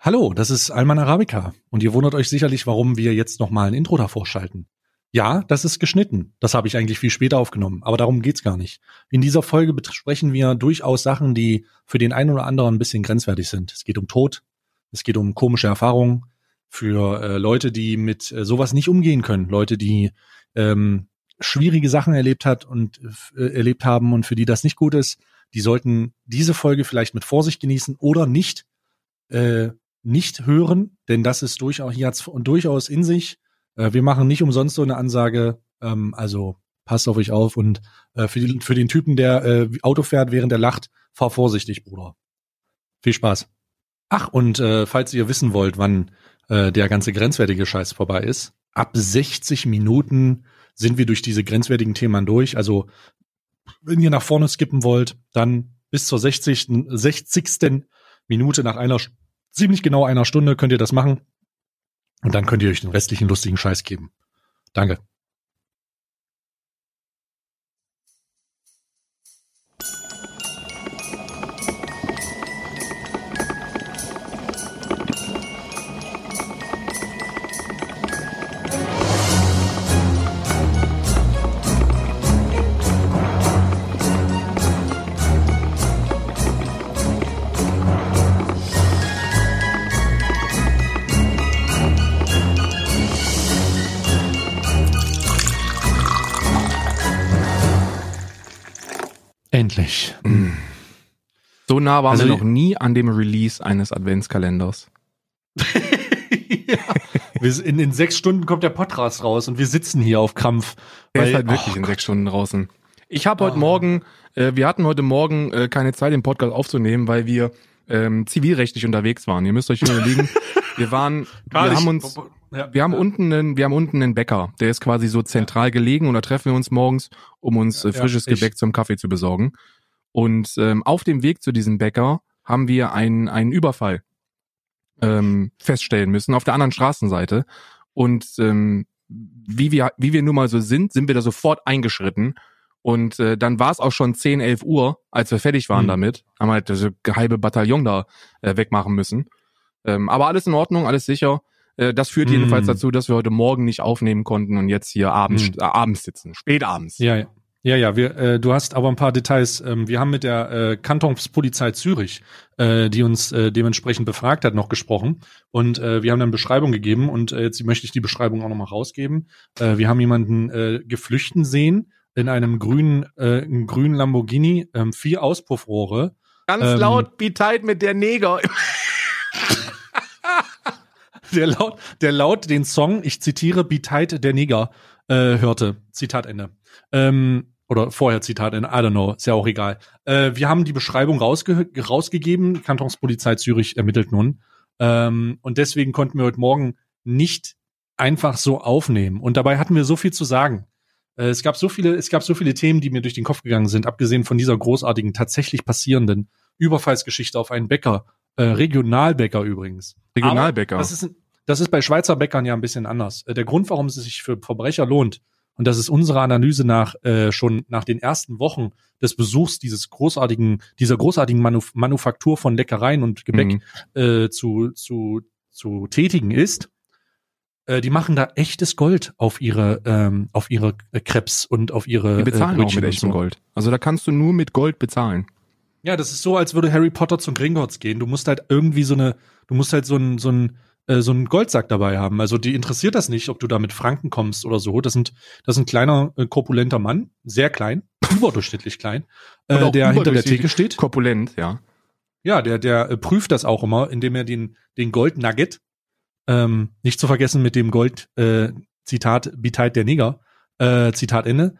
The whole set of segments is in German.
Hallo, das ist Alman Arabica und ihr wundert euch sicherlich, warum wir jetzt nochmal ein Intro davor schalten. Ja, das ist geschnitten. Das habe ich eigentlich viel später aufgenommen, aber darum geht's gar nicht. In dieser Folge besprechen wir durchaus Sachen, die für den einen oder anderen ein bisschen grenzwertig sind. Es geht um Tod, es geht um komische Erfahrungen für Leute, die mit sowas nicht umgehen können, Leute, die schwierige Sachen erlebt haben und für die das nicht gut ist. Die sollten diese Folge vielleicht mit Vorsicht genießen oder nicht hören, denn das ist durchaus in sich. Wir machen nicht umsonst so eine Ansage, also passt auf euch auf und für den Typen, der Auto fährt, während er lacht, fahr vorsichtig, Bruder. Viel Spaß. Ach, und falls ihr wissen wollt, wann der ganze grenzwertige Scheiß vorbei ist, ab 60 Minuten sind wir durch diese grenzwertigen Themen durch. Also wenn ihr nach vorne skippen wollt, dann bis zur 60. Minute nach ziemlich genau einer Stunde könnt ihr das machen. Und dann könnt ihr euch den restlichen lustigen Scheiß geben. Danke. Endlich. So nah waren wir noch nie an dem Release eines Adventskalenders. Ja, in 6 Stunden kommt der Podcast raus und wir sitzen hier auf Krampf. Der ist halt wirklich in 6 Stunden draußen. Ich habe heute Morgen, wir hatten heute Morgen keine Zeit, den Podcast aufzunehmen, weil wir zivilrechtlich unterwegs waren. Ihr müsst euch überlegen, wir haben unten einen Bäcker, der ist quasi so zentral gelegen und da treffen wir uns morgens, um uns frisches Gebäck zum Kaffee zu besorgen. Und auf dem Weg zu diesem Bäcker haben wir einen Überfall feststellen müssen auf der anderen Straßenseite. Und wie wir nun mal so sind wir da sofort eingeschritten. Und dann war es auch schon 10, 11 Uhr, als wir fertig waren damit. Haben halt das halbe Bataillon da wegmachen müssen. Aber alles in Ordnung, alles sicher. Das führt jedenfalls dazu, dass wir heute Morgen nicht aufnehmen konnten und jetzt hier abends sitzen, spätabends. Ja. Du hast aber ein paar Details. Wir haben mit der Kantonspolizei Zürich, die uns dementsprechend befragt hat, noch gesprochen. Und wir haben dann Beschreibung gegeben und jetzt möchte ich die Beschreibung auch nochmal rausgeben. Wir haben jemanden geflüchten sehen in einem grünen Lamborghini, 4 Auspuffrohre. Ganz laut, be tight mit der Neger. Der laut den Song, ich zitiere, Be Tight, der Neger, hörte. Zitat Ende. Oder vorher Zitat Ende, I don't know, ist ja auch egal. Wir haben die Beschreibung rausgegeben, die Kantonspolizei Zürich ermittelt nun. Und deswegen konnten wir heute Morgen nicht einfach so aufnehmen. Und dabei hatten wir so viel zu sagen. Es gab so viele Themen, die mir durch den Kopf gegangen sind, abgesehen von dieser großartigen, tatsächlich passierenden Überfallsgeschichte auf einen Bäcker. Regionalbäcker übrigens. Regionalbäcker. Aber das ist bei Schweizer Bäckern ja ein bisschen anders. Der Grund, warum es sich für Verbrecher lohnt, und das ist unsere Analyse schon nach den ersten Wochen des Besuchs dieser großartigen Manufaktur von Leckereien und Gebäck zu tätigen ist, die machen da echtes Gold auf ihre Crepes und auf ihre Die bezahlen Brötchen auch mit echtem so. Gold. Also da kannst du nur mit Gold bezahlen. Ja, das ist so, als würde Harry Potter zum Gringotts gehen. Du musst halt irgendwie so einen Goldsack dabei haben. Also die interessiert das nicht, ob du da mit Franken kommst oder so. Das ist ein kleiner, korpulenter Mann, sehr klein, überdurchschnittlich klein, der hinter der Theke steht. Korpulent, ja. Ja, der prüft das auch immer, indem er den Gold-Nugget, nicht zu vergessen mit dem Gold, Zitat, Be Tight, der Neger, Zitat Ende,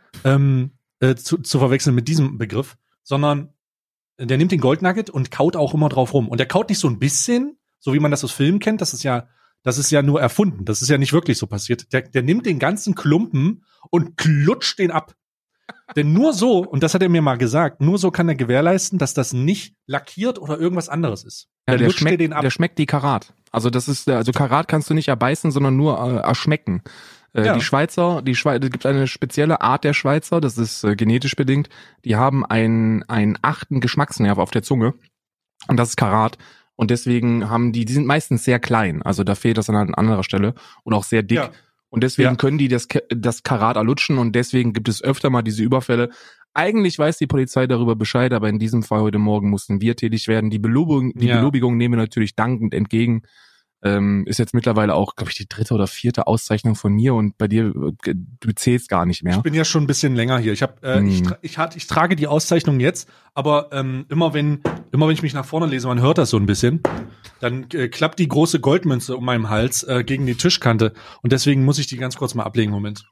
zu verwechseln mit diesem Begriff, sondern der nimmt den Goldnugget und kaut auch immer drauf rum. Und der kaut nicht so ein bisschen, so wie man das aus Filmen kennt, das ist ja nur erfunden. Das ist ja nicht wirklich so passiert. Der nimmt den ganzen Klumpen und klutscht den ab. Denn nur so, und das hat er mir mal gesagt, nur so kann er gewährleisten, dass das nicht lackiert oder irgendwas anderes ist. Ja, der schmeckt die Karat. Also Karat kannst du nicht erbeißen, sondern nur erschmecken. Ja. Die Schweizer, es gibt eine spezielle Art der Schweizer, das ist genetisch bedingt, die haben einen 8. Geschmacksnerv auf der Zunge und das ist Karat. und deswegen die sind meistens sehr klein, also da fehlt das an anderer Stelle und auch sehr dick. Ja. Und deswegen können die das Karat erlutschen und deswegen gibt es öfter mal diese Überfälle. Eigentlich weiß die Polizei darüber Bescheid, aber in diesem Fall heute Morgen mussten wir tätig werden. Die Belobigung nehmen wir natürlich dankend entgegen. Ist jetzt mittlerweile auch, glaube ich, die 3. oder 4. Auszeichnung von mir und bei dir, du zählst gar nicht mehr. Ich bin ja schon ein bisschen länger hier. Ich trage die Auszeichnung jetzt, aber immer wenn ich mich nach vorne lese, man hört das so ein bisschen, dann klappt die große Goldmünze um meinen Hals gegen die Tischkante und deswegen muss ich die ganz kurz mal ablegen. Moment.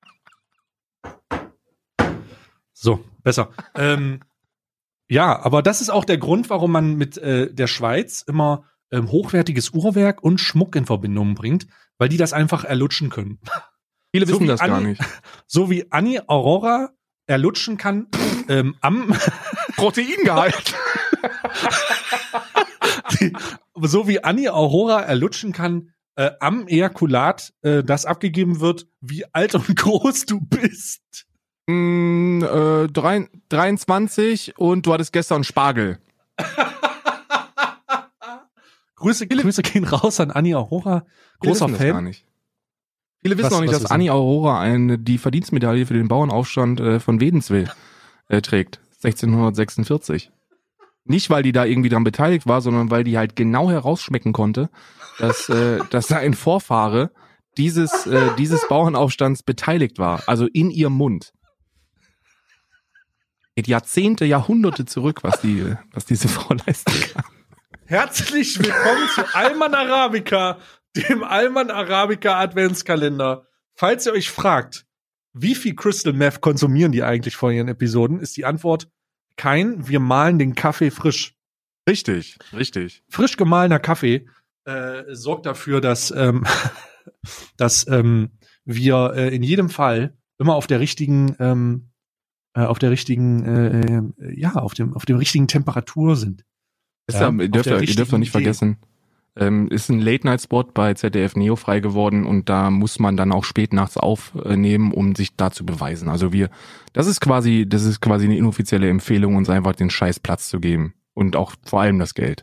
So, besser. Ja, aber das ist auch der Grund, warum man mit der Schweiz immer hochwertiges Uhrwerk und Schmuck in Verbindung bringt, weil die das einfach erlutschen können. Viele wissen das gar nicht. So wie Annie Aurora erlutschen kann am Proteingehalt. So wie Annie Aurora erlutschen kann am Ejakulat, das abgegeben wird, wie alt und groß du bist. 23 und du hattest gestern Spargel. Grüße gehen raus an Annie Aurora. Großer Fan. Gar nicht. Viele wissen auch nicht, dass Annie Aurora die Verdienstmedaille für den Bauernaufstand von Wädenswil trägt. 1646. Nicht, weil die da irgendwie dran beteiligt war, sondern weil die halt genau herausschmecken konnte, dass da ein Vorfahre dieses Bauernaufstands beteiligt war. Also in ihrem Mund. Geht Jahrzehnte, Jahrhunderte zurück, was diese Frau leisten kann. Herzlich willkommen zu Alman Arabica, dem Alman Arabica Adventskalender. Falls ihr euch fragt, wie viel Crystal Meth konsumieren die eigentlich vor ihren Episoden, ist die Antwort kein. Wir mahlen den Kaffee frisch. Richtig. Frisch gemahlener Kaffee sorgt dafür, dass wir in jedem Fall immer auf dem richtigen Temperatur sind. Ihr dürft doch nicht vergessen, ist ein Late-Night-Spot bei ZDF Neo frei geworden und da muss man dann auch spät nachts aufnehmen, um sich da zu beweisen. Also das ist quasi eine inoffizielle Empfehlung, uns einfach den scheiß Platz zu geben und auch vor allem das Geld.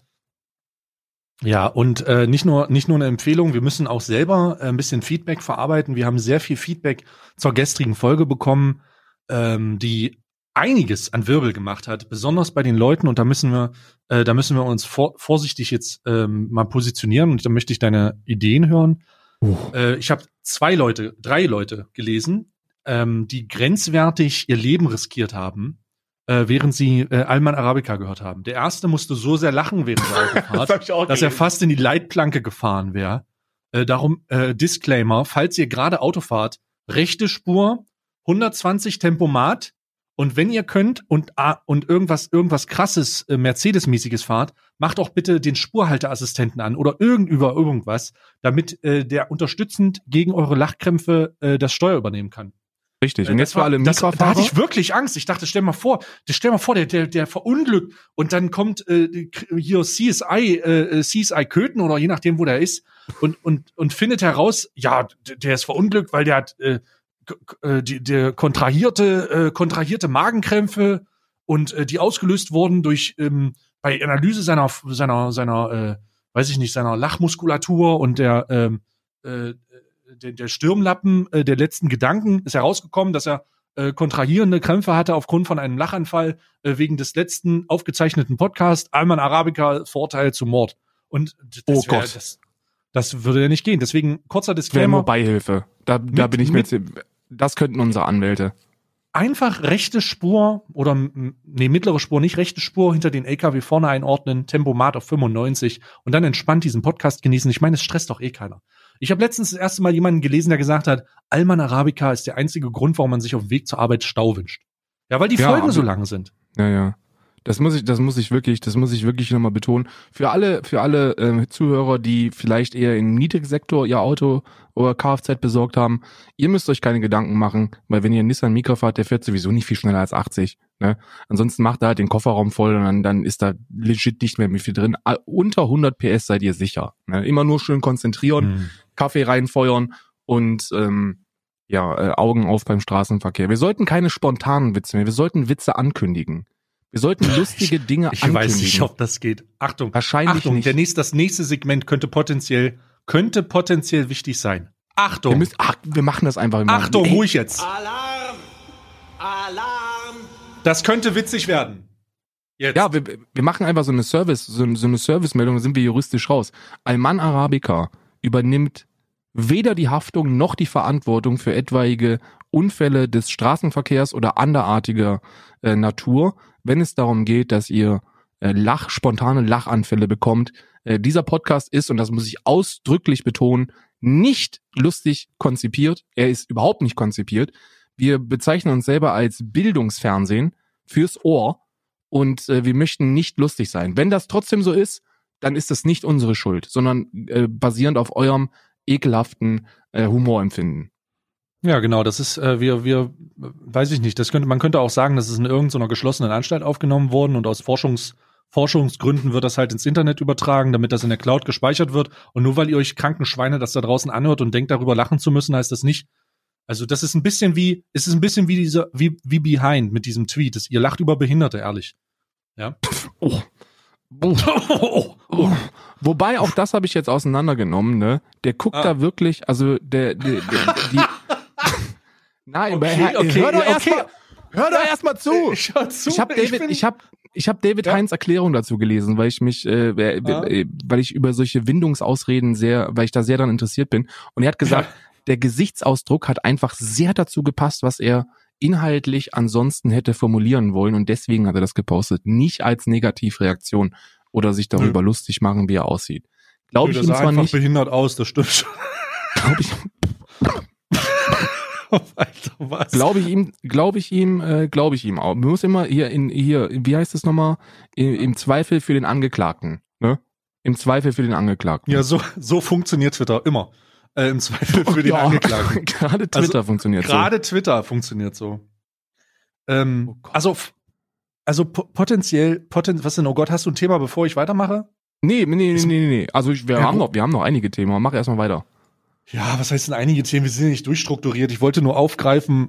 Ja, und nicht nur eine Empfehlung, wir müssen auch selber ein bisschen Feedback verarbeiten. Wir haben sehr viel Feedback zur gestrigen Folge bekommen, die einiges an Wirbel gemacht hat, besonders bei den Leuten, und da müssen wir uns vorsichtig jetzt mal positionieren, und da möchte ich deine Ideen hören. Ich habe 3 Leute gelesen, die grenzwertig ihr Leben riskiert haben, während sie Alman Arabica gehört haben. Der erste musste so sehr lachen während der Autofahrt, dass er fast in die Leitplanke gefahren wäre. Darum Disclaimer, falls ihr gerade Auto fahrt, rechte Spur, 120 Tempomat. Und wenn ihr könnt und irgendwas krasses, Mercedes-mäßiges fahrt, macht auch bitte den Spurhalteassistenten an oder irgendwas, damit der unterstützend gegen eure Lachkrämpfe das Steuer übernehmen kann. Richtig. Und jetzt für alle Mikrofahrer. Da hatte ich wirklich Angst. Ich dachte, stell mal vor, der verunglückt und dann kommt hier CSI Köthen oder je nachdem, wo der ist und findet heraus, ja, der ist verunglückt, weil der hat der kontrahierte Magenkrämpfe und die ausgelöst wurden durch bei Analyse seiner weiß ich nicht, seiner Lachmuskulatur und der Stirnlappen der letzten Gedanken ist herausgekommen, dass er kontrahierende Krämpfe hatte aufgrund von einem Lachanfall wegen des letzten aufgezeichneten Podcasts Alman Arabica Vorteil zum Mord. Und das würde ja nicht gehen. Deswegen kurzer Disclaimer. Wäre nur Beihilfe. Da bin ich mir jetzt. Das könnten unsere Anwälte. Einfach rechte Spur oder mittlere Spur, nicht rechte Spur hinter den LKW vorne einordnen, Tempomat auf 95 und dann entspannt diesen Podcast genießen. Ich meine, es stresst doch eh keiner. Ich habe letztens das erste Mal jemanden gelesen, der gesagt hat, Alman Arabica ist der einzige Grund, warum man sich auf dem Weg zur Arbeit Stau wünscht. Ja, weil die Folgen so lang sind. Ja. Das muss ich wirklich nochmal betonen. Für alle Zuhörer, die vielleicht eher im Niedrigsektor ihr Auto oder Kfz besorgt haben, ihr müsst euch keine Gedanken machen, weil wenn ihr einen Nissan Micra fahrt, der fährt sowieso nicht viel schneller als 80. Ne? Ansonsten macht er halt den Kofferraum voll und dann ist da legit nicht mehr viel drin. Unter 100 PS seid ihr sicher. Ne? Immer nur schön konzentrieren, Kaffee reinfeuern und Augen auf beim Straßenverkehr. Wir sollten keine spontanen Witze mehr, wir sollten Witze ankündigen. Wir sollten lustige Dinge Ich ankündigen. weiß nicht, ob das geht. Achtung, Wahrscheinlich Achtung, nicht. das nächste Segment könnte potenziell wichtig sein. Achtung, Wir machen das einfach immer. Achtung, ruhig jetzt. Alarm! Alarm! Das könnte witzig werden. Jetzt. Ja, wir machen einfach so eine Servicemeldung, da sind wir juristisch raus. Alman Arabica übernimmt weder die Haftung noch die Verantwortung für etwaige Unfälle des Straßenverkehrs oder anderartiger Natur, wenn es darum geht, dass ihr spontane Lachanfälle bekommt. Dieser Podcast ist, und das muss ich ausdrücklich betonen, nicht lustig konzipiert. Er ist überhaupt nicht konzipiert. Wir bezeichnen uns selber als Bildungsfernsehen fürs Ohr und wir möchten nicht lustig sein. Wenn das trotzdem so ist, dann ist das nicht unsere Schuld, sondern basierend auf eurem ekelhaften Humorempfinden. Ja, genau, das ist, weiß ich nicht, man könnte auch sagen, das ist in irgendeiner geschlossenen Anstalt aufgenommen worden und aus Forschungsgründen wird das halt ins Internet übertragen, damit das in der Cloud gespeichert wird. Und nur weil ihr euch kranken Schweine das da draußen anhört und denkt, darüber lachen zu müssen, heißt das nicht. Also das ist ein bisschen wie wie Behind mit diesem Tweet. Ihr lacht über Behinderte, ehrlich. Ja. Wobei, auch das habe ich jetzt auseinandergenommen, ne? Der guckt da wirklich, also die Nein, hör doch erst mal zu. Ich hör zu. Ich hab David Heinz Erklärung dazu gelesen, weil ich mich, weil ich über solche Windungsausreden weil ich da sehr daran interessiert bin. Und er hat gesagt, der Gesichtsausdruck hat einfach sehr dazu gepasst, was er inhaltlich ansonsten hätte formulieren wollen. Und deswegen hat er das gepostet. Nicht als Negativreaktion oder sich darüber lustig machen, wie er aussieht. Glaube ich ihm zwar nicht. Behindert aus, das stimmt schon. Alter, was? Glaube ich ihm auch. Man muss immer hier, wie heißt das nochmal? Im Zweifel für den Angeklagten, ne? Im Zweifel für den Angeklagten. Ja, so funktioniert Twitter immer. Im Zweifel für den Angeklagten. Gerade Twitter funktioniert so. Gerade Twitter funktioniert so. Also potenziell, was denn, oh Gott, hast du ein Thema, bevor ich weitermache? Nee. Also wir haben noch einige Themen. Mach erstmal weiter. Ja, was heißt denn einige Themen? Wir sind ja nicht durchstrukturiert. Ich wollte nur aufgreifen,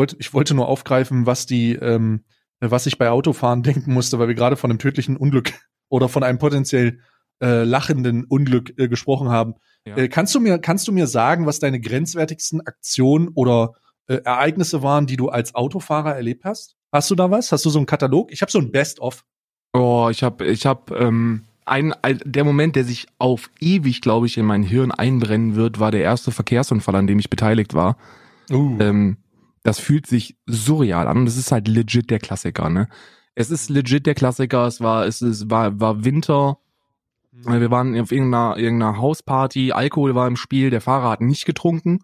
was ich bei Autofahren denken musste, weil wir gerade von einem tödlichen Unglück oder von einem potenziell lachenden Unglück gesprochen haben. Ja. Kannst du mir sagen, was deine grenzwertigsten Aktionen oder Ereignisse waren, die du als Autofahrer erlebt hast? Hast du da was? Hast du so einen Katalog? Ich habe so ein Best-of. Oh, ich hab der Moment, der sich auf ewig, glaube ich, in mein Hirn einbrennen wird, war der erste Verkehrsunfall, an dem ich beteiligt war. Das fühlt sich surreal an und es ist halt legit der Klassiker, ne? Es ist legit der Klassiker, es war Winter, wir waren auf irgendeiner Hausparty, Alkohol war im Spiel, der Fahrer hat nicht getrunken.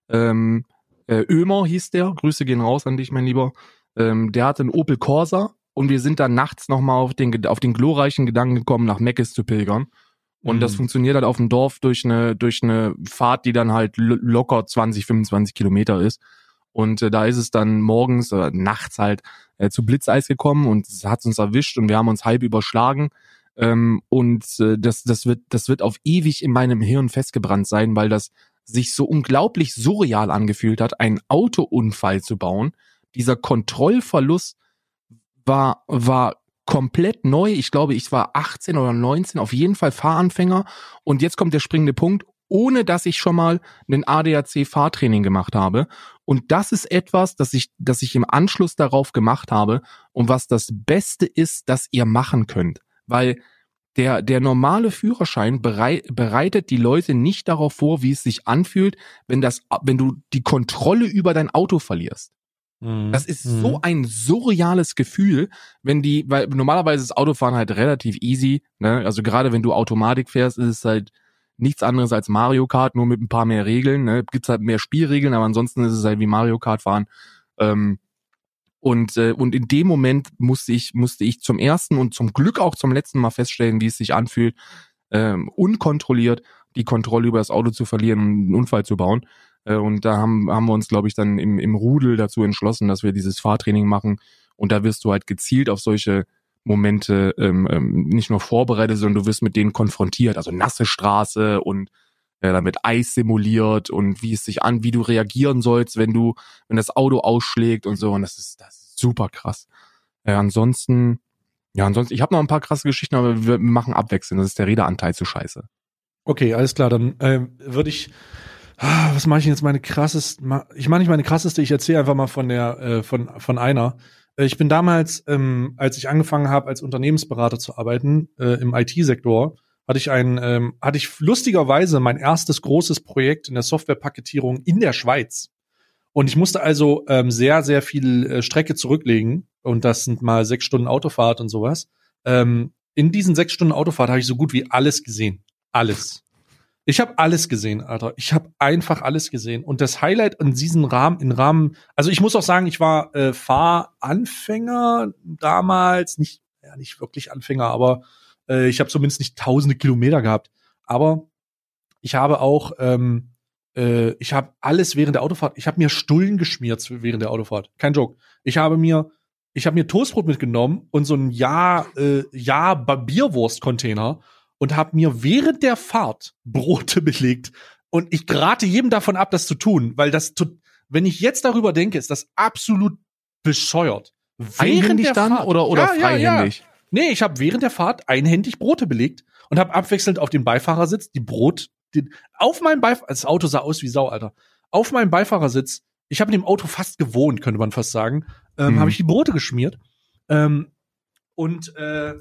Ömer hieß der, Grüße gehen raus an dich, mein Lieber. Der hatte einen Opel Corsa. Und wir sind dann nachts nochmal auf den glorreichen Gedanken gekommen, nach Meckes zu pilgern. Und das funktioniert halt auf dem Dorf durch eine Fahrt, die dann halt locker 20, 25 Kilometer ist. Und da ist es dann morgens oder nachts halt zu Blitzeis gekommen und es hat uns erwischt und wir haben uns halb überschlagen. Das wird auf ewig in meinem Hirn festgebrannt sein, weil das sich so unglaublich surreal angefühlt hat, einen Autounfall zu bauen. Dieser Kontrollverlust war komplett neu. Ich glaube, ich war 18 oder 19, auf jeden Fall Fahranfänger. Und jetzt kommt der springende Punkt, ohne dass ich schon mal einen ADAC-Fahrtraining gemacht habe. Und das ist etwas, das ich im Anschluss darauf gemacht habe und was das Beste ist, das ihr machen könnt. Weil der normale Führerschein bereitet die Leute nicht darauf vor, wie es sich anfühlt, wenn du die Kontrolle über dein Auto verlierst. Das ist so ein surreales Gefühl, weil normalerweise ist Autofahren halt relativ easy, ne? Also gerade wenn du Automatik fährst, ist es halt nichts anderes als Mario Kart, nur mit ein paar mehr Regeln, ne? Gibt's halt mehr Spielregeln, aber ansonsten ist es halt wie Mario Kart fahren. Und in dem Moment musste ich zum ersten und zum Glück auch zum letzten Mal feststellen, wie es sich anfühlt, unkontrolliert die Kontrolle über das Auto zu verlieren und einen Unfall zu bauen. Und da haben wir uns, glaube ich, dann im Rudel dazu entschlossen, dass wir dieses Fahrtraining machen. Und da wirst du halt gezielt auf solche Momente nicht nur vorbereitet, sondern du wirst mit denen konfrontiert. Also nasse Straße und dann wird Eis simuliert und wie du reagieren sollst, wenn das Auto ausschlägt und so. Und das ist super krass. Ansonsten, ich habe noch ein paar krasse Geschichten, aber wir machen abwechselnd. Das ist der Redeanteil zu scheiße. Okay, alles klar, dann würde ich, was mache ich denn jetzt ich mache nicht meine krasseste, ich erzähle einfach mal von der, von einer. Ich bin damals, als ich angefangen habe, als Unternehmensberater zu arbeiten, im IT-Sektor, hatte ich lustigerweise mein erstes großes Projekt in der Softwarepaketierung in der Schweiz. Und ich musste also sehr, sehr viel Strecke zurücklegen. Und das sind mal 6 Stunden Autofahrt und sowas. In diesen 6 Stunden Autofahrt habe ich so gut wie alles gesehen. Alles. Ich habe alles gesehen, Alter. Ich habe einfach alles gesehen. Und das Highlight in diesem Rahmen, also ich muss auch sagen, ich war Fahranfänger damals, nicht wirklich Anfänger, aber ich habe zumindest nicht tausende Kilometer gehabt. Aber ich habe auch, ich habe alles während der Autofahrt, ich habe mir Stullen geschmiert während der Autofahrt. Kein Joke. Ich habe mir Toastbrot mitgenommen und so ein Bierwurst-Container und habe mir während der Fahrt Brote belegt. Und ich rate jedem davon ab, das zu tun, weil wenn ich jetzt darüber denke, ist das absolut bescheuert. Einhändig dann Fahrt, oder freihändig? Ja. Nee, ich habe während der Fahrt einhändig Brote belegt und habe abwechselnd auf dem Beifahrersitz auf meinem das Auto sah aus wie Sau, Alter. Auf meinem Beifahrersitz, ich habe in dem Auto fast gewohnt, könnte man fast sagen, habe ich die Brote geschmiert. Und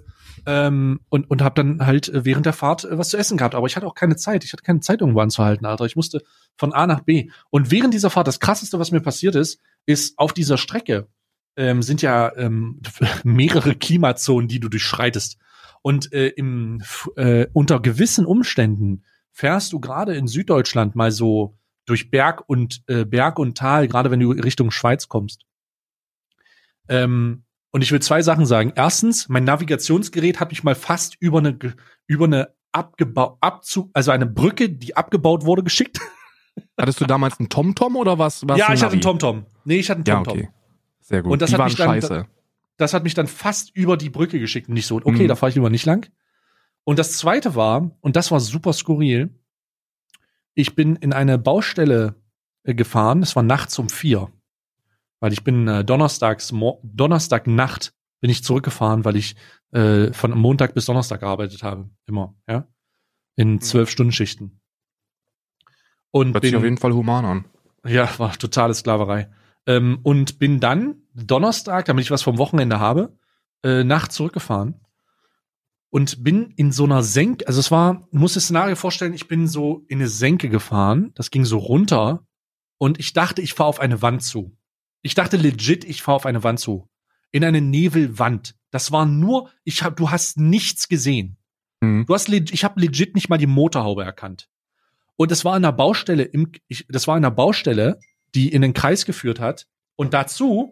habe dann halt während der Fahrt was zu essen gehabt. Aber ich hatte auch keine Zeit. Ich hatte keine Zeit, irgendwo anzuhalten, Alter. Ich musste von A nach B. Und während dieser Fahrt, das Krasseste, was mir passiert ist auf dieser Strecke sind ja mehrere Klimazonen, die du durchschreitest. Und unter gewissen Umständen fährst du gerade in Süddeutschland mal so durch Berg und Tal, gerade wenn du Richtung Schweiz kommst. Und ich will 2 Sachen sagen. Erstens, mein Navigationsgerät hat mich mal fast über eine also eine Brücke, die abgebaut wurde, geschickt. Hattest du damals einen TomTom oder was? Ja, ich hatte einen TomTom. Nee, ich hatte einen TomTom. Ja, okay. Sehr gut. Und das die hat waren mich dann, scheiße. Das hat mich dann fast über die Brücke geschickt. Und nicht so, okay, da fahre ich lieber nicht lang. Und das Zweite war, und das war super skurril, ich bin in eine Baustelle gefahren, es war nachts um 4. Weil ich bin Donnerstagnacht bin ich zurückgefahren, weil ich von Montag bis Donnerstag gearbeitet habe. Immer, ja. In 12-Stunden-Schichten. Und hört sich auf jeden Fall human an. Ja, war totale Sklaverei. Und bin dann Donnerstag, damit ich was vom Wochenende habe, nachts zurückgefahren. Und bin in so einer Senke, also du musst das Szenario vorstellen, ich bin so in eine Senke gefahren, das ging so runter und ich dachte, ich fahre auf eine Wand zu. Ich dachte legit, ich fahre auf eine Wand zu. In eine Nebelwand. Das war nur, du hast nichts gesehen. Mhm. Ich habe legit nicht mal die Motorhaube erkannt. Und es war in einer Baustelle, die in den Kreis geführt hat. Und dazu,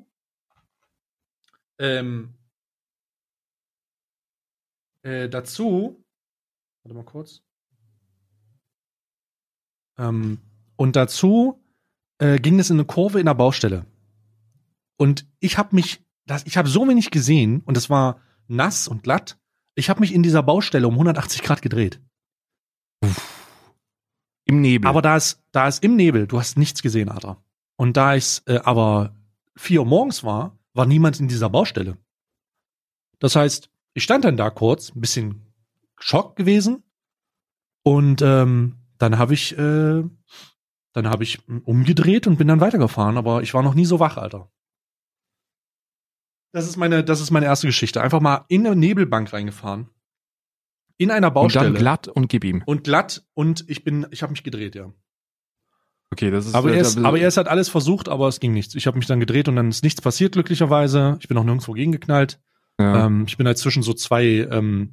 warte mal kurz. Und dazu ging es in eine Kurve in der Baustelle. Und ich habe so wenig gesehen und es war nass und glatt. Ich habe mich in dieser Baustelle um 180 Grad gedreht. Im Nebel. Aber da ist im Nebel, du hast nichts gesehen, Alter. Und da es aber 4 Uhr morgens war niemand in dieser Baustelle. Das heißt, ich stand dann da kurz, ein bisschen geschockt gewesen. Und dann habe ich umgedreht und bin dann weitergefahren. Aber ich war noch nie so wach, Alter. Das ist meine erste Geschichte. Einfach mal in eine Nebelbank reingefahren. In einer Baustelle. Und dann glatt und gib ihm. Und glatt und ich habe mich gedreht, ja. Okay, das ist. Aber er hat alles versucht, aber es ging nichts. Ich habe mich dann gedreht und dann ist nichts passiert, glücklicherweise. Ich bin auch nirgendwo gegengeknallt. Ja. Ich bin halt zwischen so zwei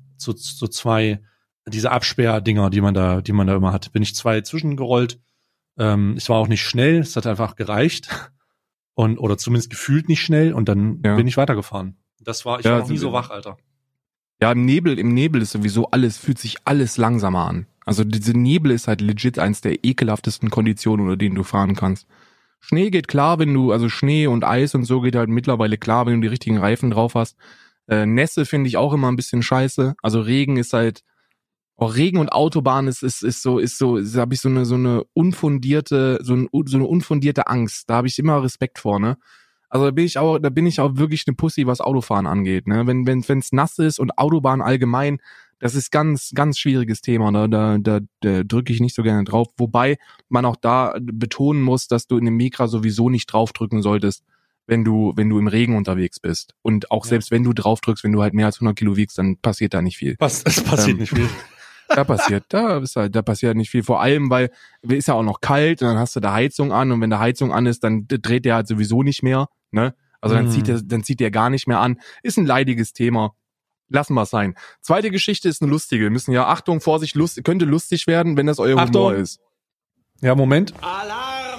diese Absperrdinger, die man da immer hat, bin ich 2 zwischengerollt. Es war auch nicht schnell, es hat einfach gereicht. Oder zumindest gefühlt nicht schnell und dann bin ich weitergefahren. Ich war noch nie so wach, Alter. Ja, im Nebel ist sowieso fühlt sich alles langsamer an. Also diese Nebel ist halt legit eins der ekelhaftesten Konditionen, unter denen du fahren kannst. Schnee geht klar, also Schnee und Eis und so geht halt mittlerweile klar, wenn du die richtigen Reifen drauf hast. Nässe finde ich auch immer ein bisschen scheiße. Also Regen ist halt, auch Regen und Autobahn ist so, habe ich so eine unfundierte Angst. Da habe ich immer Respekt vor, ne? Also da bin ich auch wirklich eine Pussy, was Autofahren angeht, ne? Wenn's nass ist und Autobahn allgemein, das ist ganz, ganz schwieriges Thema. Da drücke ich nicht so gerne drauf. Wobei man auch da betonen muss, dass du in dem Micra sowieso nicht draufdrücken solltest, wenn du im Regen unterwegs bist. Und auch selbst wenn du draufdrückst, wenn du halt mehr als 100 Kilo wiegst, dann passiert da nicht viel. Es passiert nicht viel. Da passiert nicht viel. Vor allem, weil es ist ja auch noch kalt und dann hast du da Heizung an und wenn da Heizung an ist, dann dreht der halt sowieso nicht mehr, ne? Also dann zieht der gar nicht mehr an. Ist ein leidiges Thema. Lassen wir es sein. Zweite Geschichte ist eine lustige. Wir müssen ja, Achtung, Vorsicht, könnte lustig werden, wenn das euer Humor ist. Ja, Moment. Alarm!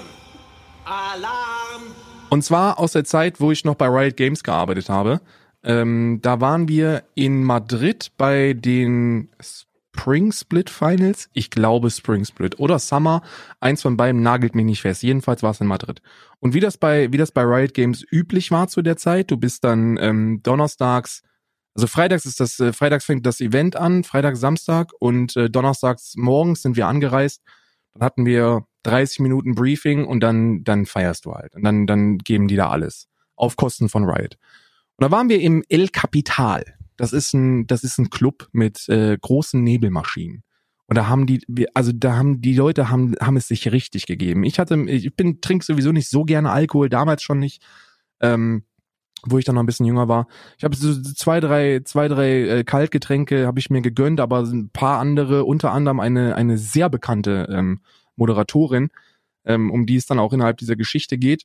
Alarm! Und zwar aus der Zeit, wo ich noch bei Riot Games gearbeitet habe. Da waren wir in Madrid bei den Spring Split Finals. Ich glaube Spring Split oder Summer. Eins von beiden nagelt mich nicht fest. Jedenfalls war es in Madrid. Und wie das bei Riot Games üblich war zu der Zeit, du bist dann donnerstags, also freitags fängt das Event an, Freitag, Samstag und donnerstags morgens sind wir angereist. Dann hatten wir 30 Minuten Briefing und dann feierst du halt. Und dann geben die da alles. Auf Kosten von Riot. Und da waren wir im El Capital. Das ist ein Club mit großen Nebelmaschinen. Und da haben die Leute haben es sich richtig gegeben. Ich trinke sowieso nicht so gerne Alkohol, damals schon nicht, wo ich dann noch ein bisschen jünger war. Ich habe so zwei, drei Kaltgetränke habe ich mir gegönnt, aber ein paar andere, unter anderem eine sehr bekannte Moderatorin, um die es dann auch innerhalb dieser Geschichte geht.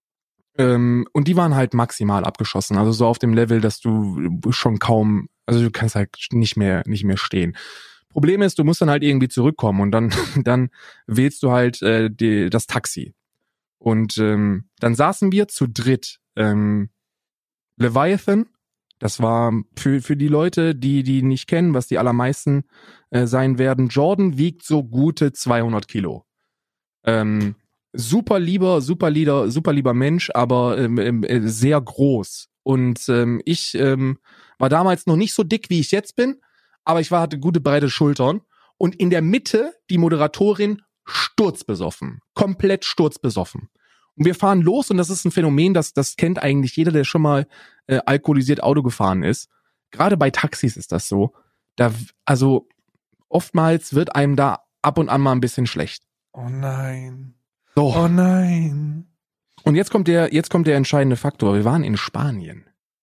Und die waren halt maximal abgeschossen, also so auf dem Level, dass du schon kaum, also du kannst halt nicht mehr stehen. Problem ist, du musst dann halt irgendwie zurückkommen und dann wählst du halt das Taxi. Und dann saßen wir zu dritt. Leviathan, das war für die Leute, die nicht kennen, was die allermeisten sein werden. Jordan wiegt so gute 200 Kilo. Super lieber Mensch, aber sehr groß. Und ich war damals noch nicht so dick, wie ich jetzt bin, aber hatte gute breite Schultern. Und in der Mitte die Moderatorin sturzbesoffen. Komplett sturzbesoffen. Und wir fahren los und das ist ein Phänomen, das kennt eigentlich jeder, der schon mal alkoholisiert Auto gefahren ist. Gerade bei Taxis ist das so. Also oftmals wird einem da ab und an mal ein bisschen schlecht. Oh nein. So. Oh nein. Und jetzt kommt der entscheidende Faktor. Wir waren in Spanien.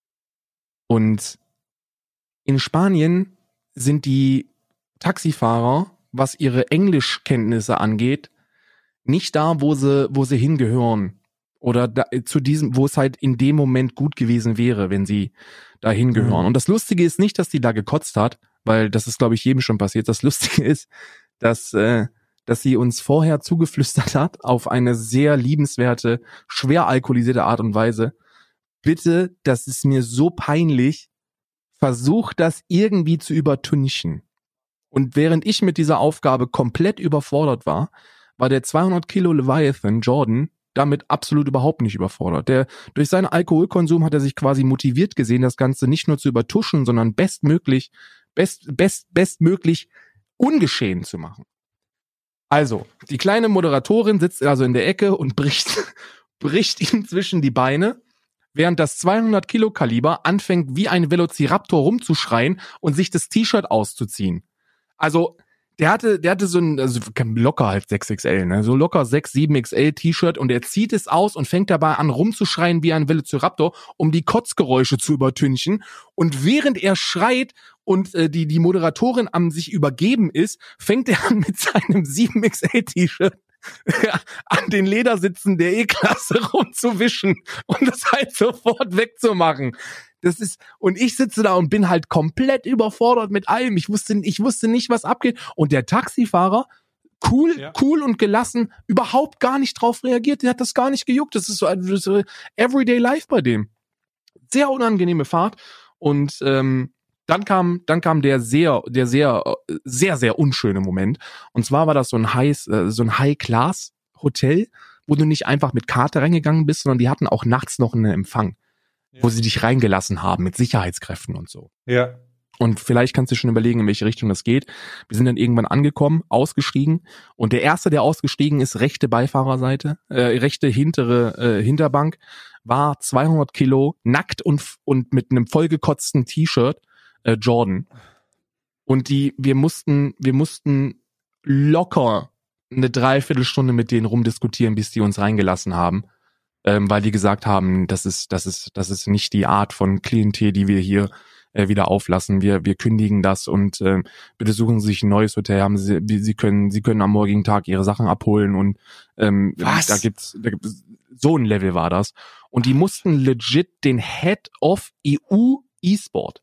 Und in Spanien sind die Taxifahrer, was ihre Englischkenntnisse angeht, nicht da, wo sie hingehören. Oder wo es halt in dem Moment gut gewesen wäre, wenn sie da hingehören. Und das Lustige ist nicht, dass die da gekotzt hat, weil das ist, glaube ich, jedem schon passiert. Das Lustige ist, dass sie uns vorher zugeflüstert hat, auf eine sehr liebenswerte, schwer alkoholisierte Art und Weise. Bitte, das ist mir so peinlich, versuch das irgendwie zu übertünchen. Und während ich mit dieser Aufgabe komplett überfordert war der 200 Kilo Leviathan Jordan damit absolut überhaupt nicht überfordert. Durch seinen Alkoholkonsum hat er sich quasi motiviert gesehen, das Ganze nicht nur zu übertuschen, sondern bestmöglich ungeschehen zu machen. Also, die kleine Moderatorin sitzt also in der Ecke und bricht ihm zwischen die Beine, während das 200 Kilo Kaliber anfängt, wie ein Velociraptor rumzuschreien und sich das T-Shirt auszuziehen. Also, der hatte so ein, also locker halt 6XL, ne, so locker 6, 7XL T-Shirt und er zieht es aus und fängt dabei an rumzuschreien wie ein Velociraptor, um die Kotzgeräusche zu übertünchen. Und während er schreit und die Moderatorin am sich übergeben ist, fängt er an mit seinem 7XL T-Shirt an den Ledersitzen der E-Klasse rumzuwischen und das halt sofort wegzumachen. Und ich sitze da und bin halt komplett überfordert mit allem. Ich wusste nicht, was abgeht. Und der Taxifahrer, cool und gelassen, überhaupt gar nicht drauf reagiert. Der hat das gar nicht gejuckt. Das ist so Everyday Life bei dem. Sehr unangenehme Fahrt. Und dann kam der sehr, sehr unschöne Moment. Und zwar war das so ein High-Class-Hotel, wo du nicht einfach mit Karte reingegangen bist, sondern die hatten auch nachts noch einen Empfang, wo sie dich reingelassen haben mit Sicherheitskräften und so. Ja. Und vielleicht kannst du schon überlegen, in welche Richtung das geht. Wir sind dann irgendwann angekommen, ausgestiegen. Und der Erste, der ausgestiegen ist, rechte Beifahrerseite, rechte hintere Hinterbank, war 200 Kilo, nackt und mit einem vollgekotzten T-Shirt, Jordan. Und wir mussten locker eine Dreiviertelstunde mit denen rumdiskutieren, bis die uns reingelassen haben. Weil die gesagt haben, das ist nicht die Art von Klientel, die wir hier wieder auflassen. Wir kündigen das und bitte suchen Sie sich ein neues Hotel. Sie können am morgigen Tag Ihre Sachen abholen und Was? da gibt's so ein Level war das. Und die mussten legit den Head of EU E-Sport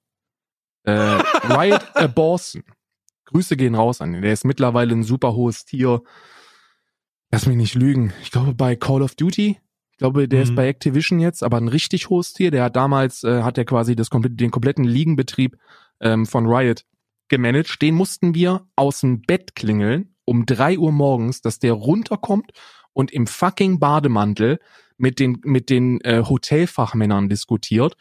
Riot Abortion. Grüße gehen raus an ihn. Der ist mittlerweile ein super hohes Tier. Lass mich nicht lügen. Ich glaube bei Call of Duty. Ich glaube, der ist bei Activision jetzt, aber ein richtig hohes Tier. Der hat damals, hat er quasi den kompletten Ligenbetrieb von Riot gemanagt. Den mussten wir aus dem Bett klingeln um 3 Uhr morgens, dass der runterkommt und im fucking Bademantel mit den Hotelfachmännern diskutiert,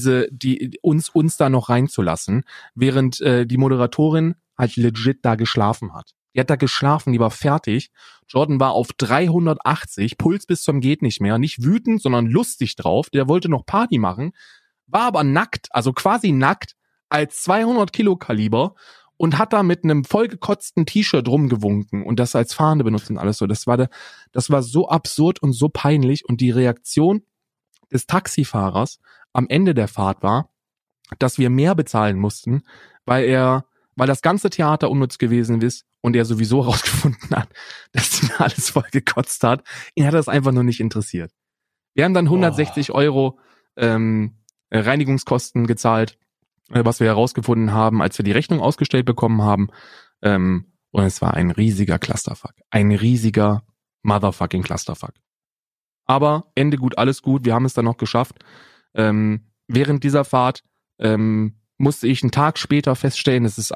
uns da noch reinzulassen, während die Moderatorin halt legit da geschlafen hat. Die hat da geschlafen, die war fertig. Jordan war auf 380, Puls bis zum geht nicht mehr, nicht wütend, sondern lustig drauf. Der wollte noch Party machen, war aber nackt, also quasi nackt, als 200 Kilo Kaliber und hat da mit einem vollgekotzten T-Shirt rumgewunken und das als Fahne benutzt und alles so. Das war so absurd und so peinlich und die Reaktion des Taxifahrers am Ende der Fahrt war, dass wir mehr bezahlen mussten, weil das ganze Theater unnütz gewesen ist und er sowieso rausgefunden hat, dass ihn alles voll gekotzt hat. Ihn hat das einfach nur nicht interessiert. Wir haben dann 160 Euro Reinigungskosten gezahlt, was wir herausgefunden haben, als wir die Rechnung ausgestellt bekommen haben. Und es war ein riesiger Clusterfuck. Ein riesiger motherfucking Clusterfuck. Aber Ende gut, alles gut. Wir haben es dann noch geschafft. Während dieser Fahrt musste ich einen Tag später feststellen, dass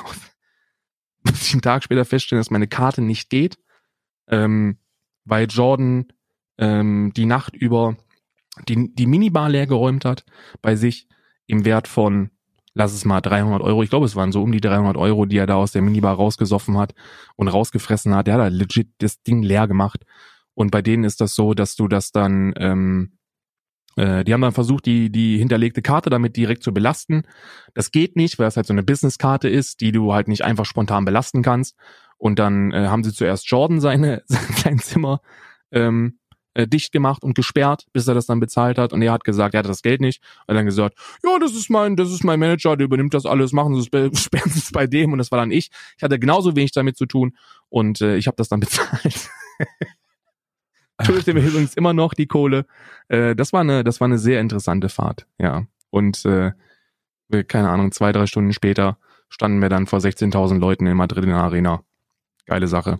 meine Karte nicht geht, weil Jordan die Nacht über die Minibar leer geräumt hat bei sich im Wert von, lass es mal 300 Euro. Ich glaube, es waren so um die 300 Euro, die er da aus der Minibar rausgesoffen hat und rausgefressen hat. Der hat da legit das Ding leer gemacht. Und bei denen ist das so, dass du das dann die haben dann versucht, die hinterlegte Karte damit direkt zu belasten. Das geht nicht, weil es halt so eine Businesskarte ist, die du halt nicht einfach spontan belasten kannst. Und dann haben sie zuerst Jordan sein Zimmer dicht gemacht und gesperrt, bis er das dann bezahlt hat. Und er hat gesagt, er hatte das Geld nicht. Und dann gesagt, ja, das ist mein Manager, der übernimmt das alles, sperren Sie es bei dem. Und das war dann ich. Ich hatte genauso wenig damit zu tun und ich habe das dann bezahlt. Schuldet mir übrigens immer noch die Kohle. Das war eine sehr interessante Fahrt, ja. Und keine Ahnung, 2-3 Stunden später standen wir dann vor 16.000 Leuten in Madrid in der Arena. Geile Sache.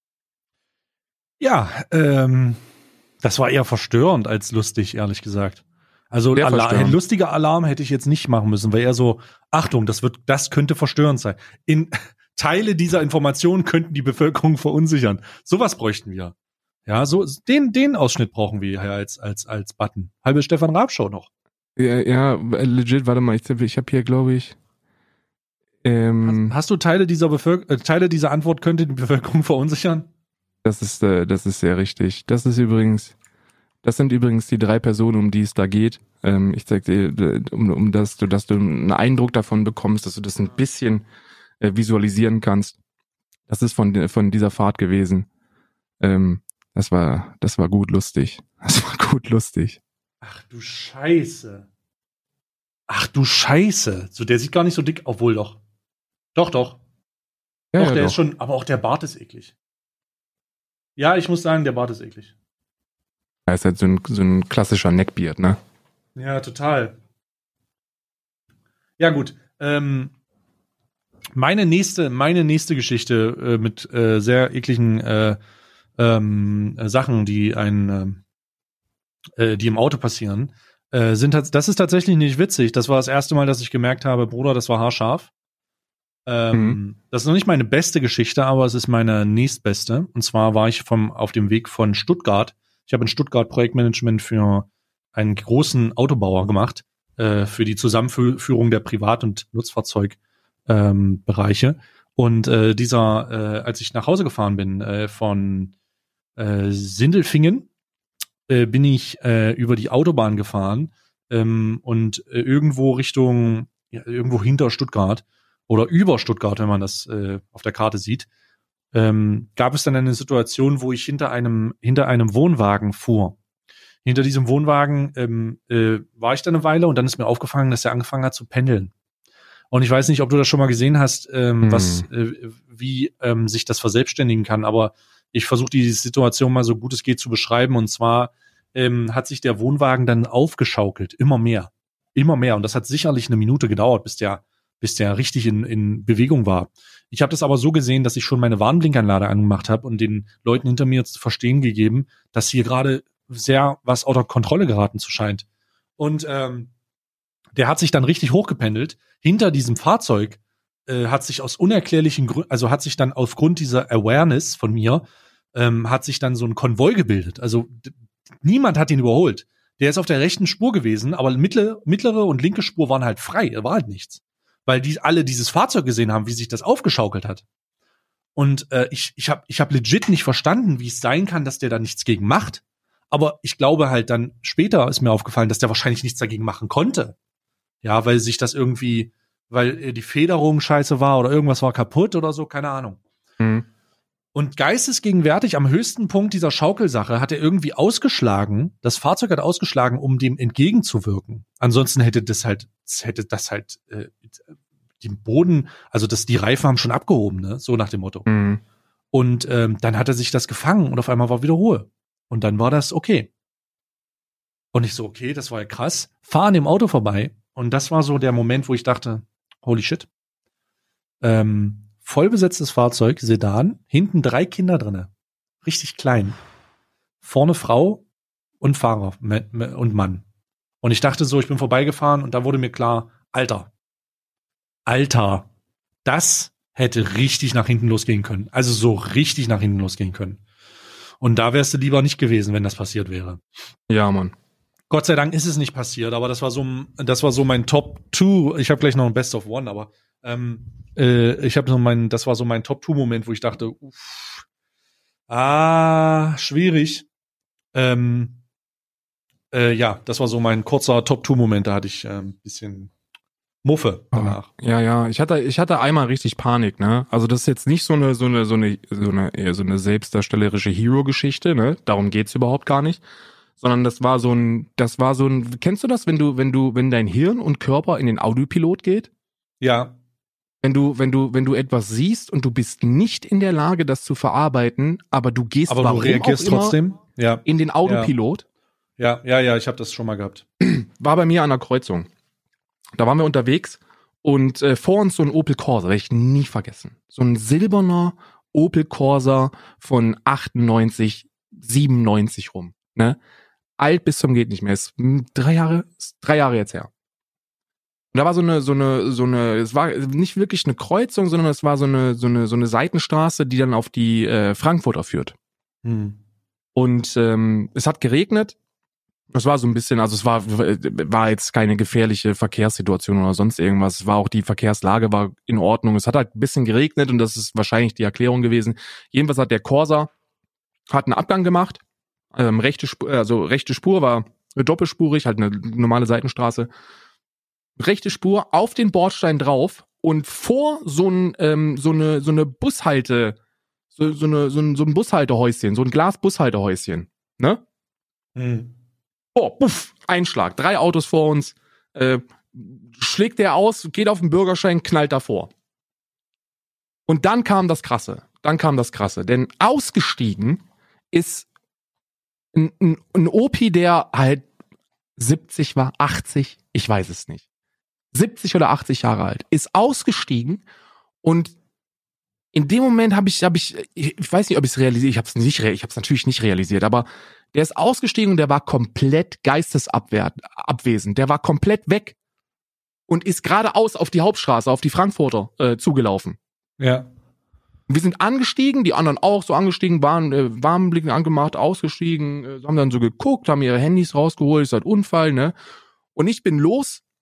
Ja, das war eher verstörend als lustig, ehrlich gesagt. Also ein lustiger Alarm hätte ich jetzt nicht machen müssen, weil eher so, Achtung, das könnte verstörend sein. Teile dieser Informationen könnten die Bevölkerung verunsichern. Sowas bräuchten wir. Ja, so den Ausschnitt brauchen wir hier als Button. Halbe Stefan Raab Show noch. Ja, legit, warte mal, ich habe hier, glaube ich. Hast du Teile dieser Antwort könnte die Bevölkerung verunsichern? Das ist sehr richtig. Das sind übrigens die 3 Personen, um die es da geht. Ich zeig dir, dass du einen Eindruck davon bekommst, dass du das ein bisschen visualisieren kannst. Das ist von dieser Fahrt gewesen. Das war gut lustig. Das war gut lustig. Ach du Scheiße. So, der sieht gar nicht so dick, obwohl doch. Doch. Ja, doch, der doch. ist schon, aber auch der Bart ist eklig. Ja, ich muss sagen, der Bart ist eklig. Er ist halt so ein klassischer Neckbeard, ne? Ja, total. Ja, gut. Meine nächste Geschichte mit sehr ekligen Sachen, die im Auto passieren, das ist tatsächlich nicht witzig. Das war das erste Mal, dass ich gemerkt habe, Bruder, das war haarscharf. Das ist noch nicht meine beste Geschichte, aber es ist meine nächstbeste. Und zwar war ich auf dem Weg von Stuttgart. Ich habe in Stuttgart Projektmanagement für einen großen Autobauer gemacht. für die Zusammenführung der Privat- und Nutzfahrzeugbereiche. Und als ich nach Hause gefahren bin von Sindelfingen, bin ich über die Autobahn gefahren und irgendwo hinter Stuttgart oder über Stuttgart, wenn man das auf der Karte sieht, gab es dann eine Situation, wo ich hinter einem Wohnwagen fuhr. Hinter diesem Wohnwagen war ich dann eine Weile und dann ist mir aufgefallen, dass er angefangen hat zu pendeln. Und ich weiß nicht, ob du das schon mal gesehen hast, wie sich das verselbstständigen kann, aber ich versuche die Situation mal so gut es geht zu beschreiben. Und zwar hat sich der Wohnwagen dann aufgeschaukelt, immer mehr. Und das hat sicherlich eine Minute gedauert, bis der richtig in Bewegung war. Ich habe das aber so gesehen, dass ich schon meine Warnblinkanlage angemacht habe und den Leuten hinter mir zu verstehen gegeben, dass hier gerade sehr was außer Kontrolle geraten zu scheint. Und der hat sich dann richtig hochgependelt. Hinter diesem Fahrzeug hat sich aus unerklärlichen Gründen, also hat sich dann aufgrund dieser Awareness von mir, hat sich dann so ein Konvoi gebildet. Also niemand hat ihn überholt. Der ist auf der rechten Spur gewesen, aber mittlere und linke Spur waren halt frei. Da war halt nichts. Weil die alle dieses Fahrzeug gesehen haben, wie sich das aufgeschaukelt hat. Und ich hab legit nicht verstanden, wie es sein kann, dass der da nichts gegen macht. Aber ich glaube halt dann, später ist mir aufgefallen, dass der wahrscheinlich nichts dagegen machen konnte. Ja, weil sich das irgendwie, weil die Federung scheiße war oder irgendwas war kaputt oder so, keine Ahnung. Und geistesgegenwärtig am höchsten Punkt dieser Schaukelsache hat er irgendwie ausgeschlagen, das Fahrzeug hat ausgeschlagen, um dem entgegenzuwirken. Ansonsten hätte das halt den Boden, also die Reifen haben schon abgehoben, ne? So nach dem Motto. Und dann hat er sich das gefangen und auf einmal war wieder Ruhe. Und dann war das okay. Und ich so, okay, das war ja krass. Fahr an dem Auto vorbei. Und das war so der Moment, wo ich dachte, holy shit. Vollbesetztes Fahrzeug, Sedan, hinten 3 Kinder drinne. Richtig klein. Vorne Frau und Fahrer und Mann. Und ich dachte so, ich bin vorbeigefahren und da wurde mir klar, Alter, das hätte richtig nach hinten losgehen können. Also so richtig nach hinten losgehen können. Und da wärst du lieber nicht gewesen, wenn das passiert wäre. Ja, Mann. Gott sei Dank ist es nicht passiert, aber das war so mein Top 2. Ich habe gleich noch ein Best of One, aber das war so mein Top 2 Moment, wo ich dachte, schwierig. Ja, das war so mein kurzer Top 2 Moment, da hatte ich ein bisschen Muffe danach. Ja, ich hatte einmal richtig Panik, ne? Also das ist jetzt nicht so eine selbstdarstellerische Hero-Geschichte, ne? Darum geht's überhaupt gar nicht. Sondern das war so ein, kennst du das, wenn dein Hirn und Körper in den Autopilot geht? Ja. Wenn du etwas siehst und du bist nicht in der Lage, das zu verarbeiten, aber du gehst aber du reagierst trotzdem in den Autopilot. Ja, ich habe das schon mal gehabt. War bei mir an der Kreuzung. Da waren wir unterwegs und vor uns so ein Opel Corsa, werde ich nie vergessen. So ein silberner Opel Corsa von 98, 97 rum, ne? Alt bis zum geht nicht mehr. Ist 3 Jahre jetzt her. Und da war so eine, es war nicht wirklich eine Kreuzung, sondern es war so eine Seitenstraße, die dann auf die Frankfurter führt. Und es hat geregnet. Es war so ein bisschen, also es war jetzt keine gefährliche Verkehrssituation oder sonst irgendwas. Es war auch, die Verkehrslage war in Ordnung. Es hat halt ein bisschen geregnet und das ist wahrscheinlich die Erklärung gewesen. Jedenfalls hat der Corsa einen Abgang gemacht. Rechte Spur war doppelspurig, halt eine normale Seitenstraße. Rechte Spur auf den Bordstein drauf und vor so eine Bushalte, so ein Bushaltehäuschen, so ein Glas-Bushaltehäuschen, ne? Puff, Einschlag, 3 Autos vor uns, schlägt der aus, geht auf den Bürgersteig, knallt davor. Und dann kam das Krasse, denn ausgestiegen ist ein Opi, der halt 70 war, 80, ich weiß es nicht. 70 oder 80 Jahre alt, ist ausgestiegen und in dem Moment habe ich weiß nicht, ob ich es realisiert, ich habe es natürlich nicht realisiert, aber der ist ausgestiegen und der war komplett geistesabwesend, der war komplett weg und ist geradeaus auf die Hauptstraße, auf die Frankfurter zugelaufen. Ja. Wir sind angestiegen, die anderen auch so angestiegen, waren Warnblicken angemacht, ausgestiegen, haben dann so geguckt, haben ihre Handys rausgeholt, ist halt Unfall, ne? Und ich bin los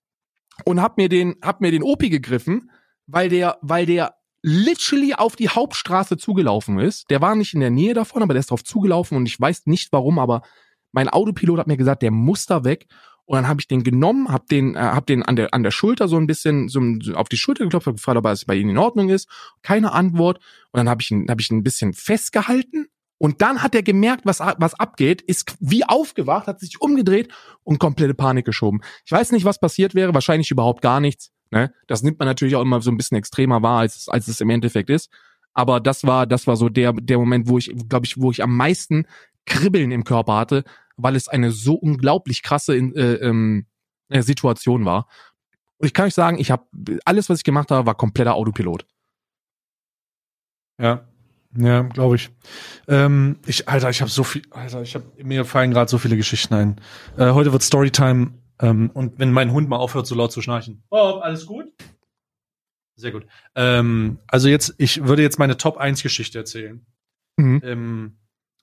und hab mir den Opi gegriffen, weil der literally auf die Hauptstraße zugelaufen ist. Der war nicht in der Nähe davon, aber der ist drauf zugelaufen und ich weiß nicht warum, aber mein Autopilot hat mir gesagt, der muss da weg. Und dann habe ich den genommen, hab den an der Schulter so ein bisschen so auf die Schulter geklopft, hab gefragt, ob es bei ihm in Ordnung ist. Keine Antwort. Und dann hab ich ihn ein bisschen festgehalten. Und dann hat er gemerkt, was abgeht, ist wie aufgewacht, hat sich umgedreht und komplette Panik geschoben. Ich weiß nicht, was passiert wäre, wahrscheinlich überhaupt gar nichts. Ne? Das nimmt man natürlich auch immer so ein bisschen extremer wahr, als es im Endeffekt ist. Aber das war so der Moment, wo ich am meisten Kribbeln im Körper hatte, weil es eine so unglaublich krasse Situation war. Und ich kann euch sagen, alles, was ich gemacht habe, war kompletter Autopilot. Ja, glaube ich. Mir fallen gerade so viele Geschichten ein. Heute wird Storytime, und wenn mein Hund mal aufhört, so laut zu schnarchen. Oh, alles gut? Sehr gut. Ich würde jetzt meine Top 1 Geschichte erzählen. Mhm.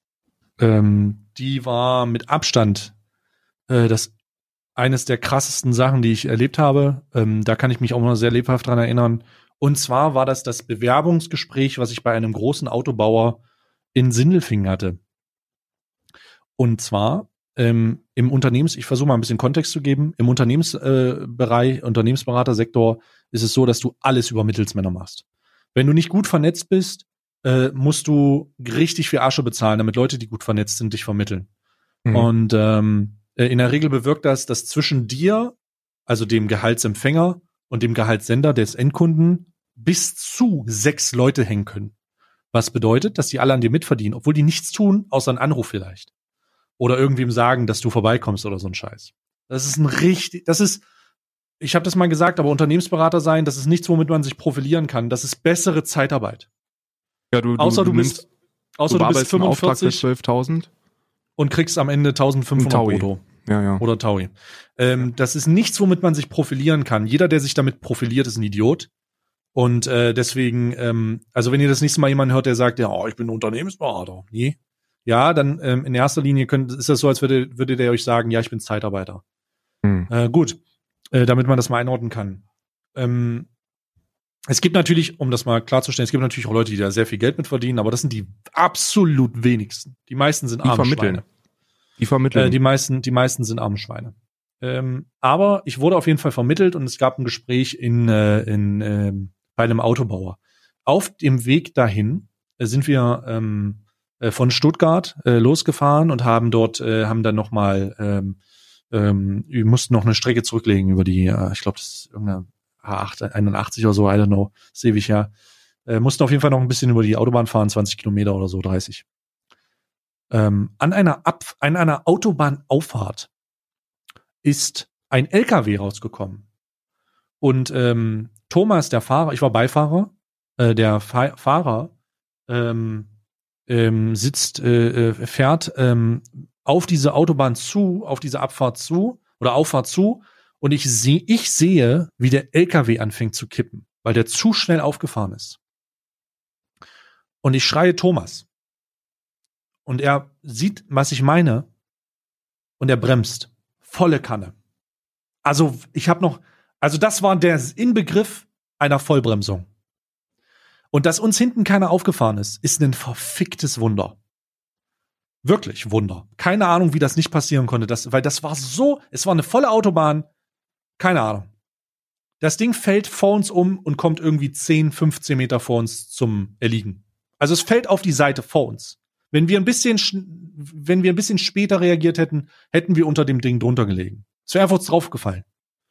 Die war mit Abstand eines der krassesten Sachen, die ich erlebt habe. Da kann ich mich auch noch sehr lebhaft dran erinnern. Und zwar war das Bewerbungsgespräch, was ich bei einem großen Autobauer in Sindelfingen hatte. Und zwar ich versuche mal ein bisschen Kontext zu geben, im Unternehmensbereich, Unternehmensberatersektor ist es so, dass du alles über Mittelsmänner machst. Wenn du nicht gut vernetzt bist, musst du richtig viel Asche bezahlen, damit Leute, die gut vernetzt sind, dich vermitteln. Mhm. Und in der Regel bewirkt das, dass zwischen dir, also dem Gehaltsempfänger und dem Gehaltssender des Endkunden, bis zu 6 Leute hängen können. Was bedeutet, dass die alle an dir mitverdienen, obwohl die nichts tun, außer einen Anruf vielleicht. Oder irgendwem sagen, dass du vorbeikommst oder so ein Scheiß. Ich habe das mal gesagt, aber Unternehmensberater sein, das ist nichts, womit man sich profilieren kann. Das ist bessere Zeitarbeit. Ja, du bist 45 für 12.000 und kriegst am Ende 1.500 brutto. Ja. Oder Taui. Das ist nichts, womit man sich profilieren kann. Jeder, der sich damit profiliert, ist ein Idiot. Und deswegen, also wenn ihr das nächste Mal jemanden hört, der sagt, ja, ich bin Unternehmensberater. Nee. Ja, dann in erster Linie ist das so, als würde der euch sagen, ja, ich bin Zeitarbeiter. Gut, damit man das mal einordnen kann. Es gibt natürlich, um das mal klarzustellen, es gibt natürlich auch Leute, die da sehr viel Geld mit verdienen, aber das sind die absolut wenigsten. Die meisten sind arme Schweine. Die vermitteln. Die meisten sind arme Schweine. Aber ich wurde auf jeden Fall vermittelt und es gab ein Gespräch bei einem Autobauer. Auf dem Weg dahin sind wir von Stuttgart losgefahren und haben dann nochmal, wir mussten noch eine Strecke zurücklegen über die, ich glaube, das ist irgendeine A81 oder so, I don't know, ist ewig her. Mussten auf jeden Fall noch ein bisschen über die Autobahn fahren, 20 Kilometer oder so, 30. An einer Autobahnauffahrt ist ein LKW rausgekommen. Und Thomas, der Fahrer, ich war Beifahrer, der Fahrer fährt auf diese Autobahn zu, auf diese Auffahrt zu, und ich sehe, wie der LKW anfängt zu kippen, weil der zu schnell aufgefahren ist. Und ich schreie Thomas. Und er sieht, was ich meine, und er bremst. Volle Kanne. Also das war der Inbegriff einer Vollbremsung. Und dass uns hinten keiner aufgefahren ist ein verficktes Wunder. Wirklich Wunder. Keine Ahnung, wie das nicht passieren konnte, weil das war es war eine volle Autobahn, keine Ahnung. Das Ding fällt vor uns um und kommt irgendwie 10, 15 Meter vor uns zum Erliegen. Also es fällt auf die Seite vor uns. Wenn wir ein bisschen später reagiert hätten, hätten wir unter dem Ding drunter gelegen. Es wäre einfach draufgefallen.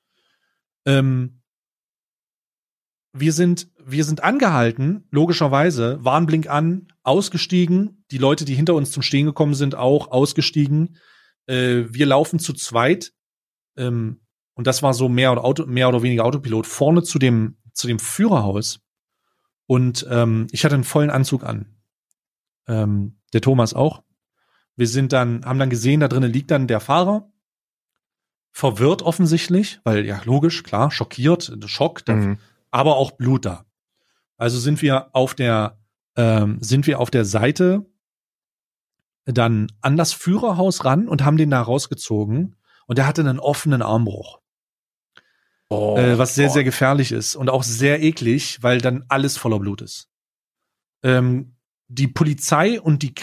Wir sind angehalten, logischerweise, Warnblink an, ausgestiegen, die Leute, die hinter uns zum Stehen gekommen sind, auch ausgestiegen. Wir laufen zu zweit, und das war so mehr oder weniger Autopilot, vorne zu dem Führerhaus. Und ich hatte einen vollen Anzug an. Der Thomas auch. Wir haben dann gesehen, da drinnen liegt dann der Fahrer, verwirrt offensichtlich, weil ja logisch, klar, schockiert, Schock, aber auch Blut da. Also sind wir auf der Seite dann an das Führerhaus ran und haben den da rausgezogen und der hatte einen offenen Armbruch. was sehr, sehr gefährlich ist und auch sehr eklig, weil dann alles voller Blut ist. Die Polizei und die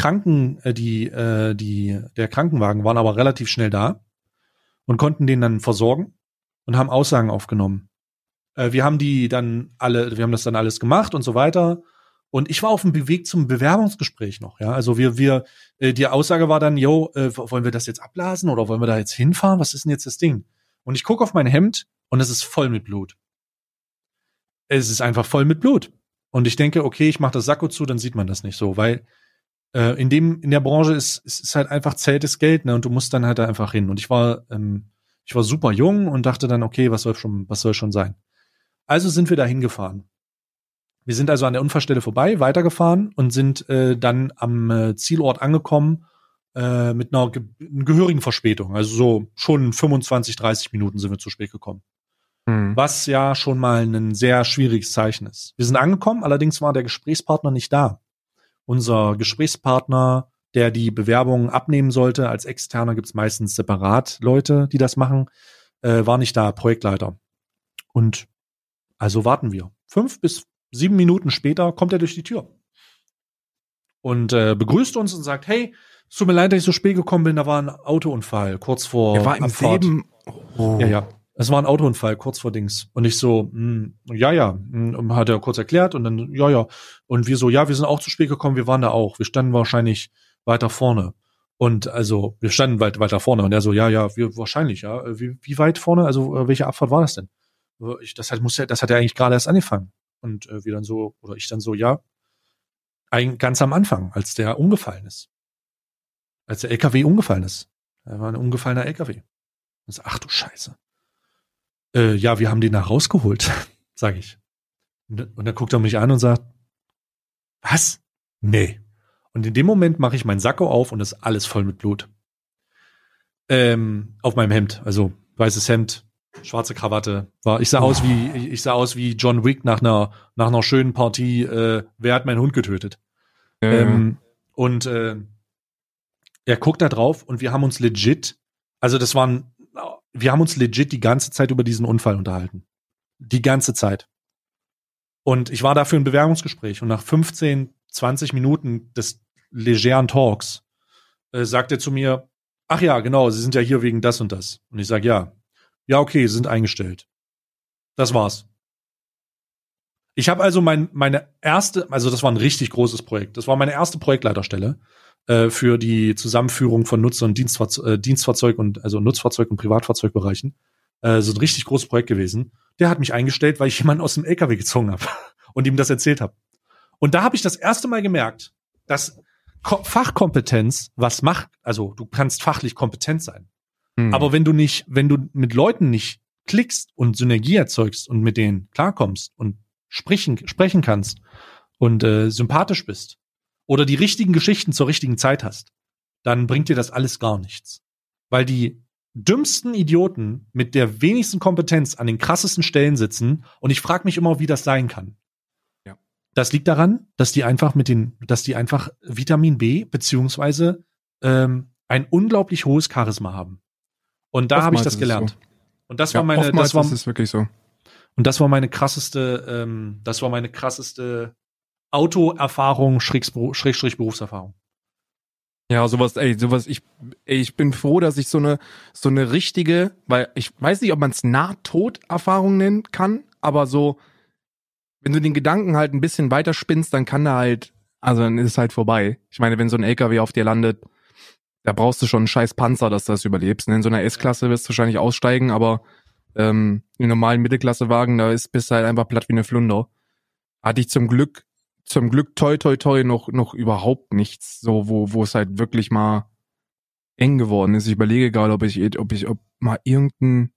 der Krankenwagen waren aber relativ schnell da und konnten den dann versorgen und haben Aussagen aufgenommen. Wir haben das dann alles gemacht und so weiter. Und ich war auf dem Weg zum Bewerbungsgespräch noch, ja. Also die Aussage war dann, wollen wir das jetzt abblasen oder wollen wir da jetzt hinfahren? Was ist denn jetzt das Ding? Und ich gucke auf mein Hemd und es ist voll mit Blut. Es ist einfach voll mit Blut. Und ich denke, okay, ich mache das Sakko zu, dann sieht man das nicht so, weil in der Branche ist halt einfach zähltes Geld, ne? Und du musst dann halt da einfach hin. Und ich war super jung und dachte dann, okay, was soll schon sein? Also sind wir da hingefahren. Wir sind also an der Unfallstelle vorbei, weitergefahren und sind dann am Zielort angekommen mit einer gehörigen Verspätung. Also so schon 25, 30 Minuten sind wir zu spät gekommen. Was ja schon mal ein sehr schwieriges Zeichen ist. Wir sind angekommen, allerdings war der Gesprächspartner nicht da. Unser Gesprächspartner, der die Bewerbung abnehmen sollte, als Externer gibt's meistens separat Leute, die das machen, war nicht da, Projektleiter. Und also warten wir. 5 bis 7 Minuten später kommt er durch die Tür und begrüßt uns und sagt, hey, es tut mir leid, dass ich so spät gekommen bin, da war ein Autounfall kurz vor Abfahrt. Ja. Es war ein Autounfall kurz vor Dings. Und ich so, hat er kurz erklärt und dann, ja. Und wir so, ja, wir sind auch zu spät gekommen, wir waren da auch. Wir standen wahrscheinlich weiter vorne. Und also, wir standen weiter vorne. Und er so, ja, wir wahrscheinlich, ja. Wie weit vorne? Also, welche Abfahrt war das denn? Das hat ja eigentlich gerade erst angefangen. Und ich dann so, ja, ganz am Anfang, als der umgefallen ist. Als der LKW umgefallen ist. Er war ein umgefallener LKW. Und so, ach du Scheiße. Ja, wir haben den da rausgeholt, sage ich. Und dann guckt er mich an und sagt, was? Nee. Und in dem Moment mache ich meinen Sakko auf und ist alles voll mit Blut. Auf meinem Hemd, also weißes Hemd, schwarze Krawatte. Ich sah aus wie John Wick nach einer schönen Partie, wer hat meinen Hund getötet? Und er guckt da drauf und wir haben uns legit die ganze Zeit über diesen Unfall unterhalten. Die ganze Zeit. Und ich war da für ein Bewerbungsgespräch und nach 15, 20 Minuten des legeren Talks sagt er zu mir, ach ja, genau, Sie sind ja hier wegen das und das. Und ich sage, ja, okay, Sie sind eingestellt. Das war's. Ich habe also meine erste, also das war ein richtig großes Projekt. Das war meine erste Projektleiterstelle für die Zusammenführung von Nutzer- und Dienstfahrzeug und also Nutzfahrzeug- und Privatfahrzeugbereichen. So ein richtig großes Projekt gewesen. Der hat mich eingestellt, weil ich jemanden aus dem LKW gezogen habe und ihm das erzählt habe. Und da habe ich das erste Mal gemerkt, dass Fachkompetenz was macht. Also du kannst fachlich kompetent sein. Aber wenn du mit Leuten nicht klickst und Synergie erzeugst und mit denen klarkommst und sprechen kannst und sympathisch bist oder die richtigen Geschichten zur richtigen Zeit hast, dann bringt dir das alles gar nichts. Weil die dümmsten Idioten mit der wenigsten Kompetenz an den krassesten Stellen sitzen und ich frage mich immer, wie das sein kann. Ja. Das liegt daran, dass die einfach Vitamin B beziehungsweise ein unglaublich hohes Charisma haben. Und da habe ich das gelernt. So. Und das war das ist wirklich so. Und das war meine krasseste Autoerfahrung, Schrägstrich Berufserfahrung. Ja, ich bin froh, dass ich so eine richtige, weil ich weiß nicht, ob man es Nahtoderfahrung nennen kann, aber so, wenn du den Gedanken halt ein bisschen weiter spinnst, dann dann ist es halt vorbei. Ich meine, wenn so ein LKW auf dir landet, da brauchst du schon einen scheiß Panzer, dass du das überlebst. In so einer S-Klasse wirst du wahrscheinlich aussteigen, aber in normalen Mittelklassewagen, bist du halt einfach platt wie eine Flunder. Hatte ich zum Glück toi noch überhaupt nichts, so wo es halt wirklich mal eng geworden ist. Ich überlege gerade, ob mal irgendein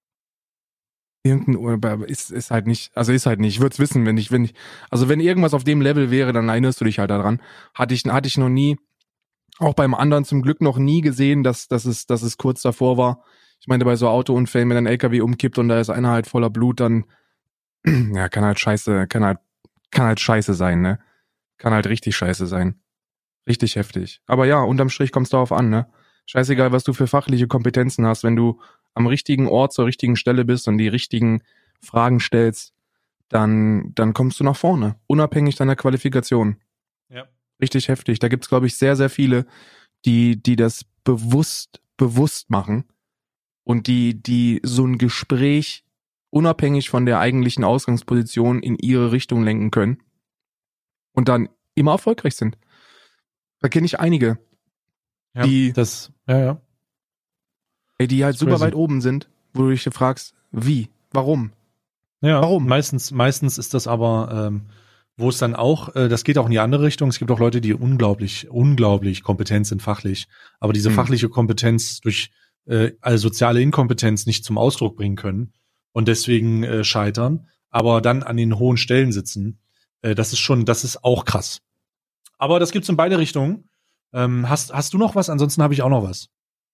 ist halt nicht. Ich würde es wissen, wenn irgendwas auf dem Level wäre, dann erinnerst du dich halt daran. Hatte ich noch nie, auch beim anderen zum Glück noch nie gesehen, dass es kurz davor war. Ich meine, bei so Autounfällen, wenn ein LKW umkippt und da ist einer halt voller Blut, dann ja, kann halt scheiße sein, ne? Kann halt richtig scheiße sein. Richtig heftig. Aber ja, unterm Strich kommt's darauf an, ne? Scheißegal, was du für fachliche Kompetenzen hast, wenn du am richtigen Ort zur richtigen Stelle bist und die richtigen Fragen stellst, dann kommst du nach vorne, unabhängig deiner Qualifikation. Ja. Richtig heftig. Da gibt's, glaube ich, sehr, sehr viele, die das bewusst machen und die so ein Gespräch unabhängig von der eigentlichen Ausgangsposition in ihre Richtung lenken können und dann immer erfolgreich sind. Da kenne ich einige, die halt super crazy. weit oben sind, wo du dich fragst, wie, warum? Ja, Warum? Meistens ist das aber, wo es dann auch, das geht auch in die andere Richtung. Es gibt auch Leute, die unglaublich kompetent sind fachlich, aber diese fachliche Kompetenz durch also soziale Inkompetenz nicht zum Ausdruck bringen können und deswegen scheitern, aber dann an den hohen Stellen sitzen. Das ist auch krass. Aber das gibt's in beide Richtungen. Hast du noch was? Ansonsten habe ich auch noch was.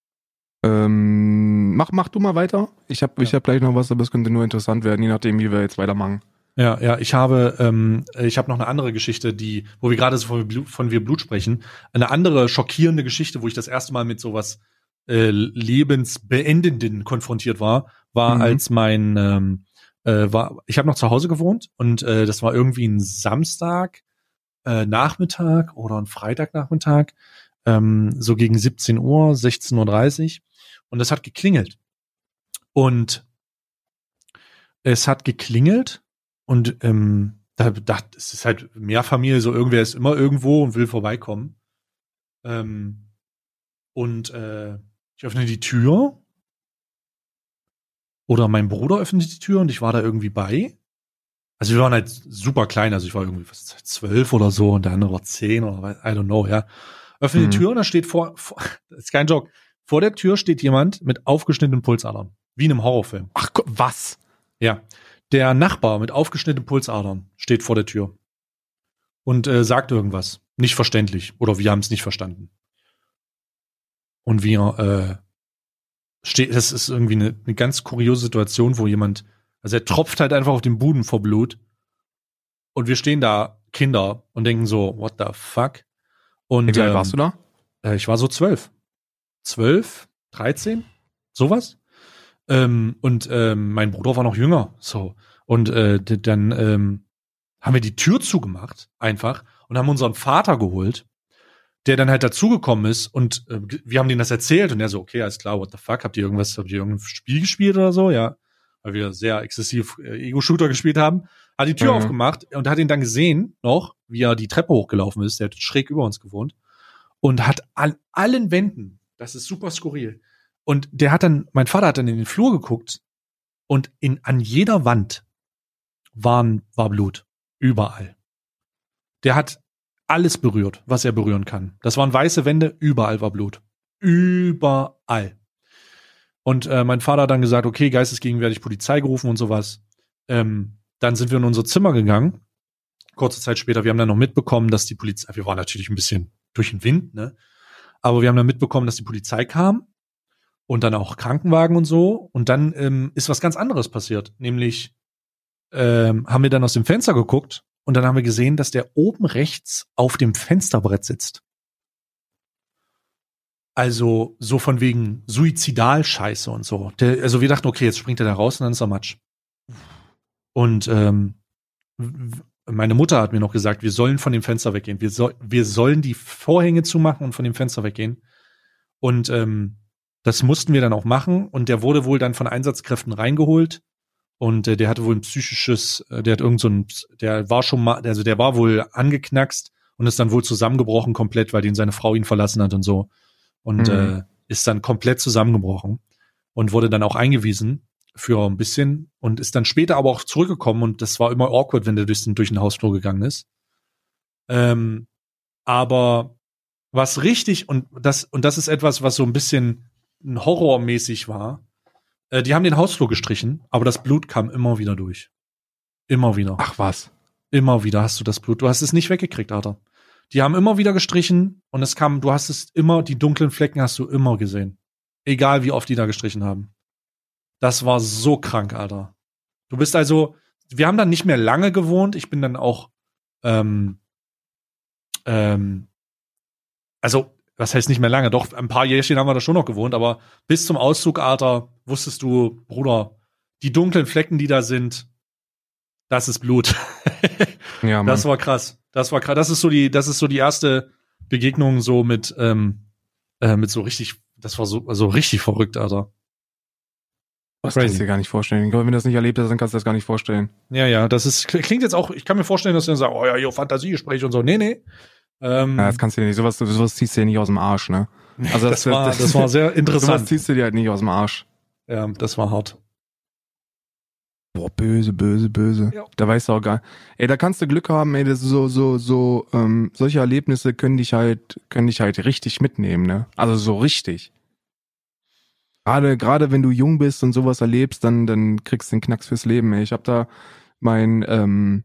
Mach du mal weiter. Ich hab gleich noch was, aber es könnte nur interessant werden, je nachdem, wie wir jetzt weitermachen. Ja, ich habe noch eine andere Geschichte, wo wir gerade so von Wir Blut sprechen. Eine andere schockierende Geschichte, wo ich das erste Mal mit sowas Lebensbeendenden konfrontiert war, als ich habe noch zu Hause gewohnt und das war irgendwie ein Samstag Nachmittag oder ein Freitagnachmittag, so gegen 17 Uhr, 16:30 Uhr. Und es hat geklingelt. Und da dachte, es ist halt Mehrfamilie, so irgendwer ist immer irgendwo und will vorbeikommen. Ich öffne die Tür. Oder mein Bruder öffnet die Tür und ich war da irgendwie bei. Also wir waren halt super klein, also ich war irgendwie 12 oder so und der andere war 10 oder I don't know, ja. Öffne die Tür und da steht das ist kein Joke, vor der Tür steht jemand mit aufgeschnittenen Pulsadern. Wie in einem Horrorfilm. Ach, was? Ja. Der Nachbar mit aufgeschnittenen Pulsadern steht vor der Tür und sagt irgendwas. Nicht verständlich. Oder wir haben es nicht verstanden. Und das ist irgendwie eine ganz kuriose Situation, wo jemand, also er tropft halt einfach auf den Boden vor Blut. Und wir stehen da, Kinder, und denken so, what the fuck? Und wie alt warst du da? Ich war so 12. 12, 13, sowas. Mein Bruder war noch jünger. So. Und dann haben wir die Tür zugemacht, einfach, und haben unseren Vater geholt, der dann halt dazugekommen ist und wir haben denen das erzählt und er so, okay, alles klar, what the fuck, habt ihr irgendein Spiel gespielt oder so? Ja, weil wir sehr exzessiv Ego-Shooter gespielt haben. Hat die Tür aufgemacht und hat ihn dann gesehen noch, wie er die Treppe hochgelaufen ist, der hat schräg über uns gewohnt und hat an allen Wänden, das ist super skurril, und mein Vater hat dann in den Flur geguckt und an jeder Wand war Blut. Überall. Der hat alles berührt, was er berühren kann. Das waren weiße Wände, überall war Blut. Überall. Und mein Vater hat dann gesagt, okay, geistesgegenwärtig Polizei gerufen und sowas. Dann sind wir in unser Zimmer gegangen. Kurze Zeit später, wir haben dann noch mitbekommen, dass die Polizei, wir waren natürlich ein bisschen durch den Wind, ne? Aber wir haben dann mitbekommen, dass die Polizei kam und dann auch Krankenwagen und so. Und dann ist was ganz anderes passiert. Nämlich haben wir dann aus dem Fenster geguckt und dann haben wir gesehen, dass der oben rechts auf dem Fensterbrett sitzt. Also so von wegen Suizidalscheiße und so. Also wir dachten, okay, jetzt springt er da raus und dann ist er Matsch. Und meine Mutter hat mir noch gesagt, wir sollen von dem Fenster weggehen. Wir sollen die Vorhänge zumachen und von dem Fenster weggehen. Und das mussten wir dann auch machen. Und der wurde wohl dann von Einsatzkräften reingeholt. Und der hatte wohl ein psychisches, der war wohl angeknackst und ist dann wohl zusammengebrochen komplett, weil seine Frau ihn verlassen hat und so. Und ist dann komplett zusammengebrochen und wurde dann auch eingewiesen für ein bisschen und ist dann später aber auch zurückgekommen und das war immer awkward, wenn der durch den Hausflur gegangen ist. Aber was richtig, und das ist etwas, was so ein bisschen horrormäßig war, die haben den Hausflur gestrichen, aber das Blut kam immer wieder durch. Immer wieder. Ach was. Immer wieder hast du das Blut. Du hast es nicht weggekriegt, Alter. Die haben immer wieder gestrichen und du hast es immer, die dunklen Flecken hast du immer gesehen. Egal wie oft die da gestrichen haben. Das war so krank, Alter. Du bist also, wir haben dann nicht mehr lange gewohnt. Ich bin dann auch, also was heißt nicht mehr lange, doch ein paar Jährchen haben wir da schon noch gewohnt, aber bis zum Auszug, Alter, wusstest du, Bruder, die dunklen Flecken, die da sind, das ist Blut. Ja, Mann. Das war krass. Das ist so die erste Begegnung so mit so richtig, das war so richtig verrückt, Alter. Das kannst du dir gar nicht vorstellen. Ich glaube, wenn du das nicht erlebt hast, dann kannst du das gar nicht vorstellen. Ja, klingt jetzt auch, ich kann mir vorstellen, dass du dann sagst, oh ja, hier Fantasiegespräch und so. Nee. Ja, das kannst du dir nicht, sowas ziehst du dir nicht aus dem Arsch, ne? Also das war sehr interessant. Sowas ziehst du dir halt nicht aus dem Arsch. Ja, das war hart. Boah, böse. Ja. Da weißt du auch gar, ey, da kannst du Glück haben, ey, das ist solche Erlebnisse können dich halt richtig mitnehmen, ne? Also so richtig. Gerade wenn du jung bist und sowas erlebst, dann kriegst du den Knacks fürs Leben, ey. Ich hab da mein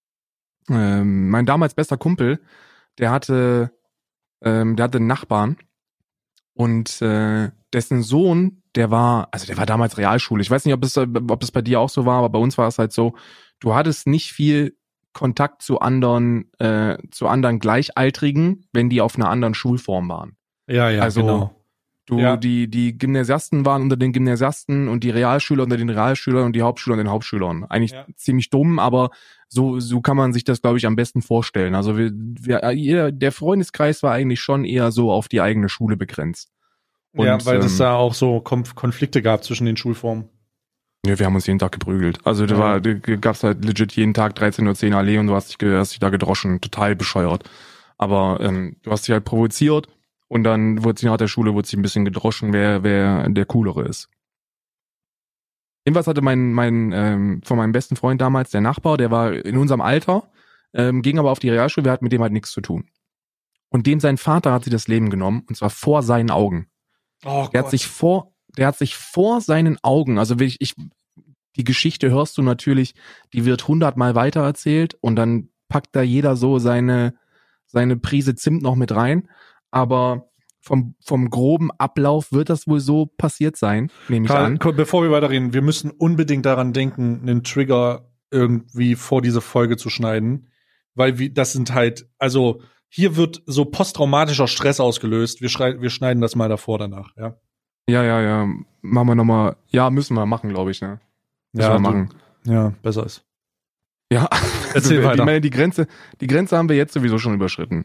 damals bester Kumpel, der hatte einen Nachbarn und dessen Sohn, der war damals Realschule. Ich weiß nicht, ob es bei dir auch so war, aber bei uns war es halt so, du hattest nicht viel Kontakt zu anderen Gleichaltrigen, wenn die auf einer anderen Schulform waren. Ja, also, genau. Die Gymnasiasten waren unter den Gymnasiasten und die Realschüler unter den Realschülern und die Hauptschüler unter den Hauptschülern. Eigentlich ziemlich dumm, aber so kann man sich das, glaube ich, am besten vorstellen. Also der Freundeskreis war eigentlich schon eher so auf die eigene Schule begrenzt. Und, ja, weil es da auch so Konflikte gab zwischen den Schulformen. Ja, wir haben uns jeden Tag geprügelt. Also da gab's halt legit jeden Tag 13:10 Uhr Allee und du hast dich da gedroschen. Total bescheuert. Aber du hast dich halt provoziert. Und dann wurde sie nach der Schule ein bisschen gedroschen, wer der Coolere ist. Jedenfalls hatte von meinem besten Freund damals, der Nachbar, der war in unserem Alter, ging aber auf die Realschule, wir hatten mit dem halt nichts zu tun. Und dem sein Vater hat sich das Leben genommen, und zwar vor seinen Augen. Oh der hat sich vor seinen Augen, also die Geschichte hörst du natürlich, die wird 100-mal weitererzählt und dann packt da jeder so seine Prise Zimt noch mit rein. Aber vom groben Ablauf wird das wohl so passiert sein, nehme ich an. Bevor wir weiterreden, wir müssen unbedingt daran denken, einen Trigger irgendwie vor diese Folge zu schneiden, weil das sind halt, also hier wird so posttraumatischer Stress ausgelöst. Wir schneiden das mal davor, danach, ja? Ja. Machen wir nochmal. Ja, müssen wir machen, glaube ich, ne? Müssen wir machen. Ja, besser ist. Ja, erzähl weiter. Ich meine, die Grenze haben wir jetzt sowieso schon überschritten.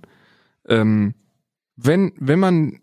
Wenn man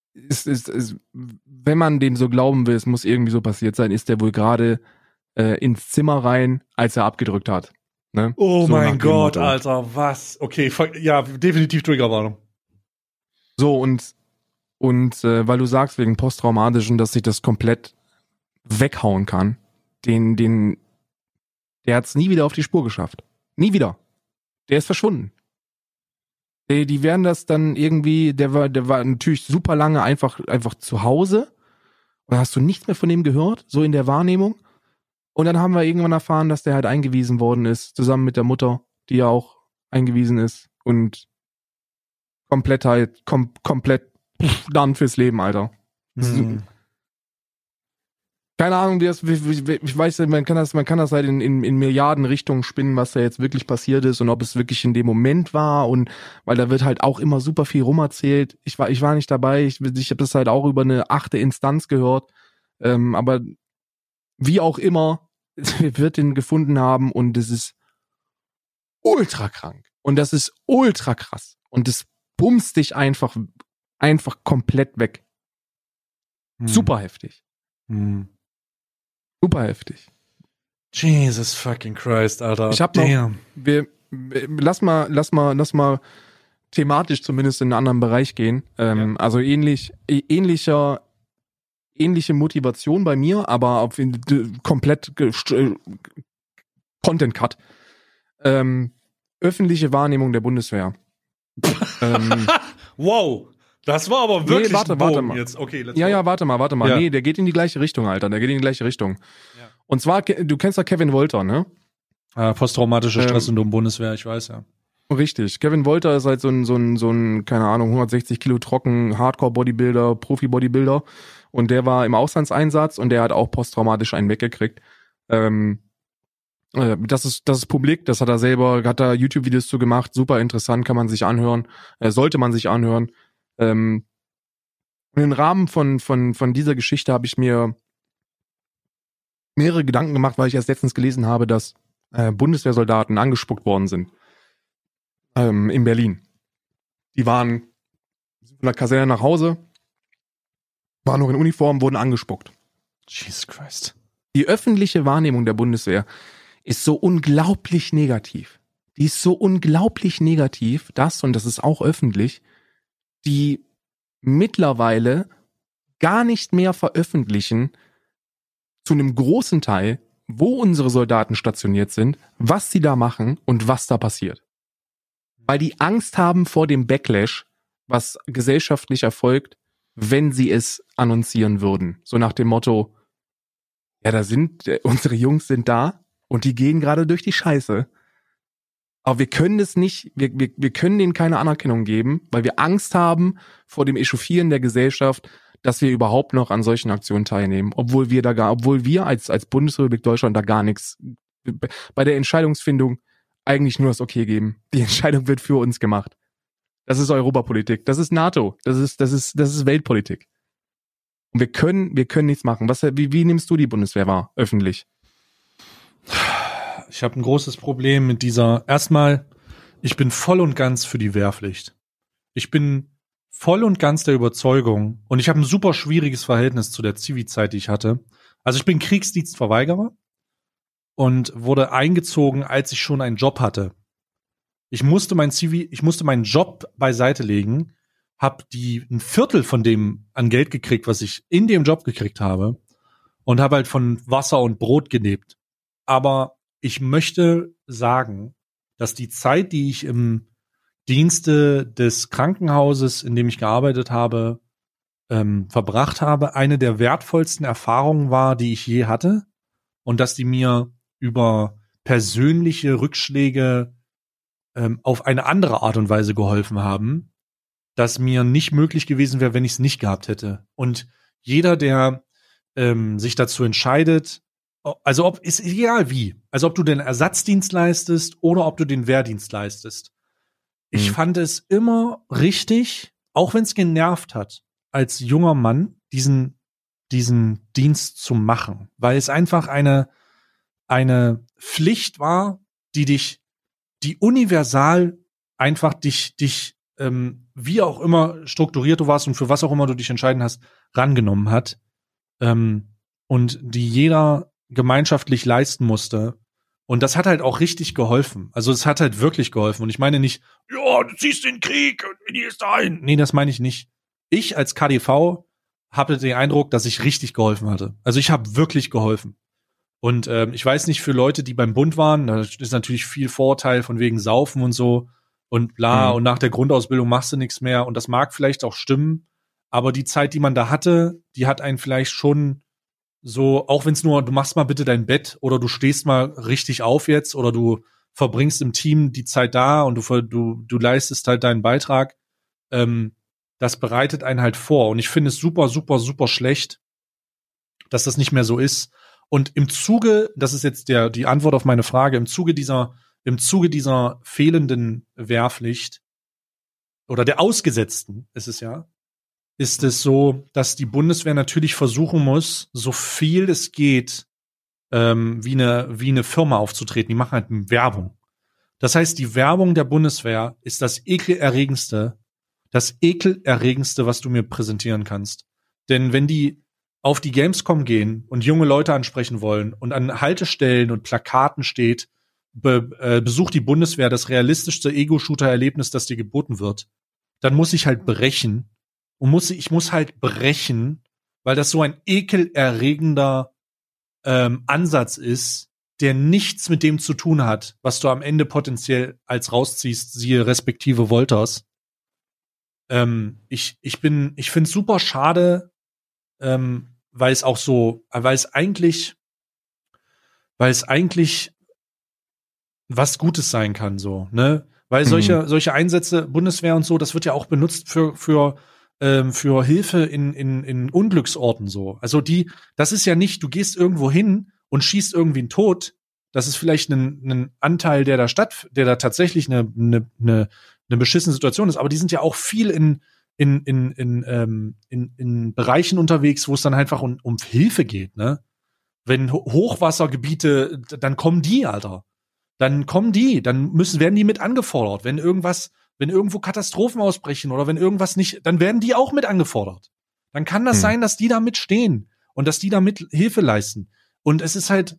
dem so glauben will, es muss irgendwie so passiert sein, ist der wohl gerade ins Zimmer rein, als er abgedrückt hat. Ne? Oh so mein Gott, Alter, was? Okay, ja, definitiv Triggerwarnung. So, und weil du sagst, wegen Posttraumatischen, dass sich das komplett weghauen kann, der hat's nie wieder auf die Spur geschafft. Nie wieder. Der ist verschwunden. Die werden das dann irgendwie, der war natürlich super lange einfach zu Hause. Und hast du nichts mehr von dem gehört, so in der Wahrnehmung. Und dann haben wir irgendwann erfahren, dass der halt eingewiesen worden ist, zusammen mit der Mutter, die ja auch eingewiesen ist. Und komplett dann fürs Leben, Alter. Keine Ahnung, ich weiß, man kann das halt in Milliarden Richtungen spinnen, was da jetzt wirklich passiert ist und ob es wirklich in dem Moment war, und weil da wird halt auch immer super viel rumerzählt. Ich war nicht dabei, ich habe das halt auch über eine 8. Instanz gehört, aber wie auch immer, wird den gefunden haben und das ist ultra krank und das ist ultra krass und das bumst dich einfach komplett weg. Super heftig. Super heftig. Jesus fucking Christ, Alter. Ich hab noch, lass mal thematisch zumindest in einen anderen Bereich gehen. Also ähnliche Motivation bei mir, aber auf komplett Content Cut. Öffentliche Wahrnehmung der Bundeswehr. Wow. Das war aber wirklich warte mal. Jetzt. Okay, warte mal. Ja. Nee, der geht in die gleiche Richtung, Alter. Ja. Und zwar, du kennst ja Kevin Wolter, ne? Posttraumatische Stresssyndrom Bundeswehr, ich weiß, ja. Richtig. Kevin Wolter ist halt so ein, keine Ahnung, 160 Kilo trocken, Hardcore-Bodybuilder, Profi-Bodybuilder. Und der war im Auslandseinsatz und der hat auch posttraumatisch einen weggekriegt. Das ist publik, hat er YouTube-Videos zu gemacht, super interessant, kann man sich anhören, sollte man sich anhören. Und im Rahmen von dieser Geschichte habe ich mir mehrere Gedanken gemacht, weil ich erst letztens gelesen habe, dass Bundeswehrsoldaten angespuckt worden sind in Berlin. Die waren von der Kaserne nach Hause, waren noch in Uniform, wurden angespuckt. Jesus Christ. Die öffentliche Wahrnehmung der Bundeswehr ist so unglaublich negativ. Die ist so unglaublich negativ, und das ist auch öffentlich, die mittlerweile gar nicht mehr veröffentlichen, zu einem großen Teil, wo unsere Soldaten stationiert sind, was sie da machen und was da passiert. Weil die Angst haben vor dem Backlash, was gesellschaftlich erfolgt, wenn sie es annoncieren würden. So nach dem Motto, ja, unsere Jungs sind da und die gehen gerade durch die Scheiße. Aber wir können es nicht, wir können denen keine Anerkennung geben, weil wir Angst haben vor dem Echauffieren der Gesellschaft, dass wir überhaupt noch an solchen Aktionen teilnehmen, obwohl wir als Bundesrepublik Deutschland da gar nichts, bei der Entscheidungsfindung eigentlich nur das Okay geben. Die Entscheidung wird für uns gemacht. Das ist Europapolitik, das ist NATO, das ist Weltpolitik. Und wir können nichts machen. Wie nimmst du die Bundeswehr wahr, öffentlich? Ich habe ein großes Problem mit erstmal, ich bin voll und ganz für die Wehrpflicht. Ich bin voll und ganz der Überzeugung, und ich habe ein super schwieriges Verhältnis zu der Zivi-Zeit, die ich hatte. Also ich bin Kriegsdienstverweigerer und wurde eingezogen, als ich schon einen Job hatte. Ich musste meinen Job beiseite legen, habe ein Viertel von dem an Geld gekriegt, was ich in dem Job gekriegt habe, und habe halt von Wasser und Brot gelebt. Aber ich möchte sagen, dass die Zeit, die ich im Dienste des Krankenhauses, in dem ich gearbeitet habe, verbracht habe, eine der wertvollsten Erfahrungen war, die ich je hatte, und dass die mir über persönliche Rückschläge auf eine andere Art und Weise geholfen haben, das mir nicht möglich gewesen wäre, wenn ich es nicht gehabt hätte. Und jeder, der sich dazu entscheidet, also ist egal wie, also ob du den Ersatzdienst leistest oder ob du den Wehrdienst leistest. Ich fand es immer richtig, auch wenn es genervt hat, als junger Mann diesen Dienst zu machen, weil es einfach eine Pflicht war, die universal einfach dich wie auch immer strukturiert du warst und für was auch immer du dich entscheiden hast, rangenommen hat, und die jeder gemeinschaftlich leisten musste. Und das hat halt auch richtig geholfen. Also es hat halt wirklich geholfen. Und ich meine nicht, ja, du ziehst den Krieg und gehst dahin. Nee, das meine ich nicht. Ich als KDV hatte den Eindruck, dass ich richtig geholfen hatte. Also ich habe wirklich geholfen. Und ich weiß nicht, für Leute, die beim Bund waren, da ist natürlich viel Vorteil von wegen Saufen und so und bla, und nach der Grundausbildung machst du nichts mehr. Und das mag vielleicht auch stimmen, aber die Zeit, die man da hatte, die hat einen vielleicht schon so, auch wenn es nur, du machst mal bitte dein Bett oder du stehst mal richtig auf jetzt oder du verbringst im Team die Zeit da und du leistest halt deinen Beitrag, das bereitet einen halt vor. Und ich finde es super, super, super schlecht, dass das nicht mehr so ist. Und im Zuge, das ist jetzt die Antwort auf meine Frage, im Zuge dieser fehlenden Wehrpflicht oder der ausgesetzten, ist es ja, ist es so, dass die Bundeswehr natürlich versuchen muss, so viel es geht, wie eine Firma aufzutreten. Die machen halt Werbung. Das heißt, die Werbung der Bundeswehr ist das ekelerregendste, was du mir präsentieren kannst. Denn wenn die auf die Gamescom gehen und junge Leute ansprechen wollen und an Haltestellen und Plakaten steht, besucht die Bundeswehr das realistischste Ego-Shooter-Erlebnis, das dir geboten wird, dann muss ich halt brechen. Ich muss halt brechen, weil das so ein ekelerregender Ansatz ist, der nichts mit dem zu tun hat, was du am Ende potenziell als rausziehst, siehe respektive Wolters. Ich finde es super schade, weil es eigentlich was Gutes sein kann, so, ne? Weil solche Einsätze, Bundeswehr und so, das wird ja auch benutzt für Hilfe in Unglücksorten, so. Also das ist ja nicht, du gehst irgendwo hin und schießt irgendwie einen tot. Das ist vielleicht ein Anteil, der da tatsächlich eine beschissene Situation ist, aber die sind ja auch viel in Bereichen unterwegs, wo es dann einfach um Hilfe geht, ne? Wenn Hochwassergebiete, dann kommen die, Alter. Dann werden die mit angefordert. Wenn irgendwo Katastrophen ausbrechen oder wenn irgendwas nicht, dann werden die auch mit angefordert. Dann kann das sein, dass die da mitstehen und dass die da mit Hilfe leisten. Und es ist halt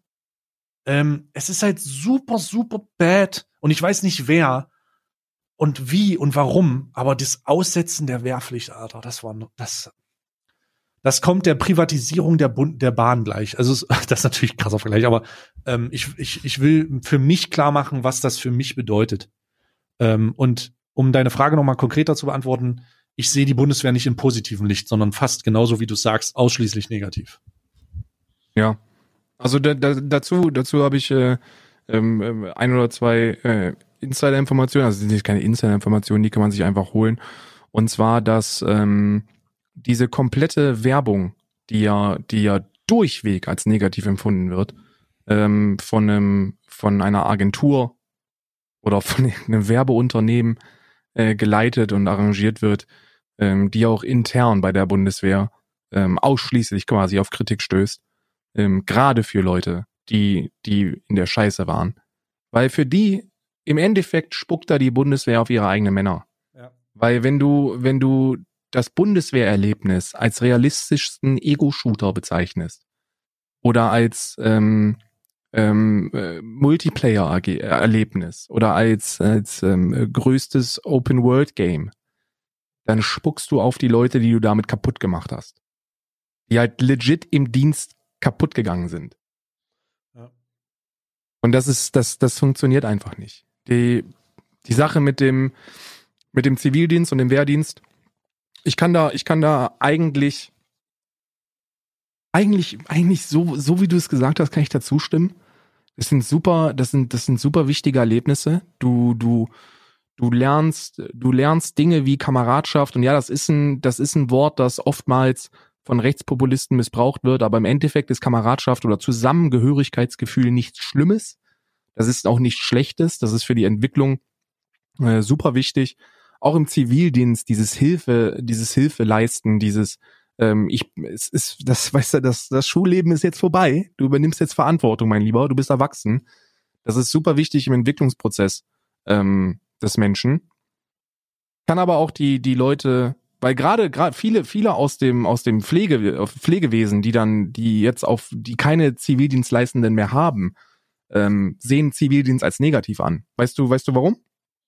super, super bad. Und ich weiß nicht wer und wie und warum, aber das Aussetzen der Wehrpflicht, Alter, das kommt der Privatisierung der Bahn gleich. Also das ist natürlich ein krasser Vergleich, aber ich will für mich klar machen, was das für mich bedeutet. Und um deine Frage noch mal konkreter zu beantworten, ich sehe die Bundeswehr nicht im positiven Licht, sondern fast genauso, wie du sagst, ausschließlich negativ. Ja, also dazu habe ich ein oder zwei Insider-Informationen, also das sind keine Insider-Informationen, die kann man sich einfach holen. Und zwar, dass diese komplette Werbung, die ja durchweg als negativ empfunden wird, von einer Agentur oder von einem Werbeunternehmen geleitet und arrangiert wird, die auch intern bei der Bundeswehr ausschließlich quasi auf Kritik stößt, gerade für Leute, die in der Scheiße waren. Weil für die im Endeffekt spuckt da die Bundeswehr auf ihre eigenen Männer. Ja. Weil wenn du das Bundeswehrerlebnis als realistischsten Ego-Shooter bezeichnest oder als Multiplayer-Erlebnis oder als größtes Open-World-Game, dann spuckst du auf die Leute, die du damit kaputt gemacht hast. Die halt legit im Dienst kaputt gegangen sind. Ja. Und das funktioniert einfach nicht. Die Sache mit dem Zivildienst und dem Wehrdienst, ich kann da eigentlich so wie du es gesagt hast, kann ich da zustimmen. Das sind super wichtige Erlebnisse. Du lernst Dinge wie Kameradschaft, und ja, das ist ein Wort, das oftmals von Rechtspopulisten missbraucht wird, aber im Endeffekt ist Kameradschaft oder Zusammengehörigkeitsgefühl nichts Schlimmes. Das ist auch nichts Schlechtes. Das ist für die Entwicklung super wichtig. Auch im Zivildienst dieses Hilfe leisten, das Schulleben ist jetzt vorbei. Du übernimmst jetzt Verantwortung, mein Lieber. Du bist erwachsen. Das ist super wichtig im Entwicklungsprozess des Menschen. Kann aber auch die Leute, weil gerade viele aus dem Pflegewesen, die keine Zivildienstleistenden mehr haben, sehen Zivildienst als negativ an. Weißt du warum?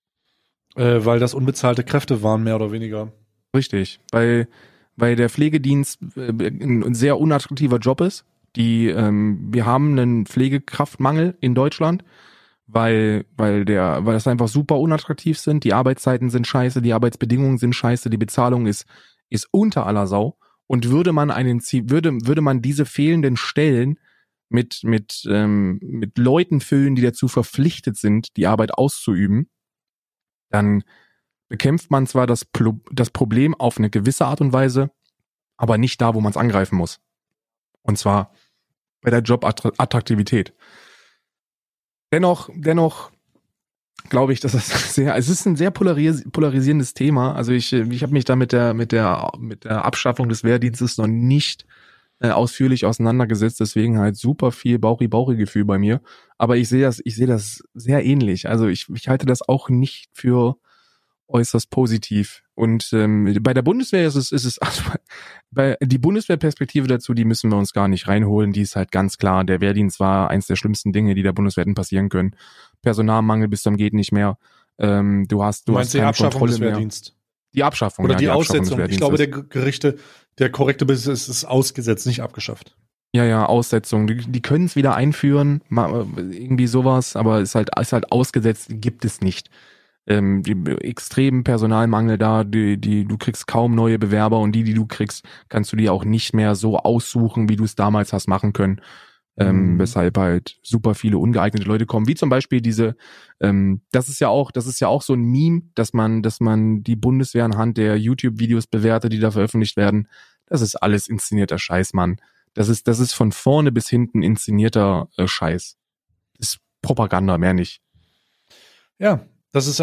Weil das unbezahlte Kräfte waren, mehr oder weniger. Richtig, weil der Pflegedienst ein sehr unattraktiver Job ist. Wir haben einen Pflegekraftmangel in Deutschland, weil das einfach super unattraktiv sind. Die Arbeitszeiten sind scheiße, die Arbeitsbedingungen sind scheiße, die Bezahlung ist unter aller Sau. Und würde man diese fehlenden Stellen mit Leuten füllen, die dazu verpflichtet sind, die Arbeit auszuüben, dann bekämpft man zwar das Problem auf eine gewisse Art und Weise, aber nicht da, wo man es angreifen muss. Und zwar bei der Jobattraktivität. Dennoch glaube ich, dass es ist ein sehr polarisierendes Thema. Also ich habe mich da mit der Abschaffung des Wehrdienstes noch nicht ausführlich auseinandergesetzt, deswegen halt super viel Bauchi-Gefühl bei mir. Aber ich sehe das sehr ähnlich. Also ich halte das auch nicht für äußerst positiv. Und bei der Bundeswehr ist es die Bundeswehrperspektive dazu, die müssen wir uns gar nicht reinholen. Die ist halt ganz klar. Der Wehrdienst war eins der schlimmsten Dinge, die der Bundeswehr hätten passieren können. Personalmangel bis zum geht nicht mehr. Du hast keine Kontrolle mehr. Wehrdienst? Die Abschaffung. Oder die Aussetzung. Ich glaube, der korrekte Begriff ist ausgesetzt, nicht abgeschafft. Ja, Aussetzung. Die können es wieder einführen, irgendwie sowas, aber ist halt ausgesetzt, gibt es nicht. Die extremen Personalmangel da, du kriegst kaum neue Bewerber, und die du kriegst, kannst du dir auch nicht mehr so aussuchen, wie du es damals hast machen können. Weshalb halt super viele ungeeignete Leute kommen, wie zum Beispiel das ist ja auch so ein Meme, dass man die Bundeswehr anhand der YouTube-Videos bewertet, die da veröffentlicht werden. Das ist alles inszenierter Scheiß, Mann. Das ist von vorne bis hinten inszenierter Scheiß. Das ist Propaganda, mehr nicht. Ja, Das ist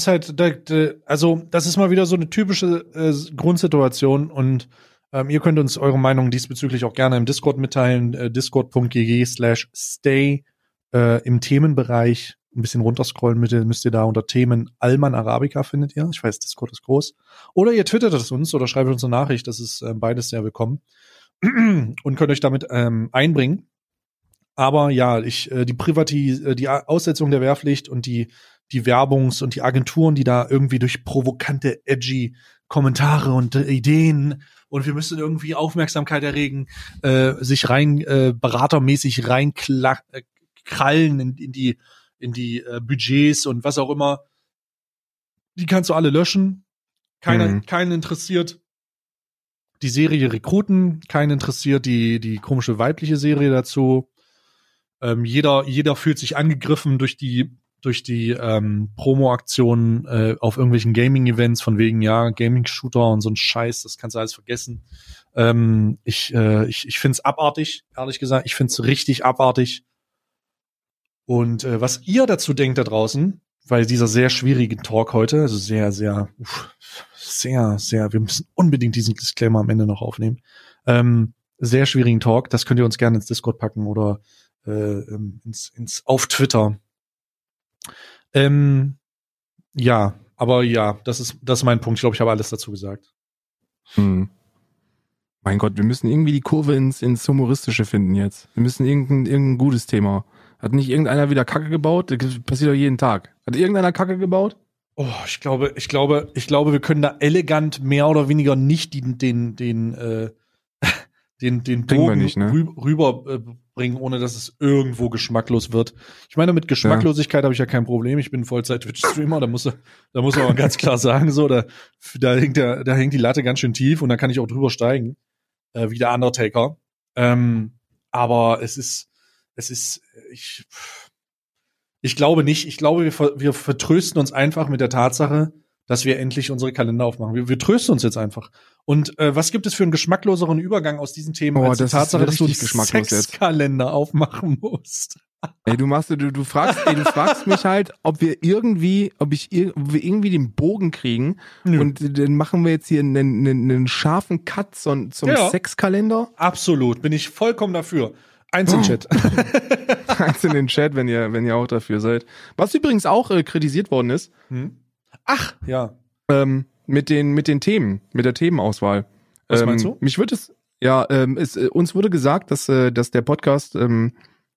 mal wieder so eine typische Grundsituation und ihr könnt uns eure Meinung diesbezüglich auch gerne im Discord mitteilen, discord.gg/stay im Themenbereich ein bisschen runterscrollen müsst ihr da unter Themen Alman Arabica findet ihr. Ich weiß, Discord ist groß. Oder ihr twittert es uns oder schreibt uns eine Nachricht, das ist beides sehr willkommen und könnt euch damit einbringen. Aber ja, die Aussetzung der Wehrpflicht und die Werbungs- und die Agenturen, die da irgendwie durch provokante, edgy Kommentare und Ideen und wir müssen irgendwie Aufmerksamkeit erregen, sich beratermäßig krallen in die Budgets und was auch immer. Die kannst du alle löschen. Keinen interessiert die Serie Rekruten, keinen interessiert die komische weibliche Serie dazu. Jeder fühlt sich angegriffen durch die Promo-Aktionen auf irgendwelchen Gaming-Events von wegen, ja, Gaming-Shooter und so ein Scheiß, das kannst du alles vergessen. Ich find's abartig, ehrlich gesagt. Ich find's richtig abartig. Und was ihr dazu denkt da draußen, weil dieser sehr schwierige Talk heute, also sehr, sehr, wir müssen unbedingt diesen Disclaimer am Ende noch aufnehmen, sehr schwierigen Talk, das könnt ihr uns gerne ins Discord packen oder auf Twitter. Ja, aber ja, das ist mein Punkt. Ich glaube, ich habe alles dazu gesagt. Mein Gott, wir müssen irgendwie die Kurve ins Humoristische finden jetzt. Wir müssen irgendein gutes Thema. Hat nicht irgendeiner wieder Kacke gebaut? Das passiert doch jeden Tag. Hat irgendeiner Kacke gebaut? Oh, ich glaube, wir können da elegant mehr oder weniger nicht den Bogen nicht, ne? rüberbringen, ohne dass es irgendwo geschmacklos wird. Ich meine, mit Geschmacklosigkeit habe ich ja kein Problem. Ich bin Vollzeit-Twitch-Streamer, da muss man mal ganz klar sagen, so, da hängt die Latte ganz schön tief und da kann ich auch drüber steigen, wie der Undertaker. Aber ich glaube nicht. Ich glaube, wir vertrösten uns einfach mit der Tatsache, dass wir endlich unsere Kalender aufmachen. Wir trösten uns jetzt einfach. Und was gibt es für einen geschmackloseren Übergang aus diesen Themen als die Tatsache, dass du den Sexkalender aufmachen musst? Ey, du fragst mich halt, ob wir irgendwie den Bogen kriegen. Und dann machen wir jetzt hier einen scharfen Cut zum Sexkalender. Absolut, bin ich vollkommen dafür. Eins im Chat. Eins in den Chat, wenn ihr auch dafür seid. Was übrigens auch kritisiert worden ist. Ach, ja. Mit den Themen, mit der Themenauswahl. Was meinst du? Mich wird uns wurde gesagt, dass der Podcast im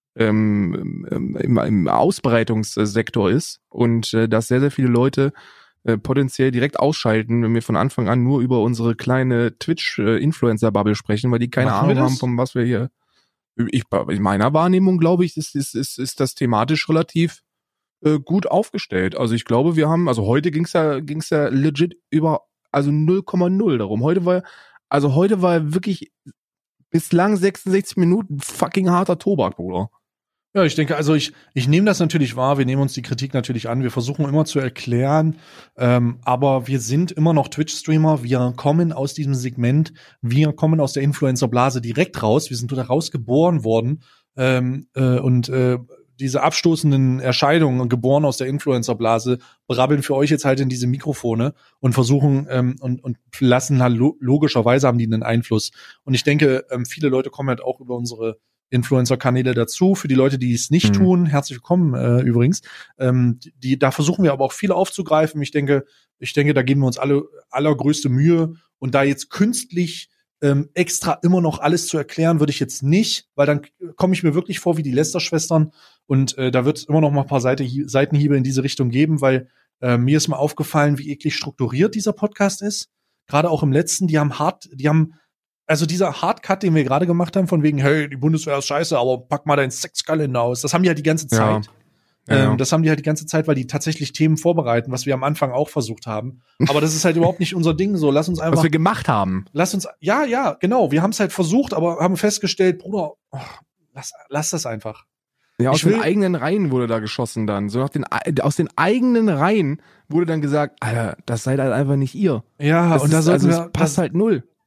Ausbreitungssektor ist und dass sehr, sehr viele Leute potenziell direkt ausschalten, wenn wir von Anfang an nur über unsere kleine Twitch-Influencer-Bubble sprechen, weil die keine Ahnung haben, von was wir hier. In meiner Wahrnehmung, glaube ich, ist das thematisch relativ gut aufgestellt. Also ich glaube, heute ging's ja legit über 0,0 darum. Heute war wirklich bislang 66 Minuten fucking harter Tobak, Bruder. Ja, ich denke, also ich nehme das natürlich wahr, wir nehmen uns die Kritik natürlich an, wir versuchen immer zu erklären, aber wir sind immer noch Twitch-Streamer, wir kommen aus diesem Segment, wir kommen aus der Influencer-Blase direkt raus, wir sind da rausgeboren worden und diese abstoßenden Erscheinungen, geboren aus der Influencer-Blase, brabbeln für euch jetzt halt in diese Mikrofone und versuchen und lassen halt logischerweise haben die einen Einfluss. Und ich denke, viele Leute kommen halt auch über unsere Influencer-Kanäle dazu. Für die Leute, die es nicht tun, herzlich willkommen übrigens. Da versuchen wir aber auch viele aufzugreifen. Ich denke, da geben wir uns allergrößte Mühe. Und da jetzt künstlich extra immer noch alles zu erklären, würde ich jetzt nicht, weil dann komme ich mir wirklich vor wie die Lester-Schwestern und da wird es immer noch mal ein paar Seitenhiebe in diese Richtung geben, weil mir ist mal aufgefallen, wie eklig strukturiert dieser Podcast ist. Gerade auch im letzten, also dieser Hardcut, den wir gerade gemacht haben, von wegen, hey, die Bundeswehr ist scheiße, aber pack mal deinen Sexkalender aus. Das haben die halt die ganze Zeit. Ja. Das haben die halt die ganze Zeit, weil die tatsächlich Themen vorbereiten, was wir am Anfang auch versucht haben. Aber das ist halt überhaupt nicht unser Ding. So, lass uns einfach. Was wir gemacht haben. Ja, genau. Wir haben es halt versucht, aber haben festgestellt, Bruder, lass das einfach. Ja, aus den eigenen Reihen wurde da geschossen dann. So aus den eigenen Reihen wurde dann gesagt, Alter, das seid halt einfach nicht ihr. Ja, und das passt halt null.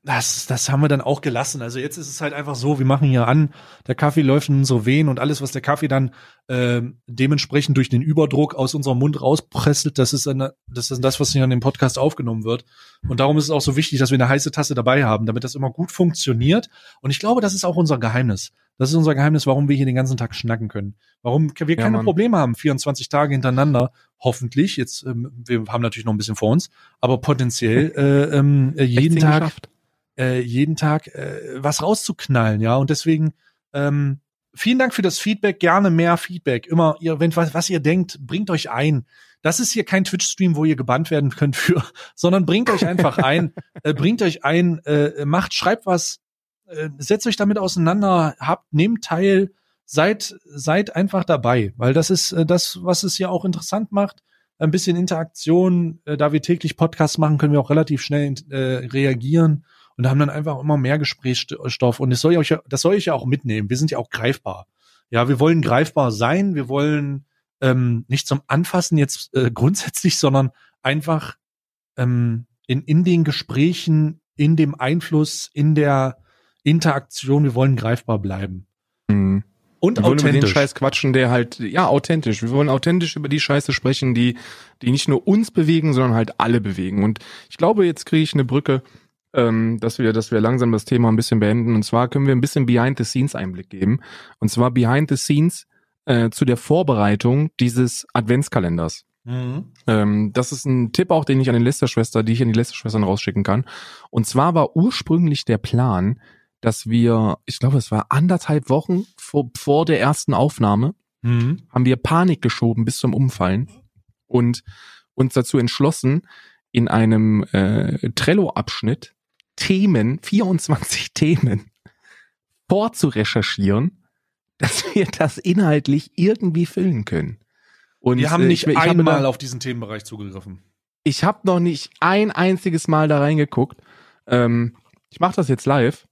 das haben wir dann auch gelassen. Also jetzt ist es halt einfach so, wir machen hier an, der Kaffee läuft in unsere Venen und alles, was der Kaffee dann dementsprechend durch den Überdruck aus unserem Mund rauspresselt, das ist das, was hier an dem Podcast aufgenommen wird. Und darum ist es auch so wichtig, dass wir eine heiße Tasse dabei haben, damit das immer gut funktioniert. Und ich glaube, das ist auch unser Geheimnis. Das ist unser Geheimnis, warum wir hier den ganzen Tag schnacken können. Warum wir keine Probleme haben, 24 Tage hintereinander, hoffentlich. Jetzt, wir haben natürlich noch ein bisschen vor uns, aber potenziell jeden Tag was rauszuknallen, ja. Und deswegen vielen Dank für das Feedback, gerne mehr Feedback. Immer, was ihr denkt, bringt euch ein. Das ist hier kein Twitch-Stream, wo ihr gebannt werden könnt sondern bringt euch einfach ein, schreibt was, setzt euch damit auseinander, nehmt teil, seid einfach dabei, weil das ist das, was es ja auch interessant macht. Ein bisschen Interaktion, da wir täglich Podcasts machen, können wir auch relativ schnell reagieren und haben dann einfach immer mehr Gesprächsstoff. Und das soll ich ja auch mitnehmen. Wir sind ja auch greifbar. Ja, wir wollen greifbar sein. Wir wollen nicht zum Anfassen jetzt grundsätzlich, sondern einfach in den Gesprächen, in dem Einfluss, in der Interaktion, wir wollen greifbar bleiben. Mhm. Und wir wollen authentisch. Über den Scheiß quatschen, der halt, ja, authentisch. Wir wollen authentisch über die Scheiße sprechen, die nicht nur uns bewegen, sondern halt alle bewegen. Und ich glaube, jetzt kriege ich eine Brücke, dass wir langsam das Thema ein bisschen beenden. Und zwar können wir ein bisschen Behind-the-Scenes-Einblick geben. Und zwar Behind-the-Scenes zu der Vorbereitung dieses Adventskalenders. Mhm. Das ist ein Tipp auch, die ich an die Lästerschwestern rausschicken kann. Und zwar war ursprünglich der Plan, dass wir, ich glaube, es war 1,5 Wochen vor der ersten Aufnahme, haben wir Panik geschoben bis zum Umfallen und uns dazu entschlossen, in einem Trello-Abschnitt 24 Themen vorzurecherchieren, dass wir das inhaltlich irgendwie füllen können. Und wir haben nicht einmal auf diesen Themenbereich zugegriffen. Ich habe noch nicht ein einziges Mal da reingeguckt. Ich mache das jetzt live.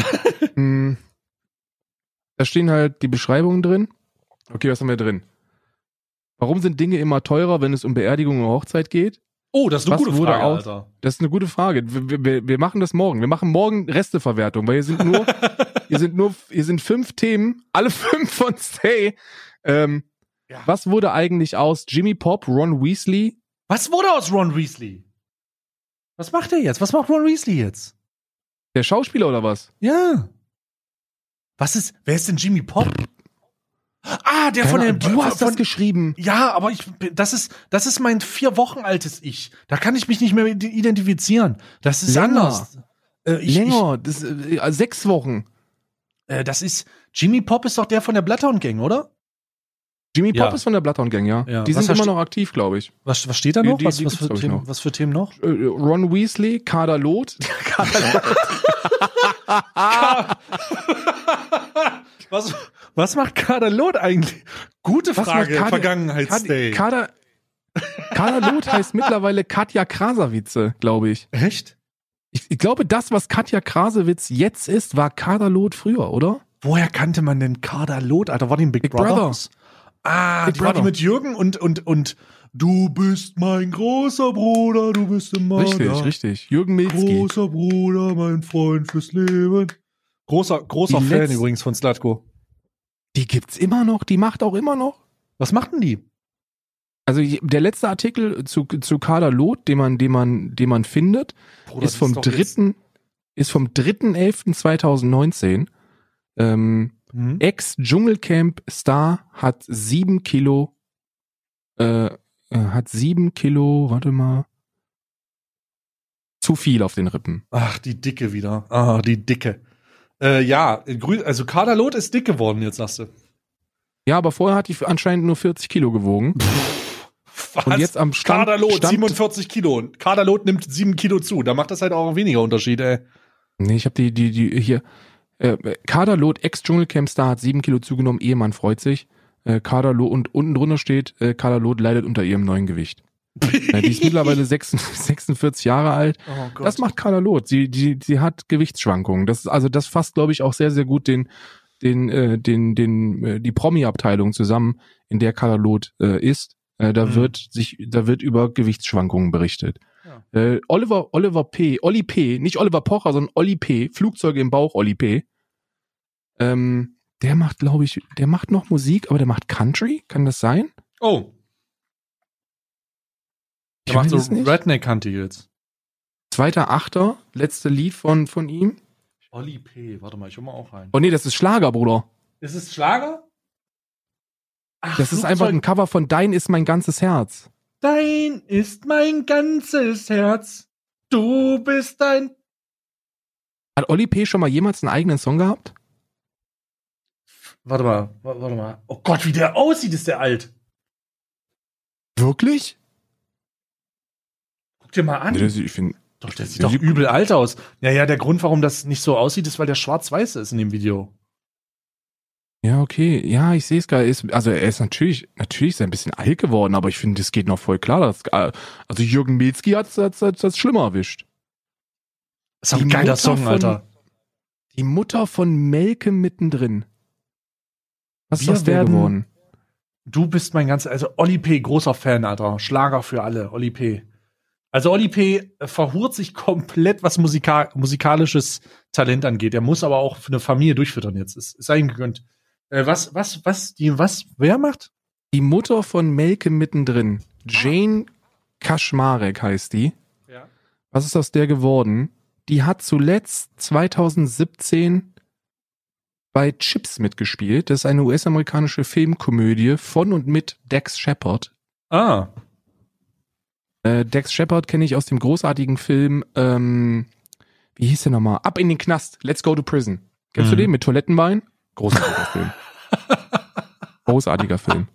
Da stehen halt die Beschreibungen drin. Okay, was haben wir drin? Warum sind Dinge immer teurer, wenn es um Beerdigung und Hochzeit geht? Oh, das ist eine gute Frage, Alter. Das ist eine gute Frage. Wir machen das morgen. Wir machen morgen Resteverwertung, weil hier sind 5 Themen, alle 5 von Stay. Ja. Was wurde eigentlich aus Jimmy Pop, Ron Weasley? Was wurde aus Ron Weasley? Was macht er jetzt? Was macht Ron Weasley jetzt? Der Schauspieler oder was? Ja. Wer ist denn Jimmy Pop? Ah, der von dem. Du hast das geschrieben. Ja, aber das ist mein 4 Wochen altes Ich. Da kann ich mich nicht mehr identifizieren. Das ist anders. Länger, 6 Wochen. Das ist, Jimmy Pop ist doch der von der Bloodhound Gang, oder? Jimmy Pop ist von der Bloodhound Gang, ja. Die sind immer noch aktiv, glaube ich. Was steht da noch? Was für Themen noch? Ron Weasley, Kader Loth. Was macht Kader Loth eigentlich? Gute Frage, Vergangenheitsstay. Kader Loth heißt mittlerweile Katja Krasavice, glaube ich. Echt? Ich glaube, das, was Katja Krasavitz jetzt ist, war Kader Loth früher, oder? Woher kannte man denn Kader Loth, Alter? War die in Big Brother? War die mit Jürgen und du bist mein großer Bruder, du bist immer Richtig. Jürgen Milzki. Großer Bruder, mein Freund fürs Leben. Großer Fan übrigens von Zlatko. Die gibt's immer noch, die macht auch immer noch. Was macht denn die? Also der letzte Artikel zu Kader Loth, den man findet, Bruder, ist vom 3.11.2019. Ex-Dschungelcamp-Star hat 7 Kilo, warte mal, zu viel auf den Rippen. Ach, die Dicke wieder. Ah, die Dicke. Also Kader Loth ist dick geworden, jetzt sagst du. Ja, aber vorher hat die anscheinend nur 40 Kilo gewogen. Was? Und jetzt am Stand... Kader Loth, 47 Kilo. Kader Loth nimmt 7 Kilo zu. Da macht das halt auch weniger Unterschied, ey. Nee, ich hab die hier... Kader Loth, Ex-Dschungelcamp-Star, hat 7 Kilo zugenommen, Ehemann freut sich. Kader Loth, und unten drunter steht, Kader Loth leidet unter ihrem neuen Gewicht. Die ist mittlerweile 46 Jahre alt. Oh Gott. Das macht Kader Loth. Sie hat Gewichtsschwankungen. Das fasst, glaube ich, auch sehr, sehr gut die Promi-Abteilung zusammen, in der Kader Loth ist. Da wird über Gewichtsschwankungen berichtet. Olli P., nicht Oliver Pocher, sondern Olli P., Flugzeuge im Bauch, Olli P. Der macht, glaube ich, noch Musik, aber der macht Country, kann das sein? Oh. Der macht so Redneck-Country jetzt. 2.8., letzte Lied von ihm. Olli P., warte mal, ich hol mal auch rein. Oh nee, das ist Schlager, Bruder. Ist es Schlager? Ach, das ist einfach ein Cover von Dein ist mein ganzes Herz. Dein ist mein ganzes Herz. Du bist ein... Hat Olli P. schon mal jemals einen eigenen Song gehabt? Warte mal. Oh Gott, wie der aussieht, ist der alt. Wirklich? Guck dir mal an. Nee, der sieht doch übel alt aus. Ja, der Grund, warum das nicht so aussieht, ist, weil der schwarz-weiß ist in dem Video. Ja, okay. Ja, ich sehe es gerade. Er ist natürlich ist er ein bisschen alt geworden, aber ich finde, das geht noch voll klar. Also Jürgen Milzki hat das schlimmer erwischt. Das ist ein geiler Song, Alter. Die Mutter von Melke mittendrin. Was ist aus der geworden? Du bist mein ganzer, also Olli P., großer Fan, Alter. Schlager für alle, Olli P. Also Olli P. verhurt sich komplett, was musikalisches Talent angeht. Er muss aber auch für eine Familie durchfüttern jetzt. Ist eigentlich gegönnt. Wer macht? Die Mutter von Melke mittendrin. Jane Kaczmarek heißt die. Ja. Was ist aus der geworden? Die hat zuletzt 2017 bei Chips mitgespielt. Das ist eine US-amerikanische Filmkomödie von und mit Dax Shepard. Ah. Dax Shepard kenne ich aus dem großartigen Film, wie hieß der nochmal? Ab in den Knast, Let's Go to Prison. Kennst du den mit Toilettenwein? Großartiger Film. Großartiger Film.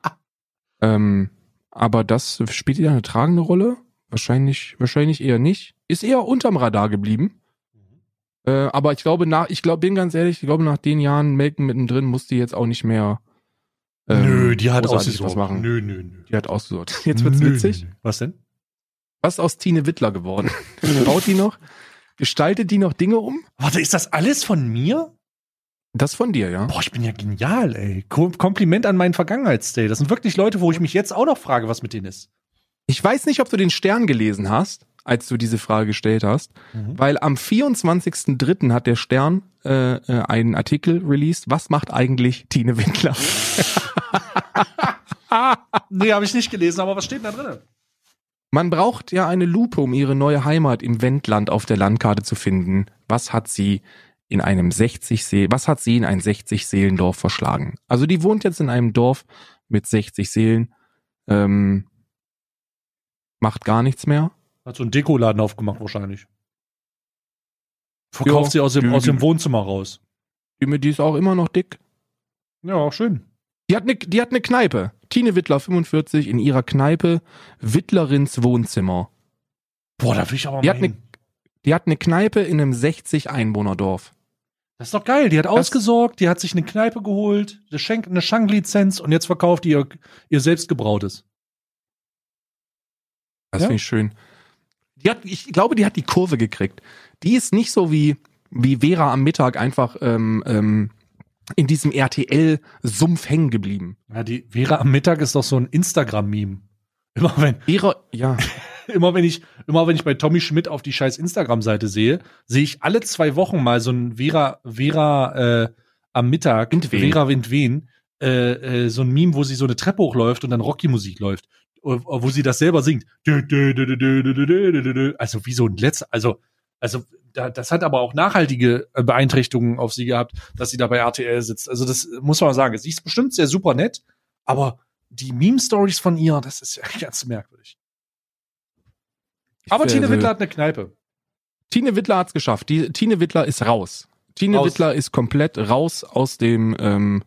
Aber das spielt ja eine tragende Rolle? Wahrscheinlich eher nicht. Ist eher unterm Radar geblieben. Aber bin ganz ehrlich, ich glaube nach den Jahren Melken mittendrin muss die jetzt auch nicht mehr die hat ausgesorgt. Was machen. Nö. Die hat ausgesorgt. Jetzt wird's witzig. Was denn? Was ist aus Tine Wittler geworden? Baut die noch? Gestaltet die noch Dinge um? Warte, ist das alles von mir? Das von dir, ja. Boah, ich bin ja genial, ey. Kompliment an meinen Vergangenheitsday. Das sind wirklich Leute, wo ich mich jetzt auch noch frage, was mit denen ist. Ich weiß nicht, ob du den Stern gelesen hast, als du diese Frage gestellt hast, weil am 24.03. hat der Stern einen Artikel released. Was macht eigentlich Tine Wittler? Nee, habe ich nicht gelesen, aber was steht da drin? Man braucht ja eine Lupe, um ihre neue Heimat im Wendland auf der Landkarte zu finden. Was hat sie in ein 60-Seelendorf verschlagen? Also die wohnt jetzt in einem Dorf mit 60 Seelen, macht gar nichts mehr. Hat so einen Dekoladen aufgemacht wahrscheinlich. Verkauft sie aus dem Wohnzimmer raus. Die ist auch immer noch dick. Ja, auch schön. Die hat eine Kneipe. Tine Wittler, 45, in ihrer Kneipe Wittlerins Wohnzimmer. Boah, da will ich aber Die hat eine Kneipe in einem 60-Einwohner-Dorf. Das ist doch geil. Die hat ausgesorgt, die hat sich eine Kneipe geholt, eine Schanklizenz und jetzt verkauft die ihr selbstgebrautes. Das finde ich schön. Ich glaube, die hat die Kurve gekriegt. Die ist nicht so wie Vera am Mittag einfach in diesem RTL-Sumpf hängen geblieben. Ja, die Vera am Mittag ist doch so ein Instagram-Meme. Immer wenn ich bei Tommy Schmidt auf die scheiß Instagram-Seite sehe ich alle 2 Wochen mal so ein Vera am Mittag, Vera Windwen, so ein Meme, wo sie so eine Treppe hochläuft und dann Rocky-Musik läuft, wo sie das selber singt. Also wie so ein das hat aber auch nachhaltige Beeinträchtigungen auf sie gehabt, dass sie da bei RTL sitzt. Also das muss man sagen. Sie ist bestimmt sehr super nett, aber die Meme-Stories von ihr, das ist ja ganz merkwürdig. Aber Tine Wittler hat eine Kneipe. Tine Wittler hat's geschafft. Tine Wittler ist raus. Wittler ist komplett raus aus dem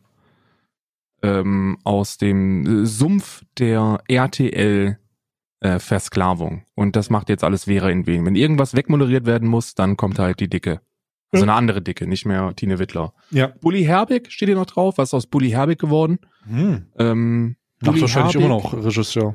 Sumpf der RTL Versklavung. Und das macht jetzt alles Vera in Wen. Wenn irgendwas wegmoderiert werden muss, dann kommt halt die Dicke. Also eine andere Dicke, nicht mehr Tine Wittler. Ja. Bully Herbig steht hier noch drauf. Was ist aus Bully Herbig geworden? Macht wahrscheinlich immer noch Regisseur.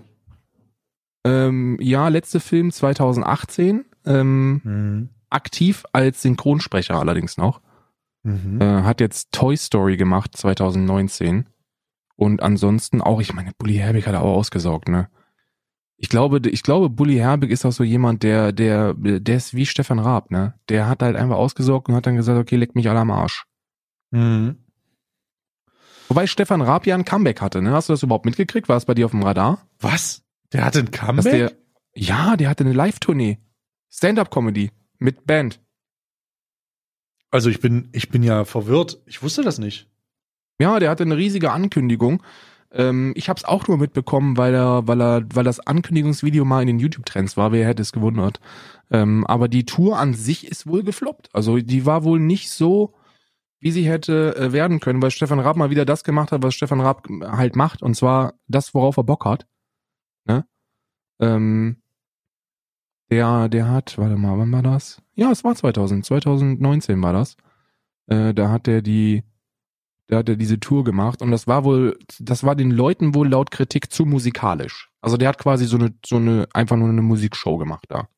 Ja, letzte Film 2018. Aktiv als Synchronsprecher allerdings noch. Hat jetzt Toy Story gemacht 2019. Und ansonsten auch, ich meine, Bully Herbig hat er auch ausgesaugt, ne? Ich glaube, Bully Herbig ist auch so jemand, der ist wie Stefan Raab, ne? Der hat halt einfach ausgesorgt und hat dann gesagt, okay, leck mich alle am Arsch. Mhm. Wobei Stefan Raab ja ein Comeback hatte, ne? Hast du das überhaupt mitgekriegt? War es bei dir auf dem Radar? Was? Der hatte ein Comeback? Der hatte eine Live-Tournee. Stand-Up-Comedy mit Band. Also ich bin ja verwirrt. Ich wusste das nicht. Ja, der hatte eine riesige Ankündigung. Ich habe es auch nur mitbekommen, weil das Ankündigungsvideo mal in den YouTube-Trends war. Wer hätte es gewundert? Aber die Tour an sich ist wohl gefloppt. Also die war wohl nicht so, wie sie hätte werden können, weil Stefan Raab mal wieder das gemacht hat, was Stefan Raab halt macht. Und zwar das, worauf er Bock hat. Ne? Der hat, warte mal, wann war das? Ja, es war 2019 war das. Da hat er diese Tour gemacht und das war den Leuten wohl laut Kritik zu musikalisch. Also der hat quasi so eine einfach nur eine Musikshow gemacht da.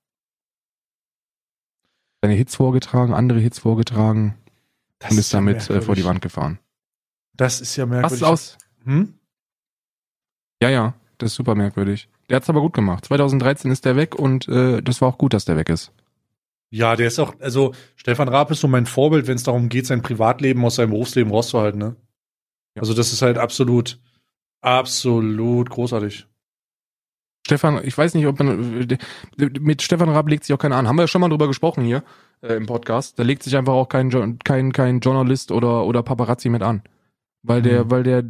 Seine Hits vorgetragen, andere Hits vorgetragen und ist damit vor die Wand gefahren. Das ist ja merkwürdig. Was ist aus? Ja, das ist super merkwürdig. Der hat's aber gut gemacht. 2013 ist der weg und das war auch gut, dass der weg ist. Ja, der ist auch, also Stefan Raab ist so mein Vorbild, wenn es darum geht, sein Privatleben aus seinem Berufsleben rauszuhalten, ne? Ja. Also das ist halt absolut großartig. Stefan, ich weiß nicht, ob man mit Stefan Raab legt sich auch keiner an. Haben wir ja schon mal drüber gesprochen hier im Podcast. Da legt sich einfach auch kein Journalist oder Paparazzi mit an. Weil der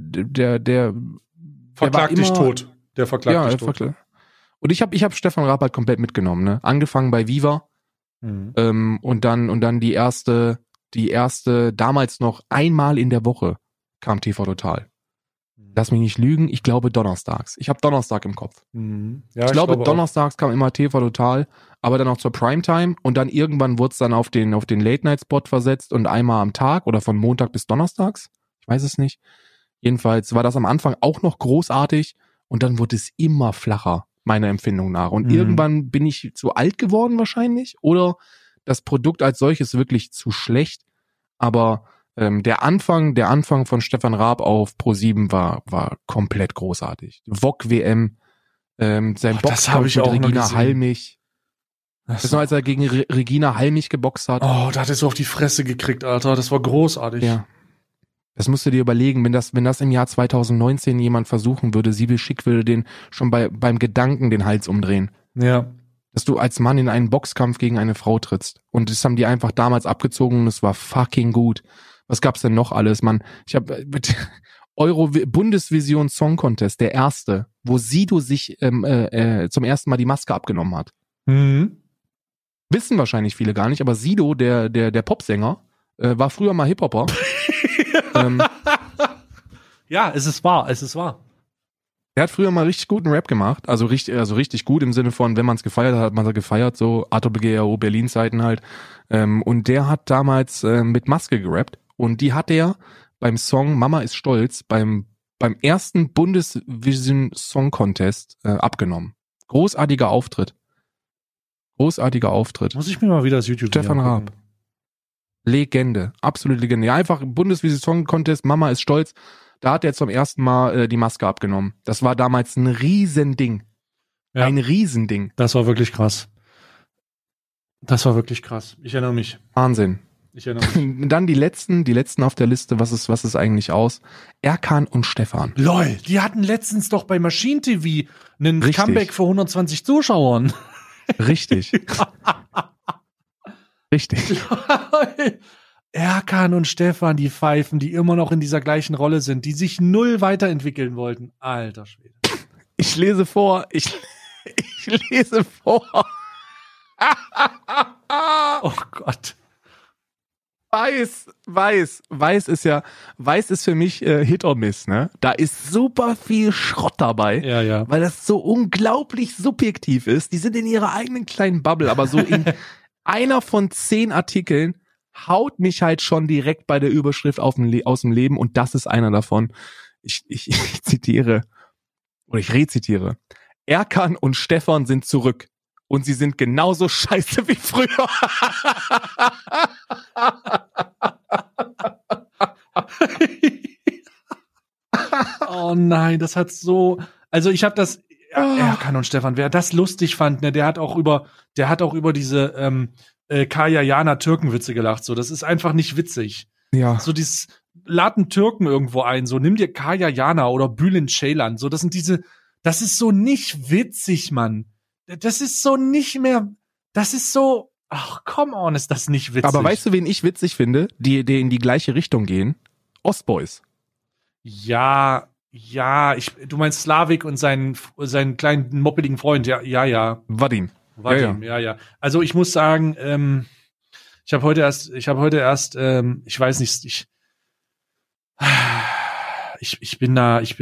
verklagt dich tot. Der verklagt dich tot. Und ich hab Stefan Raab halt komplett mitgenommen, ne? Angefangen bei Viva. Und dann die erste, damals noch einmal in der Woche kam TV Total. Lass mich nicht lügen, ich glaube donnerstags. Ich habe Donnerstag im Kopf. Ja, ich glaube donnerstags kam immer TV Total, aber dann auch zur Primetime und dann irgendwann wurde es dann auf den Late-Night-Spot versetzt und einmal am Tag oder von Montag bis Donnerstags. Ich weiß es nicht. Jedenfalls war das am Anfang auch noch großartig und dann wurde es immer flacher, meiner Empfindung nach. Und irgendwann bin ich zu alt geworden wahrscheinlich oder das Produkt als solches wirklich zu schlecht. Aber der Anfang von Stefan Raab auf Pro7 war komplett großartig. VOG WM, sein Boxkampf mit Regina Halmich. Das ist noch, als er gegen Regina Halmich geboxt hat. Oh, da hat er so auf die Fresse gekriegt, Alter. Das war großartig. Ja. Das musst du dir überlegen, wenn das im Jahr 2019 jemand versuchen würde, Sibyl Schick würde den schon beim Gedanken den Hals umdrehen. Ja. Dass du als Mann in einen Boxkampf gegen eine Frau trittst. Und das haben die einfach damals abgezogen und es war fucking gut. Was gab's denn noch alles, Mann? Ich habe Bundesvision Song Contest, der erste, wo Sido sich zum ersten Mal die Maske abgenommen hat. Wissen wahrscheinlich viele gar nicht, aber Sido, der Popsänger, war früher mal Hip-Hopper. Ja, es ist wahr. Er hat früher mal richtig guten Rap gemacht, also richtig gut im Sinne von, wenn man es gefeiert hat man es gefeiert, so ATOBGRO Berlin-Zeiten halt. Und der hat damals mit Maske gerappt und die hat er beim Song Mama ist stolz beim ersten Bundesvision Song Contest abgenommen. Großartiger Auftritt. Muss ich mir mal wieder das YouTube Stefan Raab. Legende, absolute Legende. Ja, einfach Bundesvision Song Contest, Mama ist stolz. Da hat er zum ersten Mal die Maske abgenommen. Das war damals ein Riesending. Ja. Ein Riesending. Das war wirklich krass. Ich erinnere mich. Wahnsinn. Dann die letzten auf der Liste, was ist eigentlich aus? Erkan und Stefan. Lol, die hatten letztens doch bei Machine TV einen Comeback für 120 Zuschauern. Richtig. Erkan und Stefan, die Pfeifen, die immer noch in dieser gleichen Rolle sind, die sich null weiterentwickeln wollten. Alter Schwede. Ich lese vor. Oh Gott. Weiß ist für mich Hit or Miss, ne? Da ist super viel Schrott dabei, ja. Weil das so unglaublich subjektiv ist. Die sind in ihrer eigenen kleinen Bubble, aber so in einer von 10 Artikeln haut mich halt schon direkt bei der Überschrift aus dem Leben und das ist einer davon. Ich zitiere, oder ich rezitiere. Erkan und Stefan sind zurück und sie sind genauso scheiße wie früher. Oh nein, das hat so, also ich habe das Erkan und Stefan, wer das lustig fand, ne, der hat auch über diese Kaya Jana Türkenwitze gelacht. So, das ist einfach nicht witzig. Ja. So dieses lad einen Türken irgendwo ein, so nimm dir Kaya Jana oder Bülent Ceylan. So, das ist so nicht witzig, Mann. Das ist so nicht mehr, das ist so, ach, come on, ist das nicht witzig. Aber weißt du, wen ich witzig finde, die in die gleiche Richtung gehen? Ostboys. Ja, du meinst Slavik und seinen kleinen moppeligen Freund, ja. Vadim. Ja. Also ich muss sagen, ich habe heute erst, ich weiß nicht, ich bin da, ich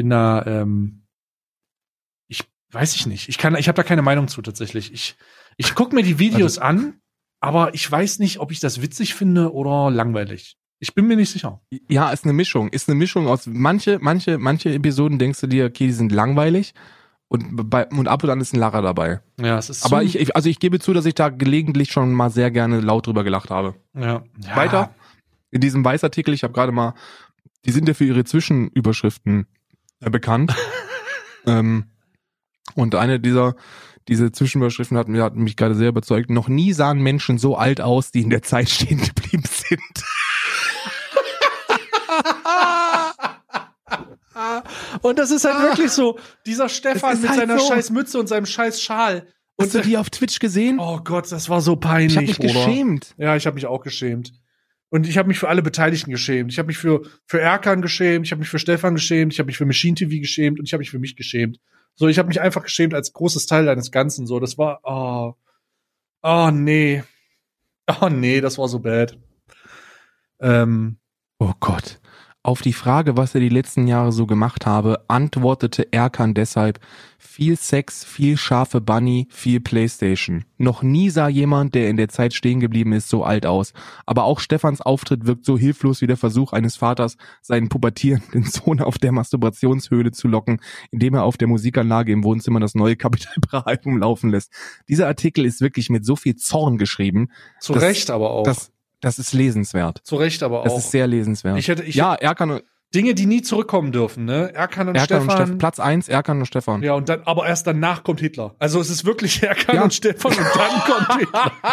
weiß ich nicht. Ich habe da keine Meinung zu tatsächlich. Ich gucke mir die Videos an, aber ich weiß nicht, ob ich das witzig finde oder langweilig. Ich bin mir nicht sicher. Ja, ist eine Mischung. Ist eine Mischung aus manche Episoden denkst du dir, okay, die sind langweilig und ab und an ist ein Lacher dabei. Ja, es ist aber ich gebe zu, dass ich da gelegentlich schon mal sehr gerne laut drüber gelacht habe. Ja. Weiter in diesem Weißartikel, ich habe gerade mal, die sind ja für ihre Zwischenüberschriften bekannt. Und eine diese Zwischenüberschriften hat mich gerade sehr überzeugt. Noch nie sahen Menschen so alt aus, die in der Zeit stehen geblieben sind. Und das ist halt wirklich so, dieser Stefan mit halt seiner so. scheiß Mütze und seinem scheiß Schal. Hast du die auf Twitch gesehen? Oh Gott, das war so peinlich, ich habe mich geschämt. Ja, ich habe mich auch geschämt. Und ich habe mich für alle Beteiligten geschämt. Ich habe mich für Erkan geschämt, ich habe mich für Stefan geschämt, ich habe mich für Machine TV geschämt und ich habe mich für mich geschämt. So, ich habe mich einfach geschämt als großes Teil eines Ganzen. So, das war, oh nee, das war so bad. Oh Gott. Auf die Frage, was er die letzten Jahre so gemacht habe, antwortete Erkan deshalb: viel Sex, viel scharfe Bunny, viel Playstation. Noch nie sah jemand, der in der Zeit stehen geblieben ist, so alt aus. Aber auch Stefans Auftritt wirkt so hilflos wie der Versuch eines Vaters, seinen pubertierenden Sohn auf der Masturbationshöhle zu locken, indem er auf der Musikanlage im Wohnzimmer das neue Capital Bra Album laufen lässt. Dieser Artikel ist wirklich mit so viel Zorn geschrieben. Zu Recht aber auch. Das ist lesenswert. Zu Recht aber auch. Das ist sehr lesenswert. Erkan Dinge, die nie zurückkommen dürfen, ne? Erkan und Stefan. Platz 1, Erkan und Stefan. Ja, und dann, aber erst danach kommt Hitler. Also es ist wirklich Erkan und Stefan und dann kommt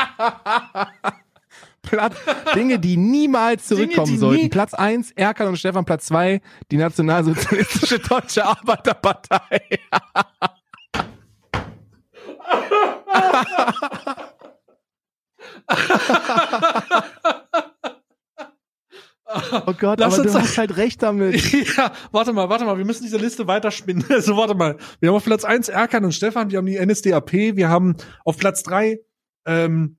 Hitler. Dinge, die niemals zurückkommen sollten. Platz 1, Erkan und Stefan. Platz 2, die Nationalsozialistische Deutsche Arbeiterpartei. Oh Gott, aber du hast halt recht damit. Ja, warte mal, wir müssen diese Liste weiterspinnen. Also warte mal, wir haben auf Platz 1 Erkan und Stefan, wir haben die NSDAP, wir haben auf Platz 3, da müssen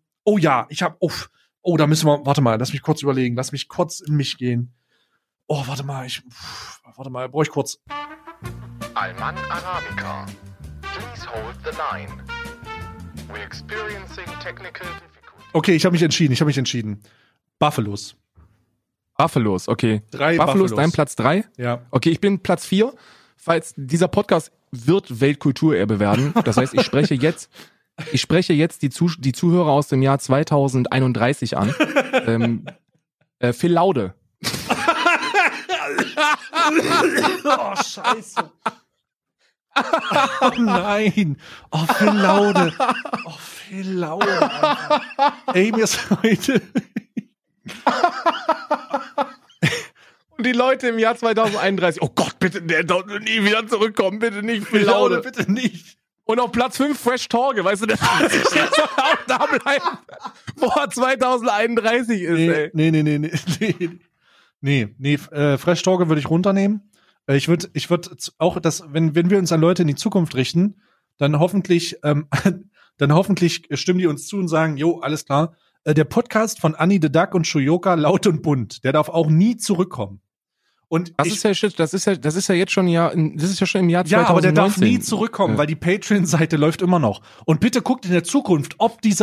wir, warte mal, lass mich kurz überlegen, lass mich kurz in mich gehen. Oh, warte mal, brauche ich kurz. Alman Arabica, please hold the line. We're experiencing technical difficulties. Okay, ich habe mich entschieden. Buffalos, okay. 3 Buffalos, dein Platz 3? Ja. Okay, ich bin Platz 4. Falls dieser Podcast wird Weltkulturerbe werden. Das heißt, ich spreche jetzt die Zuhörer aus dem Jahr 2031 an. Phil Laude. Oh, scheiße. Oh nein. Oh, Phil Laude. Alter. Ey, mir ist heute... Und die Leute im Jahr 2031, oh Gott, bitte, der soll nie wieder zurückkommen, bitte nicht, Phil Laude. Bitte nicht. Und auf Platz 5 Fresh Torge, weißt du, der soll auch da bleiben, wo er 2031 ist, ey. Nee, Fresh Torge würde ich runternehmen. Ich würde auch wenn wir uns an Leute in die Zukunft richten, dann hoffentlich stimmen die uns zu und sagen, jo, alles klar. Der Podcast von Annie the Duck und Shuyoka, laut und bunt, der darf auch nie zurückkommen. Und das ist ja jetzt schon im Jahr 2019. Ja, aber der darf nie zurückkommen, weil die Patreon-Seite läuft immer noch. Und bitte guckt in der Zukunft,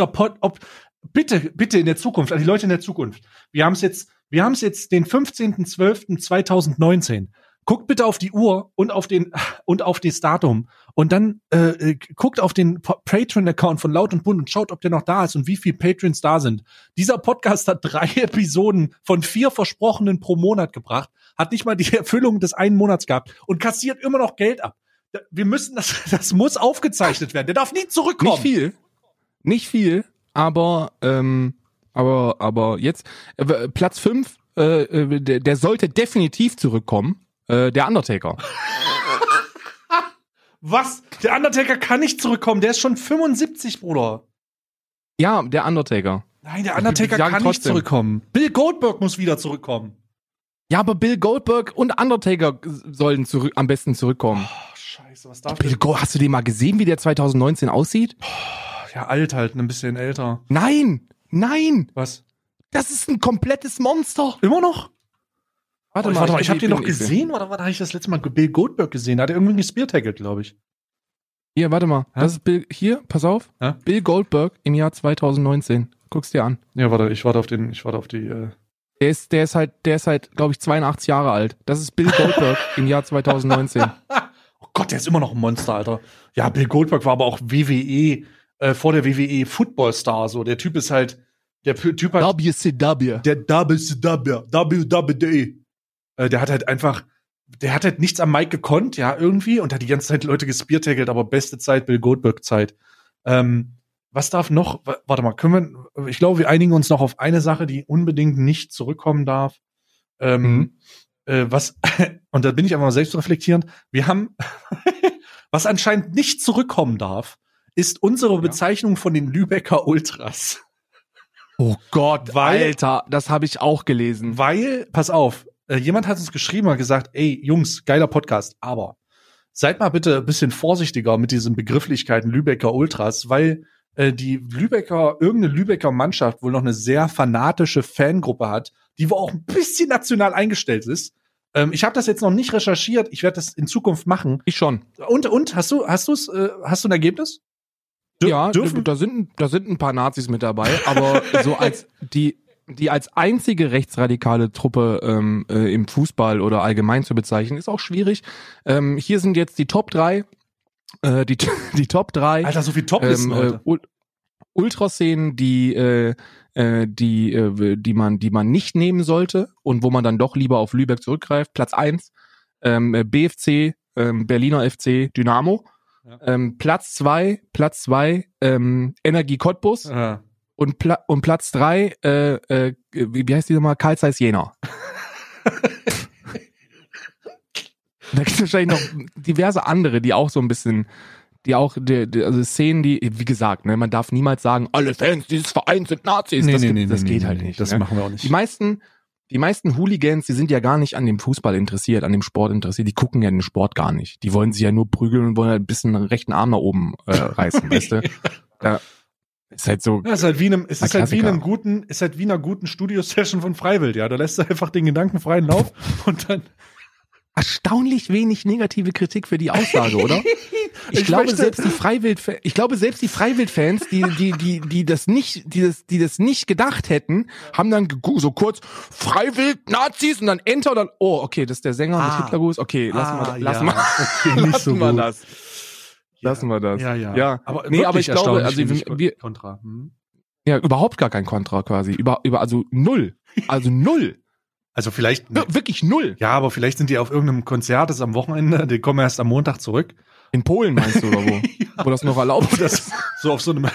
bitte in der Zukunft, an die Leute in der Zukunft. Wir haben es jetzt den 15.12.2019. Guckt bitte auf die Uhr und auf das Datum und dann guckt auf den Patreon-Account von Laut und Bunt und schaut, ob der noch da ist und wie viele Patrons da sind. Dieser Podcast hat 3 Episoden von 4 versprochenen pro Monat gebracht, hat nicht mal die Erfüllung des einen Monats gehabt und kassiert immer noch Geld ab. wir müssen, das muss aufgezeichnet werden. Der darf nie zurückkommen. Nicht viel, aber jetzt, Platz 5, der sollte definitiv zurückkommen, der Undertaker. Was? Der Undertaker kann nicht zurückkommen, der ist schon 75, Bruder. Ja, der Undertaker. Nein, der Undertaker kann nicht zurückkommen. Bill Goldberg muss wieder zurückkommen. Ja, aber Bill Goldberg und Undertaker sollen am besten zurückkommen. Oh, scheiße, was darf Hast du den mal gesehen, wie der 2019 aussieht? Ja, alt halt, ein bisschen älter. Nein! Was? Das ist ein komplettes Monster. Immer noch? Warte mal, ich hab den noch gesehen. oder wann habe ich das letzte Mal Bill Goldberg gesehen? Da hat er irgendwie gespeartaggelt, glaube ich. Hier, warte mal. Hä? Das ist hier, pass auf. Hä? Bill Goldberg im Jahr 2019. Guck's dir an. Ja, warte, ich warte auf die. Der ist halt, glaube ich, 82 Jahre alt. Das ist Bill Goldberg im Jahr 2019. Oh Gott, der ist immer noch ein Monster, Alter. Ja, Bill Goldberg war aber auch WWE, vor der WWE Footballstar, so. Der Typ ist halt, Typ hat. WCW. Der WWE. Der hat halt nichts am Mic gekonnt, ja, irgendwie, und hat die ganze Zeit Leute gespeartaggelt, aber beste Zeit, Bill Goldberg-Zeit. Was darf noch, warte mal, ich glaube, wir einigen uns noch auf eine Sache, die unbedingt nicht zurückkommen darf. Und da bin ich einfach mal selbst reflektierend. Wir haben, was anscheinend nicht zurückkommen darf, ist unsere Bezeichnung von den Lübecker Ultras. Oh Gott, Alter, das habe ich auch gelesen. Weil, pass auf, jemand hat uns geschrieben und gesagt, ey, Jungs, geiler Podcast, aber seid mal bitte ein bisschen vorsichtiger mit diesen Begrifflichkeiten Lübecker Ultras, weil irgendeine Lübecker Mannschaft wohl noch eine sehr fanatische Fangruppe hat, die wohl auch ein bisschen national eingestellt ist. Ich habe das jetzt noch nicht recherchiert, ich werde das in Zukunft machen. Ich schon. Und hast du ein Ergebnis? Da sind ein paar Nazis mit dabei, aber so als die als einzige rechtsradikale Truppe im Fußball oder allgemein zu bezeichnen, ist auch schwierig. Hier sind jetzt die Top 3. Die Top 3. Alter, so viel Top-Listen heute. Ultraszenen, die man nicht nehmen sollte und wo man dann doch lieber auf Lübeck zurückgreift. Platz 1, BFC, Berliner FC, Dynamo. Ja. Platz 2, Energie Cottbus. Ja. Und Platz 3, wie heißt die nochmal? Carl Zeiss Jena. Da gibt es wahrscheinlich noch diverse andere, die auch so ein bisschen, also Szenen, die, wie gesagt, ne, man darf niemals sagen, alle Fans dieses Vereins sind Nazis. Das geht halt nicht. Das ne? machen wir auch nicht. Die meisten Hooligans, die sind ja gar nicht an dem Fußball interessiert, an dem Sport interessiert, die gucken ja den Sport gar nicht. Die wollen sich ja nur prügeln und wollen halt ein bisschen den rechten Arm nach oben reißen, weißt du? Da ist halt so. Ja, ist halt wie einer guten Studio-Session von Freiwild, ja. Da lässt du einfach den Gedanken freien Lauf und dann. Erstaunlich wenig negative Kritik für die Aussage, oder? Ich glaube, selbst die Freiwild-Fans, die das nicht gedacht hätten, haben dann so kurz Freiwild, Nazis und dann Enter und dann, oh, okay, das ist der Sänger mit Hitlergruß. Okay, lassen wir das. Lassen wir das. Ja. Aber ich glaube, also wir Kontra. Ja, überhaupt gar kein Kontra quasi. Also null. Also vielleicht. Wirklich null. Ja, aber vielleicht sind die auf irgendeinem Konzert, das ist am Wochenende, die kommen erst am Montag zurück. In Polen meinst du, oder wo? Ja. Wo das noch erlaubt ist? So auf so ein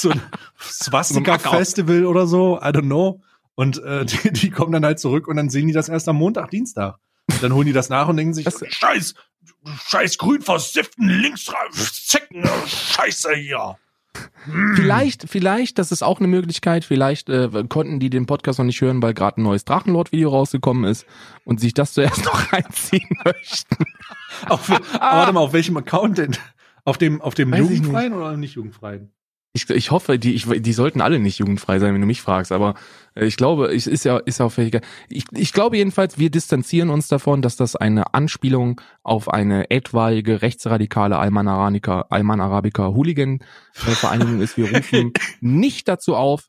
Swastika-Festival oder so, I don't know. Und die kommen dann halt zurück und dann sehen die das erst am Montag, Dienstag. Und dann holen die das nach und denken sich, scheiß grün versifften Linkszecken, Scheiße hier. Vielleicht, das ist auch eine Möglichkeit, vielleicht konnten die den Podcast noch nicht hören, weil gerade ein neues Drachenlord-Video rausgekommen ist und sich das zuerst noch reinziehen möchten. Warte mal, auf welchem Account denn? Auf dem jugendfreien oder nicht jugendfreien? Ich hoffe, die sollten alle nicht jugendfrei sein, wenn du mich fragst, aber ich glaube, ist ja auch völlig. Ich glaube jedenfalls, wir distanzieren uns davon, dass das eine Anspielung auf eine etwaige rechtsradikale Alman Arabica Hooligan-Vereinigung ist. Wir rufen nicht dazu auf,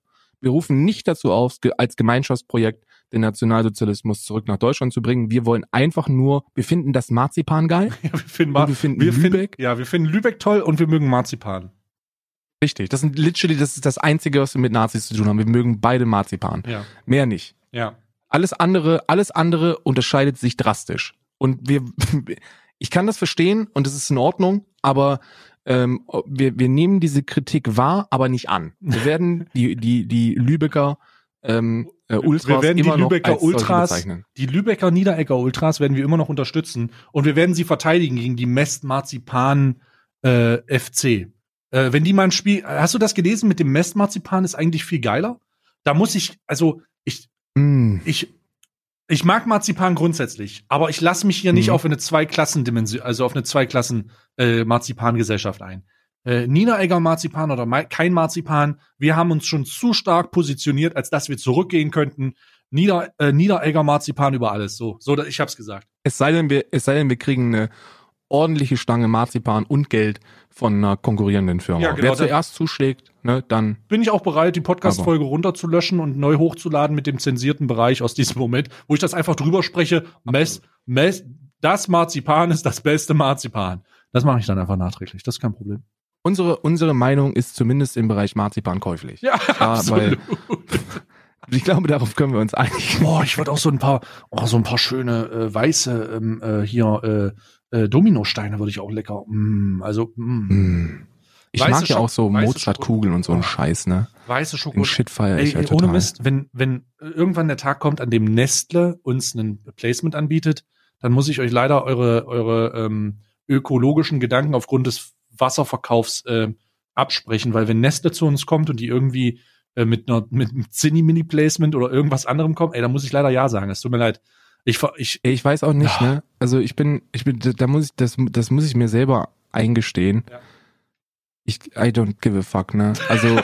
als Gemeinschaftsprojekt den Nationalsozialismus zurück nach Deutschland zu bringen. Wir wollen einfach nur, wir finden das Marzipan geil. Ja, wir finden Lübeck toll und wir mögen Marzipan. Richtig, das ist das Einzige, was wir mit Nazis zu tun haben. Wir mögen beide Marzipan. Ja. Mehr nicht. Ja. Alles andere unterscheidet sich drastisch. Und Ich kann das verstehen und es ist in Ordnung, aber wir nehmen diese Kritik wahr, aber nicht an. Wir werden die Lübecker Ultras wir werden immer die Lübecker noch als solche Ultras, bezeichnen. die Lübecker Niederegger Ultras werden wir immer noch unterstützen und wir werden sie verteidigen gegen die Mest Marzipan FC. Wenn die mal ein Spiel, hast du das gelesen mit dem Mest Marzipan, ist eigentlich viel geiler? Da muss ich mag Marzipan grundsätzlich, aber ich lasse mich hier nicht auf eine Zweiklassen-Dimension, also auf eine Zweiklassen-Marzipan-Gesellschaft ein. Niederegger Marzipan oder kein Marzipan, wir haben uns schon zu stark positioniert, als dass wir zurückgehen könnten. Niederegger Marzipan über alles. So, ich hab's gesagt. Es sei denn, wir kriegen eine ordentliche Stange Marzipan und Geld von einer konkurrierenden Firma. Ja, genau. Wer zuerst zuschlägt, ne, dann Bin ich auch bereit, die Podcast-Folge runterzulöschen und neu hochzuladen mit dem zensierten Bereich aus diesem Moment, wo ich das einfach drüber spreche. Das Marzipan ist das beste Marzipan. Das mache ich dann einfach nachträglich. Das ist kein Problem. Unsere Meinung ist zumindest im Bereich Marzipan käuflich. Ja, absolut. Ich glaube, darauf können wir uns einigen. Boah, ich würde auch so ein paar schöne weiße Dominosteine würde ich auch lecker. Ich Weiße mag ja auch so weiße Mozartkugeln und so einen Scheiß, ne? Weiße Den Schokolade. Shit feier ich halt Ohne total. Mist, wenn irgendwann der Tag kommt, an dem Nestle uns ein Placement anbietet, dann muss ich euch leider eure ökologischen Gedanken aufgrund des Wasserverkaufs absprechen, weil wenn Nestle zu uns kommt und die irgendwie mit einem Zinni-Mini-Placement oder irgendwas anderem kommen, da muss ich leider ja sagen. Es tut mir leid. Ich weiß auch nicht, ne? Also das muss ich mir selber eingestehen. Ja. I don't give a fuck, ne? Also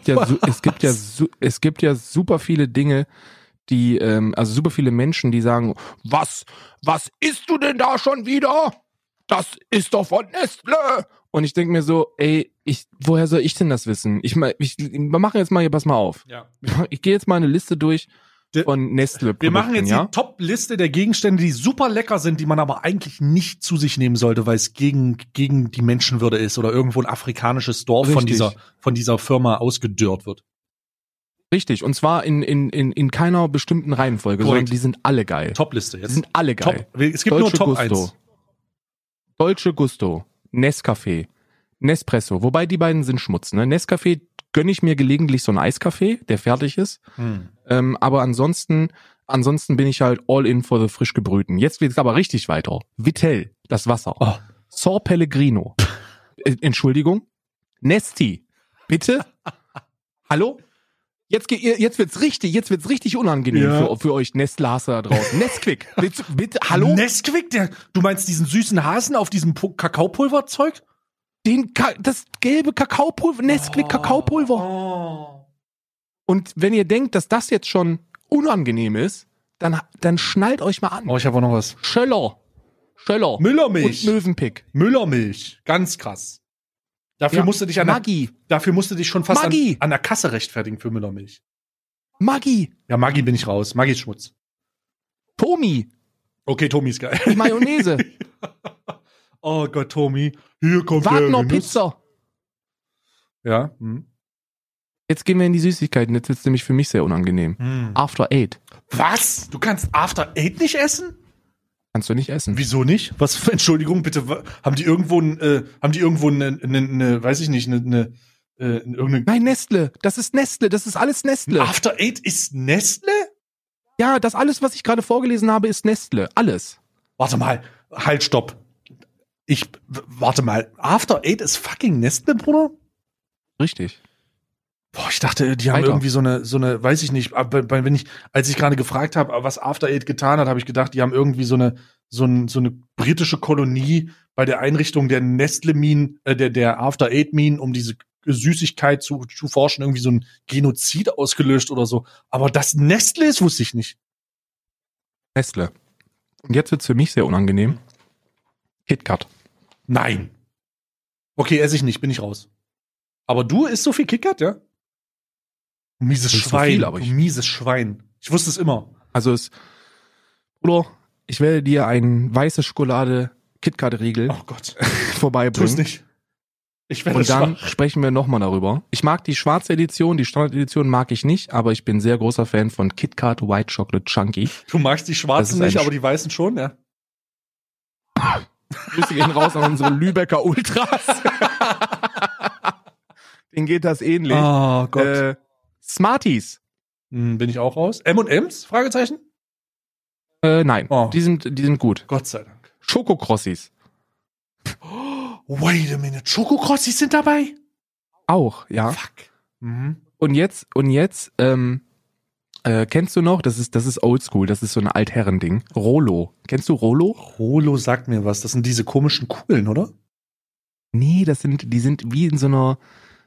es gibt ja super viele Dinge, die, also super viele Menschen, die sagen, was isst du denn da schon wieder? Das ist doch von Nestle! Und ich denke mir so, woher soll ich denn das wissen? Wir machen jetzt mal hier, pass mal auf. Ja. Ich gehe jetzt mal eine Liste durch von Nestle-Produkten. Wir machen jetzt die Top-Liste der Gegenstände, die super lecker sind, die man aber eigentlich nicht zu sich nehmen sollte, weil es gegen die Menschenwürde ist oder irgendwo ein afrikanisches Dorf von dieser Firma ausgedörrt wird. Richtig, und zwar in keiner bestimmten Reihenfolge, sondern die sind alle geil. Top-Liste jetzt. Die sind alle geil. Es gibt Dolce nur Top Gusto. 1. Dolce Gusto, Nescafé, Nespresso, wobei die beiden sind Schmutz. Ne? Nescafé gönne ich mir gelegentlich so einen Eiskaffee, der fertig ist. Aber ansonsten bin ich halt all in for the frisch gebrühten. Jetzt geht's aber richtig weiter. Vittel, das Wasser. Oh. Sor Pellegrino. Entschuldigung. Nesti. Bitte? Hallo? Jetzt wird's richtig unangenehm für euch Nestlaser da draußen. Nesquik. Bitte, hallo? Nesquik, du meinst diesen süßen Hasen auf diesem Kakaopulverzeug? Das gelbe Kakaopulver, Nesquik Kakaopulver. Oh. Und wenn ihr denkt, dass das jetzt schon unangenehm ist, dann schnallt euch mal an. Oh, ich habe auch noch was. Schöller. Müllermilch. Und Mövenpick. Müllermilch. Ganz krass. Dafür musst du dich schon fast an der Kasse rechtfertigen für Müllermilch. Maggi. Ja, Maggi bin ich raus. Maggi ist Schmutz. Tomi. Okay, Tomi ist geil. Die Mayonnaise. Oh Gott, Tomi. Hier kommt Wagner der Pizza. Ja. Jetzt gehen wir in die Süßigkeiten. Jetzt wird's nämlich für mich sehr unangenehm. After Eight. Was? Du kannst After Eight nicht essen? Kannst du nicht essen. Wieso nicht? Was für Entschuldigung, bitte, haben die irgendwo weiß ich nicht, irgendeine. Nein, Nestle. Das ist Nestle. Das ist alles Nestle. After Eight ist Nestle? Ja, das alles, was ich gerade vorgelesen habe, ist Nestle. Alles. Warte mal. Halt, stopp. Warte mal. After Eight ist fucking Nestle, Bruder? Richtig. Boah, ich dachte, die haben irgendwie so eine, weiß ich nicht, als ich gerade gefragt habe, was After Eight getan hat, habe ich gedacht, die haben irgendwie so eine britische Kolonie bei der Einrichtung der Nestle-Minen, der After Eight-Minen, um diese Süßigkeit zu forschen, irgendwie so ein Genozid ausgelöscht oder so. Aber dass Nestle ist, wusste ich nicht. Nestle. Und jetzt wird's für mich sehr unangenehm. KitKat. Nein. Okay, esse ich nicht, bin ich raus. Aber du isst so viel KitKat, ja? Mieses Schwein, so viel, mieses Schwein. Ich wusste es immer. Also Bruder, ich werde dir ein weiße Schokolade KitKat-Riegel vorbeibringen. Tu es nicht. Und dann sprechen wir nochmal darüber. Ich mag die schwarze Edition, die Standard-Edition mag ich nicht, aber ich bin sehr großer Fan von KitKat White Chocolate Chunky. Du magst die schwarzen nicht, aber die weißen schon, ja? Grüße gehen raus an unsere Lübecker Ultras. Denen geht das ähnlich. Oh Gott. Smarties. Bin ich auch raus? M&M's? Fragezeichen? Nein, Oh. die sind gut. Gott sei Dank. Schokokrossis. Wait a minute. Schokokrossis sind dabei? Auch, ja. Fuck. Mhm. Und jetzt, kennst du noch, das ist oldschool, das ist so ein Altherrending. Rolo. Kennst du Rolo? Rolo sagt mir was. Das sind diese komischen Kugeln, oder? Nee, die sind wie in so einer,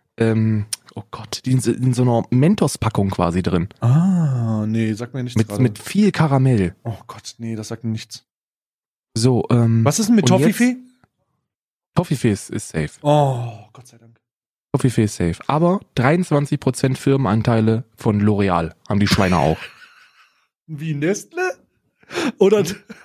oh Gott, die sind in so einer Mentos-Packung quasi drin. Ah, nee, sagt mir nichts gerade. Mit viel Karamell. Oh Gott, nee, das sagt mir nichts. So, Was ist denn mit und Toffifee? Toffifee ist safe. Oh, Gott sei Dank. Toffifee ist safe. Aber 23% Firmenanteile von L'Oreal haben die Schweine auch. Wie Nestle? Oder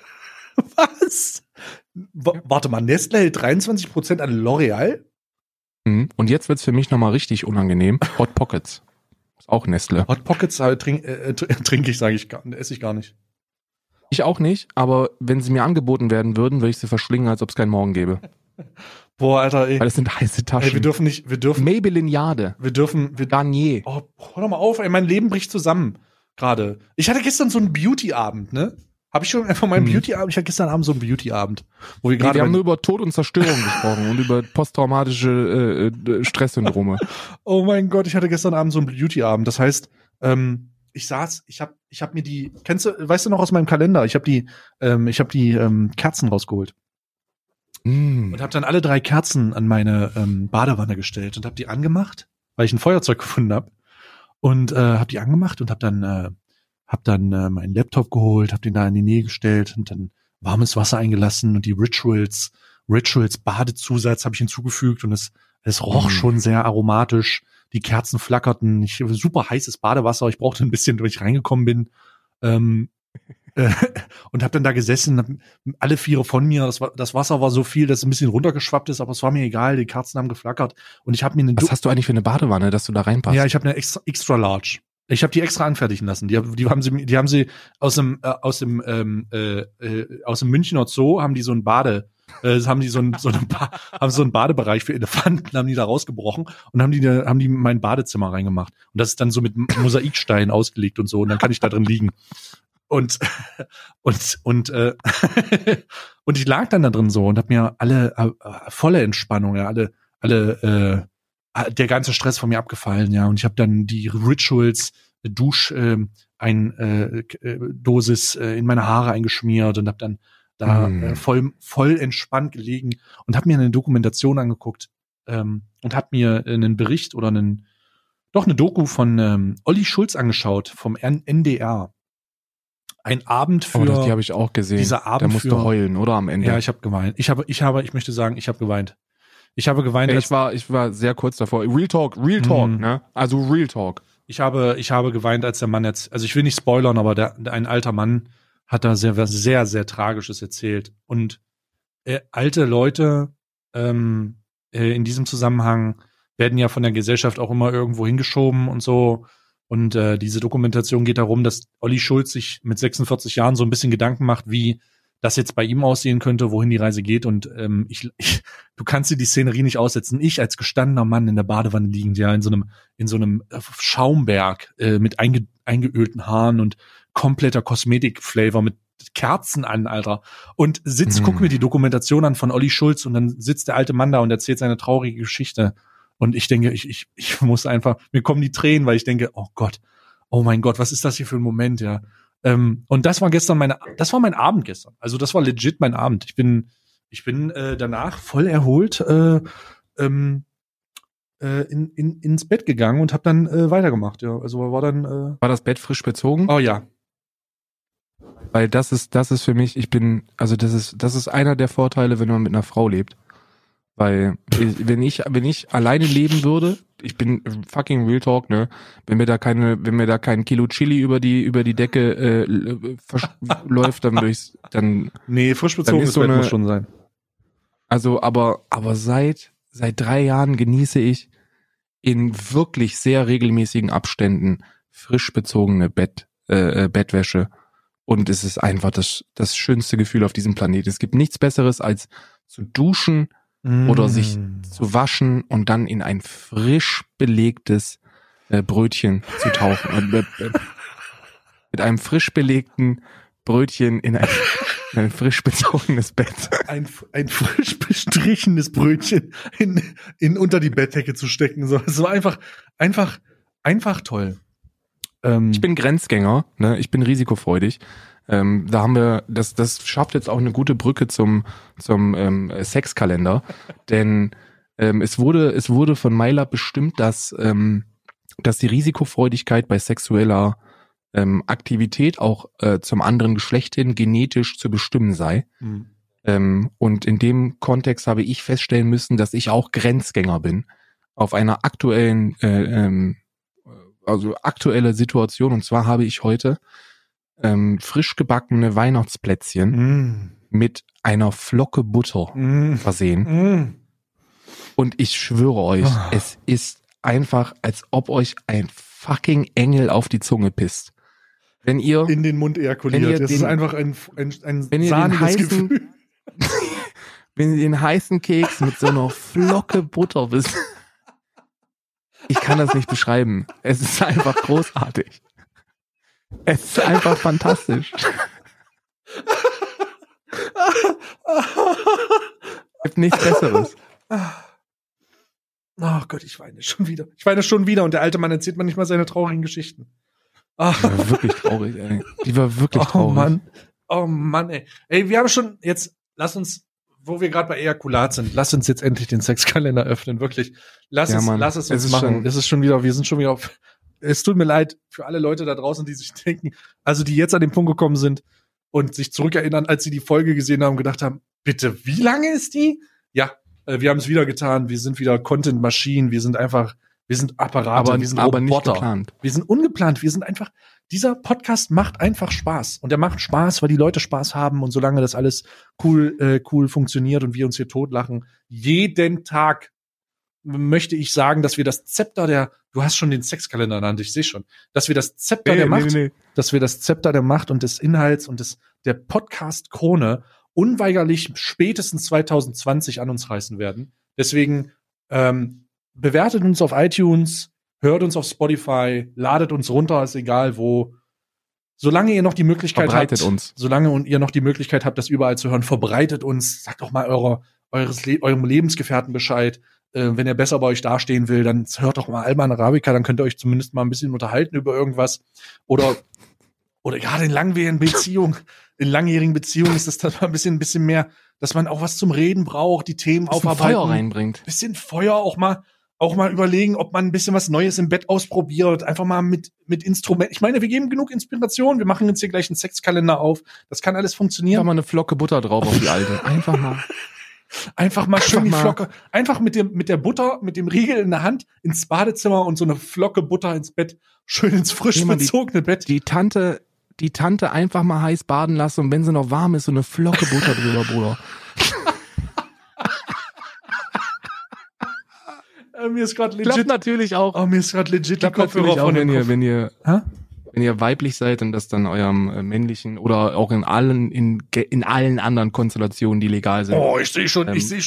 was? Warte mal, Nestle hält 23% an L'Oreal? Mhm. Und jetzt wird's für mich nochmal richtig unangenehm. Hot Pockets. Ist auch Nestle. Hot Pockets trinke ich, sage ich, esse ich gar nicht. Ich auch nicht, aber wenn sie mir angeboten werden würden, würde ich sie verschlingen, als ob es keinen Morgen gäbe. Boah, Alter, ey. Weil das sind heiße Taschen. Ey, wir dürfen, Maybelline-Jade. Garnier. Oh, hör doch mal auf, ey, mein Leben bricht zusammen. Gerade. Ich hatte gestern so einen Beauty-Abend, ne? Habe ich schon von meinem Beauty-Abend? Ich hatte gestern Abend so einen Beauty-Abend. Wo wir gerade. Wir haben nur über Tod und Zerstörung gesprochen und über posttraumatische Stresssyndrome. Oh mein Gott, ich hatte gestern Abend so einen Beauty-Abend. Das heißt, ich hab mir die, weißt du noch aus meinem Kalender? Ich hab die Kerzen rausgeholt. Und habe dann alle 3 Kerzen an meine Badewanne gestellt und habe die angemacht, weil ich ein Feuerzeug gefunden habe. Und habe die angemacht und habe dann meinen Laptop geholt, habe den da in die Nähe gestellt und dann warmes Wasser eingelassen und die Rituals Badezusatz habe ich hinzugefügt und es roch schon sehr aromatisch. Die Kerzen flackerten. Super heißes Badewasser. Ich brauchte ein bisschen, weil ich reingekommen bin. Und habe dann da gesessen, hab alle 4 von mir, das Wasser war so viel, dass es ein bisschen runtergeschwappt ist, aber es war mir egal, die Kerzen haben geflackert und ich habe mir Was hast du eigentlich für eine Badewanne, dass du da reinpasst? Ja, ich habe eine extra large. Ich habe die extra anfertigen lassen. Die haben sie aus dem Münchner Zoo haben die so ein so einen Badebereich für Elefanten, haben die da rausgebrochen und haben die in mein Badezimmer reingemacht. Und das ist dann so mit Mosaikstein ausgelegt und so und dann kann ich da drin liegen. Und ich lag dann da drin so und hab mir alle volle Entspannung, ja, der ganze Stress von mir abgefallen, ja. Und ich habe dann die Rituals Dosis in meine Haare eingeschmiert und hab dann da voll entspannt gelegen und hab mir eine Dokumentation angeguckt und hab mir einen Bericht oder eine Doku von Olli Schulz angeschauut vom NDR. Ein Abend für. Oh, die habe ich auch gesehen. Dieser Abend da musst du heulen, oder am Ende? Ja, ich habe geweint. Ich möchte sagen, ich habe geweint. Ich habe geweint. Ich war sehr kurz davor. Real Talk, ne? Also Real Talk. Ich habe geweint, als der Mann jetzt, also ich will nicht spoilern, aber ein alter Mann hat da sehr, sehr, sehr Tragisches erzählt. Und alte Leute in diesem Zusammenhang werden ja von der Gesellschaft auch immer irgendwo hingeschoben und so. Und diese Dokumentation geht darum, dass Olli Schulz sich mit 46 Jahren so ein bisschen Gedanken macht, wie das jetzt bei ihm aussehen könnte, wohin die Reise geht. Und du kannst dir die Szenerie nicht aussetzen. Ich als gestandener Mann in der Badewanne liegend, ja, in so einem Schaumberg mit eingeölten Haaren und kompletter Kosmetik-Flavor mit Kerzen an, Alter. Und guck mir die Dokumentation an von Olli Schulz und dann sitzt der alte Mann da und erzählt seine traurige Geschichte. Und ich denke, ich muss einfach, mir kommen die Tränen, weil ich denke, oh Gott, oh mein Gott, was ist das hier für ein Moment, ja. Und das war mein Abend gestern. Also das war legit mein Abend. Ich bin danach voll erholt ins Bett gegangen und habe dann weitergemacht, ja. Also war dann War das Bett frisch bezogen? Oh ja. Weil das ist für mich, das ist einer der Vorteile, wenn man mit einer Frau lebt. Weil wenn ich alleine leben würde, ich bin fucking Real Talk, ne? Wenn mir da kein Kilo Chili über die Decke läuft, dann würde ich's dann. Nee, frisch bezogenes Bett muss schon sein. Also, aber seit 3 Jahren genieße ich in wirklich sehr regelmäßigen Abständen frisch bezogene Bettwäsche. Und es ist einfach das schönste Gefühl auf diesem Planeten. Es gibt nichts Besseres als zu duschen oder sich zu waschen und dann in ein frisch belegtes Brötchen zu tauchen. Mit einem frisch belegten Brötchen in ein frisch bezogenes Bett. Ein frisch bestrichenes Brötchen in unter die Bettdecke zu stecken. So einfach toll. Ich bin Grenzgänger, ne? Ich bin risikofreudig. Da haben wir, das schafft jetzt auch eine gute Brücke zum Sexkalender, denn es wurde von MyLab bestimmt, dass die Risikofreudigkeit bei sexueller Aktivität auch zum anderen Geschlecht hin genetisch zu bestimmen sei. Und in dem Kontext habe ich feststellen müssen, dass ich auch Grenzgänger bin auf einer aktuelle Situation. Und zwar habe ich heute frisch gebackene Weihnachtsplätzchen mit einer Flocke Butter versehen. Und ich schwöre euch, es ist einfach, als ob euch ein fucking Engel auf die Zunge pisst. Wenn ihr in den Mund ejakuliert. Das ist einfach ein sahniges Gefühl. Wenn ihr den heißen Keks mit so einer Flocke Butter wisst. Ich kann das nicht beschreiben. Es ist einfach großartig. Es ist einfach fantastisch. Es gibt nichts Besseres. Oh Gott, ich weine schon wieder. Und der alte Mann erzählt mir nicht mal seine traurigen Geschichten. Die war wirklich traurig, ey. Die war wirklich traurig. Oh Mann, ey. Ey, wir haben schon jetzt, lass uns, wo wir gerade bei Ejakulat sind, lass uns jetzt endlich den Sexkalender öffnen, wirklich. Lass es uns machen. Wir sind schon wieder auf, es tut mir leid für alle Leute da draußen, die sich denken, also die jetzt an den Punkt gekommen sind und sich zurückerinnern, als sie die Folge gesehen haben, gedacht haben, bitte, wie lange ist die? Ja, wir haben es wieder getan, wir sind wieder Content-Maschinen, wir sind Apparate, wir sind aber Roboter. Nicht geplant. Wir sind ungeplant, wir sind einfach, dieser Podcast macht einfach Spaß. Und der macht Spaß, weil die Leute Spaß haben und solange das alles cool funktioniert und wir uns hier totlachen, jeden Tag möchte ich sagen, dass wir das Zepter du hast schon den Sexkalender in der Hand, ich sehe schon, dass wir das Zepter der Macht, dass wir das Zepter der Macht und des Inhalts und der Podcast-Krone unweigerlich spätestens 2020 an uns reißen werden. Deswegen bewertet uns auf iTunes, hört uns auf Spotify, ladet uns runter, ist egal wo. Solange ihr noch die Möglichkeit habt, das überall zu hören, verbreitet uns, sagt doch mal eurem Lebensgefährten Bescheid. Wenn er besser bei euch dastehen will, dann hört doch mal Alman Arabica, dann könnt ihr euch zumindest mal ein bisschen unterhalten über irgendwas. Oder gerade in langjährigen Beziehungen ist das dann mal ein bisschen mehr, dass man auch was zum Reden braucht, die Themen aufarbeiten. Feuer reinbringt. Bisschen Feuer, auch mal überlegen, ob man ein bisschen was Neues im Bett ausprobiert, einfach mal mit Instrumenten. Ich meine, wir geben genug Inspiration, wir machen jetzt hier gleich einen Sexkalender auf, das kann alles funktionieren. Einfach mal eine Flocke Butter drauf auf die alte. Einfach mal schön die Flocke, einfach mit der Butter, mit dem Riegel in der Hand ins Badezimmer und so eine Flocke Butter ins Bett, schön ins frisch bezogene Bett. Die Tante einfach mal heiß baden lassen und wenn sie noch warm ist, so eine Flocke Butter drüber, Bruder. Mir ist gerade legit. Klappt natürlich auch. Oh, mir ist gerade legit die Kopfhörer von dem Kopf. Wenn ihr weiblich seid und das dann eurem männlichen oder auch in allen anderen Konstellationen, die legal sind. Oh, ich sehe schon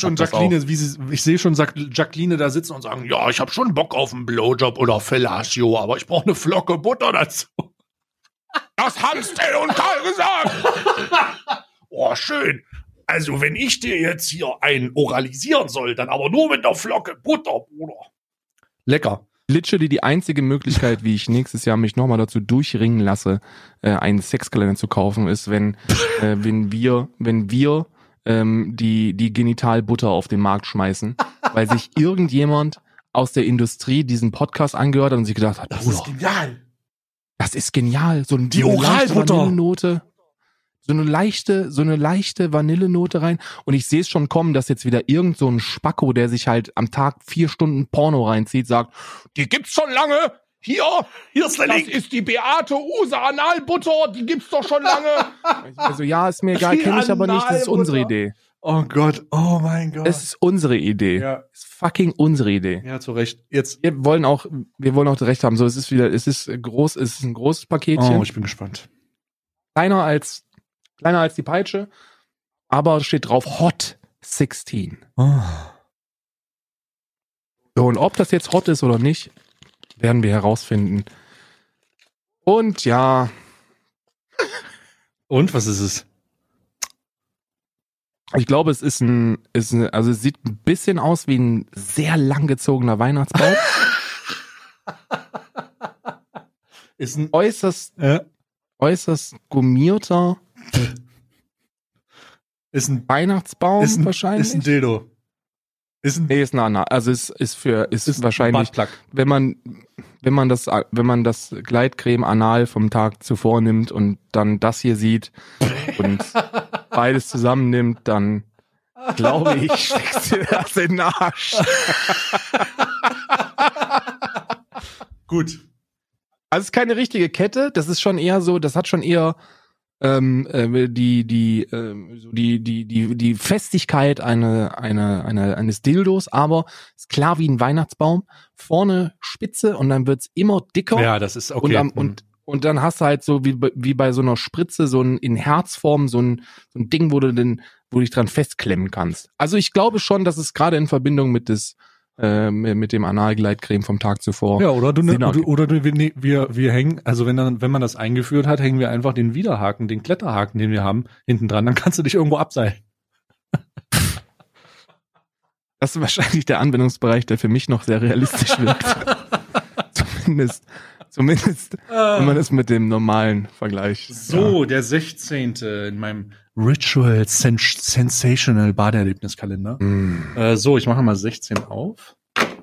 Jacqueline da sitzen und sagen, ja, ich habe schon Bock auf einen Blowjob oder Fellatio, aber ich brauche eine Flocke Butter dazu. Das haben Stell und Karl gesagt. Oh, schön. Also, wenn ich dir jetzt hier einen oralisieren soll, dann aber nur mit einer Flocke Butter, Bruder. Lecker. Literally die einzige Möglichkeit, wie ich nächstes Jahr mich nochmal dazu durchringen lasse, einen Sexkalender zu kaufen, ist, wenn wir die Genitalbutter auf den Markt schmeißen, weil sich irgendjemand aus der Industrie diesen Podcast angehört hat und sich gedacht hat, das ist genial. Das ist genial. Die Oralbutter. So eine leichte Vanillenote rein. Und ich sehe es schon kommen, dass jetzt wieder irgend so ein Spacko, der sich halt am Tag 4 Stunden Porno reinzieht, sagt, die gibt's schon lange. Hier ist der Link. Das ist die Beate Use Analbutter, die gibt's doch schon lange. Also ja, ist mir egal, kenne ich aber nicht, das ist unsere Idee. Oh Gott, oh mein Gott. Es ist unsere Idee. Ja. Es ist fucking unsere Idee. Ja, zu Recht. Jetzt. Wir wollen auch recht haben. So, es ist ein großes Paketchen. Oh, ich bin gespannt. Kleiner als die Peitsche, aber steht drauf Hot 16. Oh. So, und ob das jetzt hot ist oder nicht, werden wir herausfinden. Und ja. Und, was ist es? Ich glaube, es also es sieht ein bisschen aus wie ein sehr langgezogener Weihnachtsbaum. Ist ein äußerst gummierter ist ein Weihnachtsbaum wahrscheinlich. Ist ein Dildo. Ist ein Anal. Also ist wahrscheinlich, Buttplug. wenn man das Gleitcreme anal vom Tag zuvor nimmt und dann das hier sieht und beides zusammennimmt, dann glaube ich, steckst du das in den Arsch. Gut. Also es ist keine richtige Kette, das ist schon eher so, das hat schon eher die Festigkeit eines Dildos, aber ist klar wie ein Weihnachtsbaum, vorne spitze und dann wird's immer dicker. Ja, das ist okay. Und dann hast du halt so wie bei so einer Spritze so ein in Herzform so ein Ding, wo du dich dran festklemmen kannst. Also ich glaube schon, dass es gerade in Verbindung mit dem Analgleitcreme vom Tag zuvor. Ja, wir hängen, also wenn man das eingeführt hat, hängen wir einfach den Widerhaken, den Kletterhaken, den wir haben, hinten dran, dann kannst du dich irgendwo abseilen. Das ist wahrscheinlich der Anwendungsbereich, der für mich noch sehr realistisch wirkt. Zumindest, wenn man es mit dem normalen vergleicht. So, der 16. in meinem Ritual Sensational Badeerlebniskalender. So, ich mache mal 16 auf.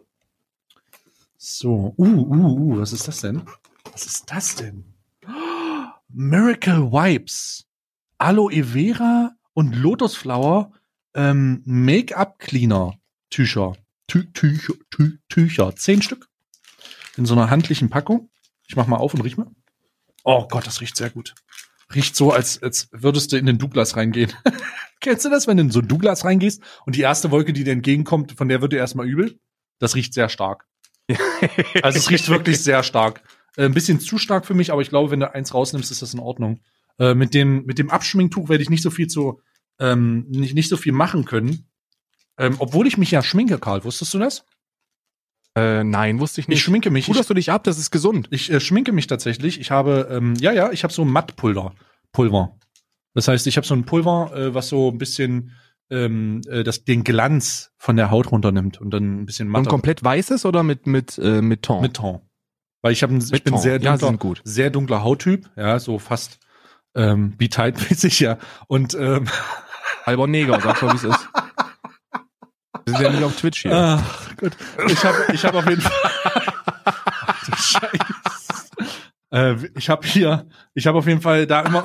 So, was ist das denn? Was ist das denn? Miracle Wipes, Aloe Vera und Lotus Flower Make-up Cleaner Tücher. Tücher. 10 Stück. In so einer handlichen Packung. Ich mach mal auf und riech mal. Oh Gott, das riecht sehr gut. Riecht so, als würdest du in den Douglas reingehen. Kennst du das, wenn du in so ein Douglas reingehst und die erste Wolke, die dir entgegenkommt, von der wird dir erstmal übel? Das riecht sehr stark. Also es riecht wirklich sehr stark. Ein bisschen zu stark für mich, aber ich glaube, wenn du eins rausnimmst, ist das in Ordnung. Mit dem Abschminktuch werde ich nicht so viel nicht so viel machen können. Obwohl ich mich ja schminke, Karl. Wusstest du das? Nein, wusste ich nicht. Ich schminke mich. Puderst du dich ab? Das ist gesund. Ich schminke mich tatsächlich. Ich habe, ich habe so Mattpulver. Das heißt, ich habe so ein Pulver, was so ein bisschen den Glanz von der Haut runternimmt und dann ein bisschen matter. Und komplett weißes oder mit Ton? Mit Ton. Weil ich bin sehr dunkler Hauttyp, ja, so fast B-Type-mäßig, ja. Und halber Neger, sag mal, wie es ist. Wir sind ja nicht auf Twitch hier. Ach, gut. Ich hab auf jeden Fall. Ach, du Scheiße. Ich habe auf jeden Fall da immer.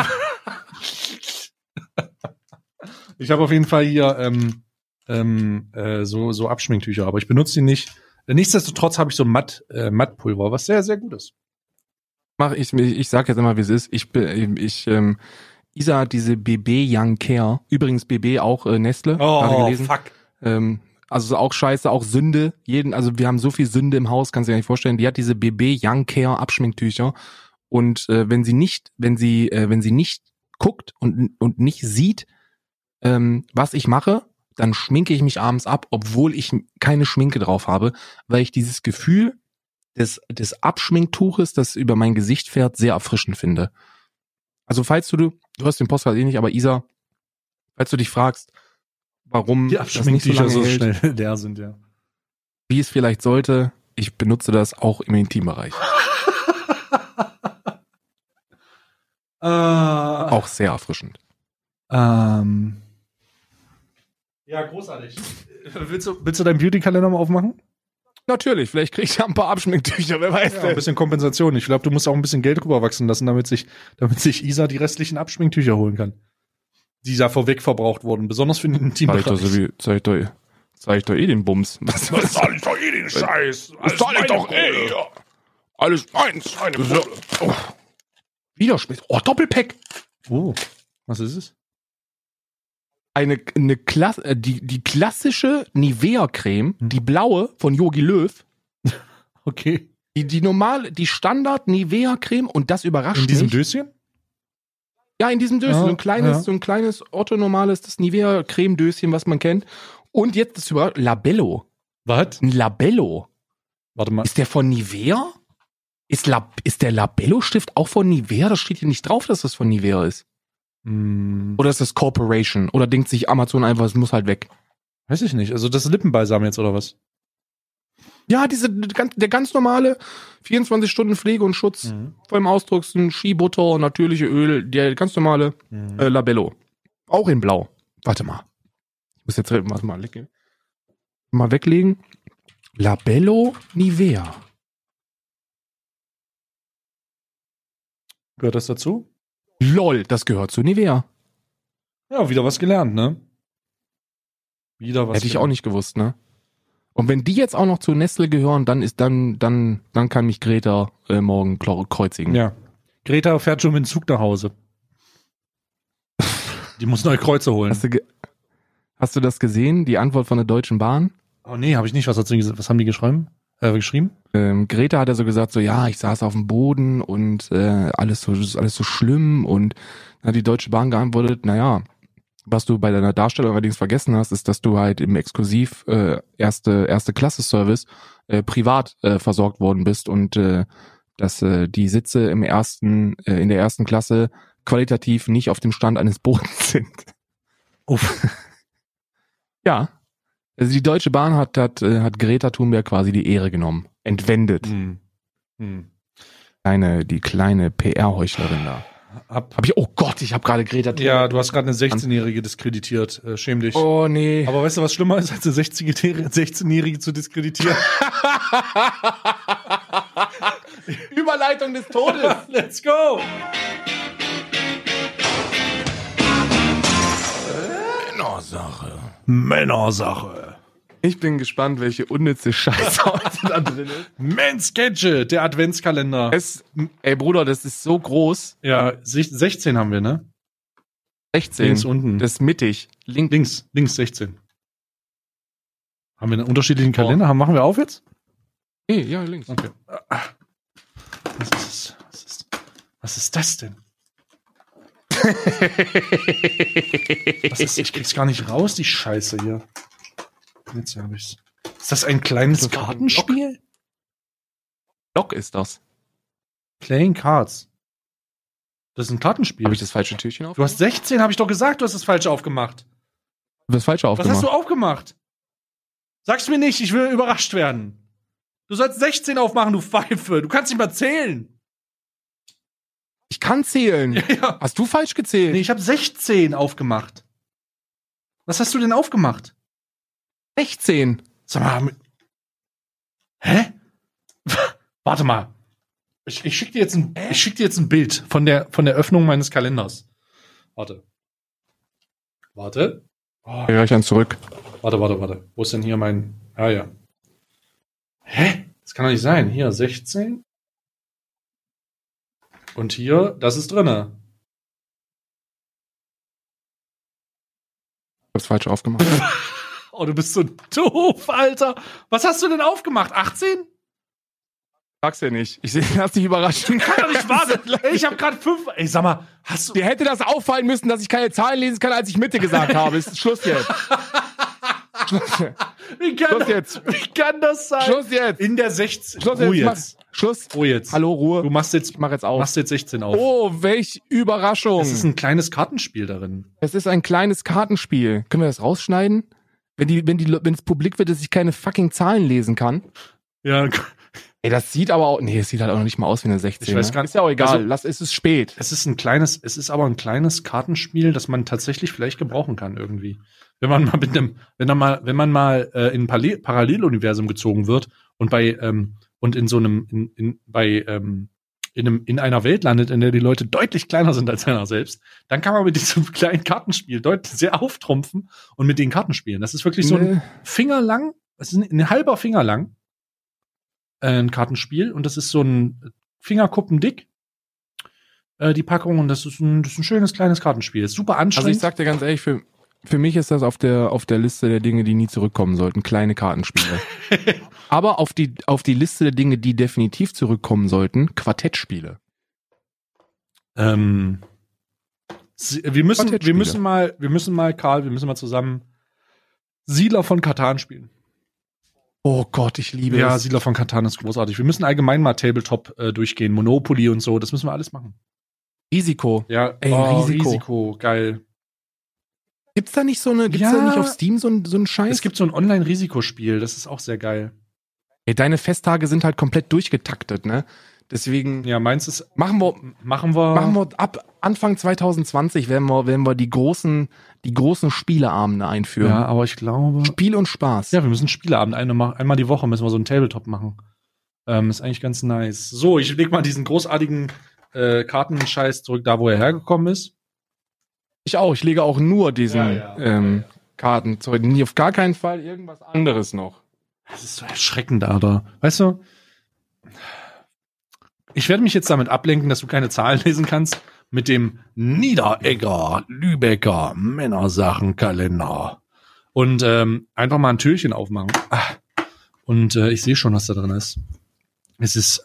Ich habe auf jeden Fall hier so Abschminktücher, aber ich benutze die nicht. Nichtsdestotrotz habe ich so Mattpulver, was sehr, sehr gut ist. Ich sag jetzt immer, wie es ist. Isa hat diese BB Young Care. Übrigens BB auch Nestle. Oh, gelesen. Fuck. Also auch scheiße, auch Sünde. Also wir haben so viel Sünde im Haus, kannst du dir gar nicht vorstellen. Die hat diese BB Young Care Abschminktücher. Und wenn sie nicht guckt und nicht sieht, was ich mache, dann schminke ich mich abends ab, obwohl ich keine Schminke drauf habe, weil ich dieses Gefühl des Abschminktuches, das über mein Gesicht fährt, sehr erfrischend finde. Also falls du hörst den Podcast nicht, aber Isa, falls du dich fragst, warum die das nicht so lange so hält, schnell leer sind, ja. wie es vielleicht sollte, ich benutze das auch im Intimbereich. Auch sehr erfrischend. Ja, großartig. Willst du deinen Beauty-Kalender mal aufmachen? Natürlich, vielleicht krieg ich ja ein paar Abschminktücher, wer weiß Ja, denn. ein bisschen Kompensation. Ich glaube, du musst auch ein bisschen Geld rüberwachsen lassen, damit sich Isa die restlichen Abschminktücher holen kann. Die da vorweg verbraucht wurden, besonders für den Intimbereich. Zeig ich doch den Bums. Was zahl ich doch den Scheiß? Das zahl ich doch Alles meins. Oh. Widerspitz. Oh, Doppelpack. Oh, was ist es? Die klassische Nivea-Creme, die blaue von Jogi Löw. Okay. Die normale, die Standard Nivea-Creme und das überrascht mich. In diesem Döschen? Ja, in diesem Döschen. Ja, So ein kleines orthonormales, das Nivea-Cremedöschen, was man kennt. Und jetzt das Labello. Was? Ein Labello. Warte mal. Ist der von Nivea? Ist der Labello-Stift auch von Nivea? Das steht hier nicht drauf, dass das von Nivea ist. Oder ist das Corporation? Oder denkt sich Amazon einfach, es muss halt weg? Weiß ich nicht. Also das ist Lippenbalsam jetzt oder was? Ja, der ganz normale 24 Stunden Pflege und Schutz. Vor allem Ausdrucksen, Skibutter, natürliche Öl, der ganz normale Labello. Auch in Blau. Warte mal. Ich muss jetzt mal weglegen. Labello Nivea. Gehört das dazu? LOL, das gehört zu Nivea. Ja, wieder was gelernt, ne? Wieder was Hätte ich gelernt. auch nicht gewusst, ne? Und wenn die jetzt auch noch zu Nestle gehören, dann kann mich Greta morgen kreuzigen. Ja. Greta fährt schon mit dem Zug nach Hause. Die muss neue Kreuze holen. Hast du das gesehen? Die Antwort von der Deutschen Bahn? Oh nee, habe ich nicht. Was haben die geschrieben? Greta hat ja so gesagt, so ja, ich saß auf dem Boden und alles so schlimm, und dann hat die Deutsche Bahn geantwortet, naja, was du bei deiner Darstellung allerdings vergessen hast, ist, dass du halt im Exklusiv erste Klasse Service privat versorgt worden bist und dass die Sitze in der ersten Klasse qualitativ nicht auf dem Stand eines Bodens sind. Uff. Ja. Also die Deutsche Bahn hat Greta Thunberg quasi die Ehre genommen. Entwendet. Die kleine PR-Heuchlerin da. Oh Gott, ich habe gerade Greta Thunberg. Ja, du hast gerade eine 16-Jährige diskreditiert. Schäm dich. Oh nee. Aber weißt du, was schlimmer ist, als eine 16-Jährige zu diskreditieren? Überleitung des Todes. Let's go! Männersache. Ich bin gespannt, welche unnütze Scheiße heute da drin ist. Men's Gadget, der Adventskalender. Ey Bruder, das ist so groß. Ja, 16 haben wir, ne? 16. Links unten. Das ist mittig. Links 16. Haben wir einen unterschiedlichen Kalender? Machen wir auf jetzt? Nee, ja, links. Okay. Was ist das denn? Ich krieg's gar nicht raus, die Scheiße hier. Jetzt habe ich's. Ist das ein kleines Kartenspiel? Block ist das. Playing Cards. Das ist ein Kartenspiel. Habe ich das falsche Türchen Du aufgemacht? hast 16, habe ich doch gesagt, du hast das falsche aufgemacht. Das falsche Was hast du aufgemacht? Sag's mir nicht, ich will überrascht werden. Du sollst 16 aufmachen, du Pfeife. Du kannst nicht mal zählen. Ich kann zählen. Ja. Hast du falsch gezählt? Nee, ich habe 16 aufgemacht. Was hast du denn aufgemacht? 16. Sag mal. Hä? Warte mal. Ich schick dir jetzt ein Bild von der Öffnung meines Kalenders. Warte. Oh, Ich reiche dann zurück. warte. Wo ist denn hier mein... Ah ja. Hä? Das kann doch nicht sein. Hier 16. Und hier, das ist drinne. Ich hab's falsch aufgemacht. Oh, du bist so doof, Alter. Was hast du denn aufgemacht? 18? Sag's ja nicht. Lass dich überraschen. Kann doch nicht wahr sein. Ey, ich habe gerade 5. Ey, sag mal, hast du... Dir hätte das auffallen müssen, dass ich keine Zahlen lesen kann, als ich Mitte gesagt habe. Ist Schluss jetzt. Wie kann das sein? Schluss jetzt. In der 16. Schluss Ruhe jetzt. jetzt. Schluss. Ruhe jetzt. Hallo, Ruhe. Du machst jetzt, Ich mach jetzt auf. machst jetzt 16 auf. Oh, welch Überraschung. Es ist ein kleines Kartenspiel darin. Es ist ein kleines Kartenspiel. Können wir das rausschneiden? Wenn es publik wird, dass ich keine fucking Zahlen lesen kann. Ja, Ey, das sieht aber auch, nee, es sieht halt auch noch nicht mal aus wie eine 16. Ich weiß gar nicht. Ist ja auch egal, Also, es ist spät. es ist aber ein kleines Kartenspiel, das man tatsächlich vielleicht gebrauchen kann irgendwie. Wenn man mal in ein Paralleluniversum gezogen wird und in einer Welt landet, in der die Leute deutlich kleiner sind als einer selbst, dann kann man mit diesem kleinen Kartenspiel deutlich sehr auftrumpfen und mit den Karten spielen. Das ist wirklich so ein Finger lang, das ist ein halber Finger lang, ein Kartenspiel, und das ist so ein Fingerkuppen dick, die Packung, und das ist ein schönes kleines Kartenspiel. Ist super anstrengend. Also ich sag dir ganz ehrlich, für mich ist das auf der Liste der Dinge, die nie zurückkommen sollten, kleine Kartenspiele. Aber auf die Liste der Dinge, die definitiv zurückkommen sollten, Quartettspiele. Wir müssen mal, Karl, zusammen Siedler von Catan spielen. Oh Gott, ich liebe Ja, es. Siedler von Catan ist großartig. Wir müssen allgemein mal Tabletop durchgehen, Monopoly und so, das müssen wir alles machen. Risiko. Ja, Ey, Risiko, geil. Gibt's da nicht da nicht auf Steam so ein Scheiß? Es gibt so ein Online-Risikospiel, das ist auch sehr geil. Ey, deine Festtage sind halt komplett durchgetaktet, ne? Deswegen Ja, meins ist, machen wir ab Anfang 2020 werden wir die großen Spieleabende einführen. ja, aber ich glaube, Spiel und Spaß. ja, wir müssen Spieleabend einmal die Woche müssen wir so einen Tabletop machen. Ist eigentlich ganz nice. So, ich leg mal diesen großartigen Kartenscheiß zurück, da wo er hergekommen ist. Ich auch. Ich lege auch nur diesen Ja. Karten zurück. Nie auf gar keinen Fall irgendwas anderes noch. Das ist so erschreckend, Alter. Weißt du, ich werde mich jetzt damit ablenken, dass du keine Zahlen lesen kannst, mit dem Niederegger Lübecker Männersachenkalender. Und einfach mal ein Türchen aufmachen. Und ich sehe schon, was da drin ist. Es ist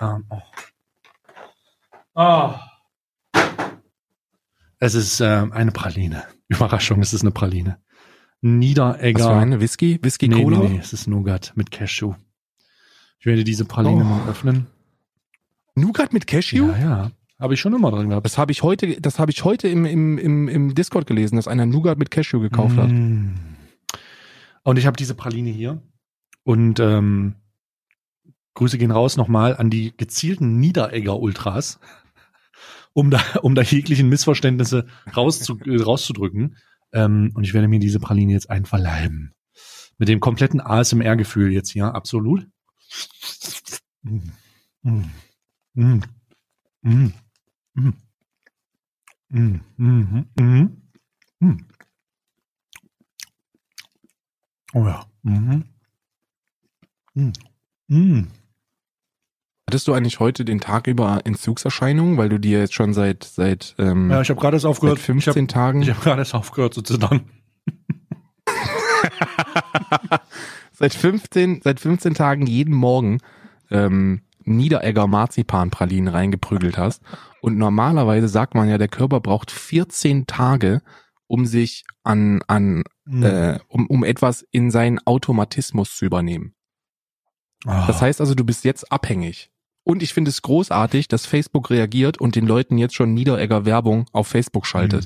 es ist eine Praline. Überraschung, es ist eine Praline. Niederegger. Was für eine? Whisky Nee, Cola? nee, es ist Nougat mit Cashew. Ich werde diese Praline mal öffnen. Nougat mit Cashew? Ja, ja. Habe ich schon immer drin gehabt. Das habe ich heute im Discord gelesen, dass einer Nougat mit Cashew gekauft hat. Und ich habe diese Praline hier. Und Grüße gehen raus nochmal an die gezielten Niederegger Ultras, um da jeglichen Missverständnisse rauszudrücken. Und ich werde mir diese Praline jetzt einverleiben. Mit dem kompletten ASMR-Gefühl jetzt hier, absolut. Oh ja. Hattest du eigentlich heute den Tag über Entzugserscheinungen, weil du dir jetzt schon seit Ja, ich habe gerade erst aufgehört. seit 15 Tagen Ich habe gerade erst aufgehört zu zittern. seit 15 Tagen jeden Morgen Niederegger Marzipanpralinen reingeprügelt hast. Und normalerweise sagt man ja, der Körper braucht 14 Tage, um sich um etwas in seinen Automatismus zu übernehmen. Das heißt also, du bist jetzt abhängig. Und ich finde es großartig, dass Facebook reagiert und den Leuten jetzt schon Niederegger Werbung auf Facebook schaltet.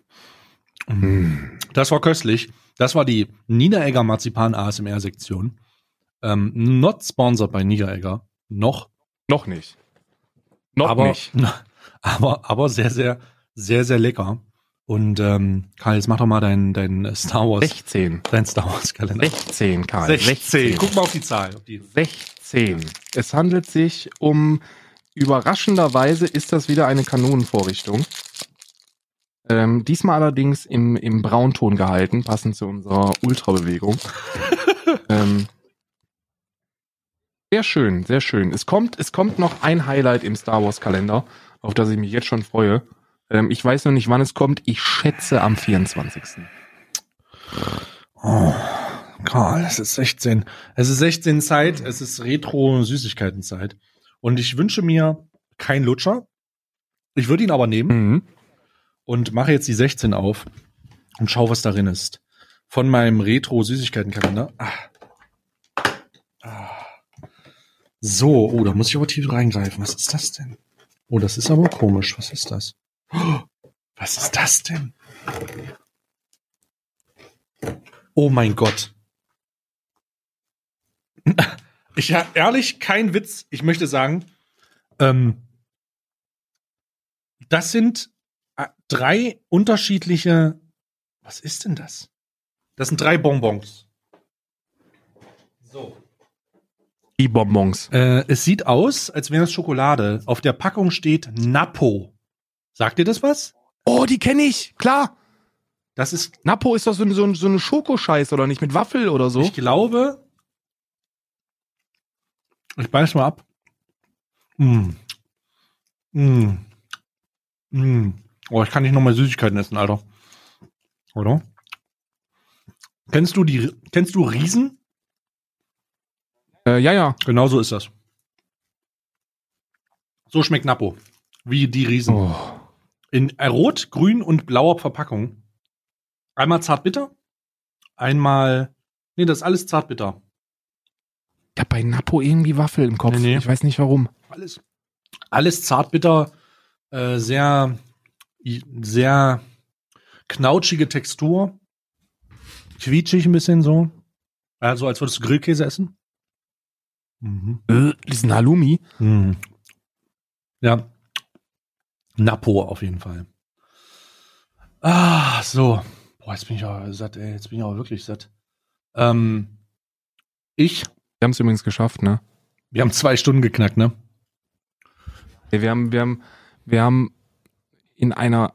Das war köstlich. Das war die Niederegger Marzipan ASMR Sektion. Not sponsored bei Niederegger. Noch nicht. nicht. Aber sehr, sehr, sehr, sehr lecker. Und Karl, jetzt mach doch mal dein Star Wars. 16. Dein Star Wars Kalender. 16, Karl. 16. Guck mal auf die Zahl. 16. Es handelt sich überraschenderweise ist das wieder eine Kanonenvorrichtung. Diesmal allerdings im Braunton gehalten, passend zu unserer Ultrabewegung. Sehr schön, sehr schön. Es kommt noch ein Highlight im Star Wars Kalender, auf das ich mich jetzt schon freue. Ich weiß noch nicht, wann es kommt. Ich schätze am 24. Oh, Karl, es ist 16. Es ist 16 Zeit, es ist Retro-Süßigkeiten-Zeit. Und ich wünsche mir keinen Lutscher. Ich würde ihn aber nehmen und mache jetzt die 16 auf und schau, was darin ist. Von meinem Retro-Süßigkeiten-Kalender. So, da muss ich aber tief reingreifen. Was ist das denn? Oh, das ist aber komisch. Was ist das? Was ist das denn? Oh mein Gott. Ich habe ehrlich kein Witz. Ich möchte sagen, das sind 3 unterschiedliche. Was ist denn das? Das sind 3 Bonbons. So. Die Bonbons. Es sieht aus, als wäre es Schokolade. Auf der Packung steht Napo. Sagt ihr das was? Oh, die kenne ich, klar. Das ist, Napo ist doch so eine Schokoscheiße, oder nicht? Mit Waffel oder so? ich glaube, ich beiß mal ab. Oh, ich kann nicht nochmal Süßigkeiten essen, Alter. Oder? Kennst du Riesen? Ja. Genau so ist das. So schmeckt Napo. Wie die Riesen. Oh. In Rot, Grün und blauer Verpackung. Einmal Zartbitter, einmal, das ist alles Zartbitter. Ich habe bei Napo irgendwie Waffel im Kopf. Nee. Ich weiß nicht warum. Alles Zartbitter, sehr, sehr knautschige Textur. Quietschig ein bisschen so. Also als würdest du Grillkäse essen. Diesen Halloumi. Ja. Napo auf jeden Fall. So. Boah, jetzt bin ich aber satt, ey. Jetzt bin ich aber wirklich satt. Wir haben es übrigens geschafft, ne? 2 Stunden geknackt, ne? Ja, wir haben in einer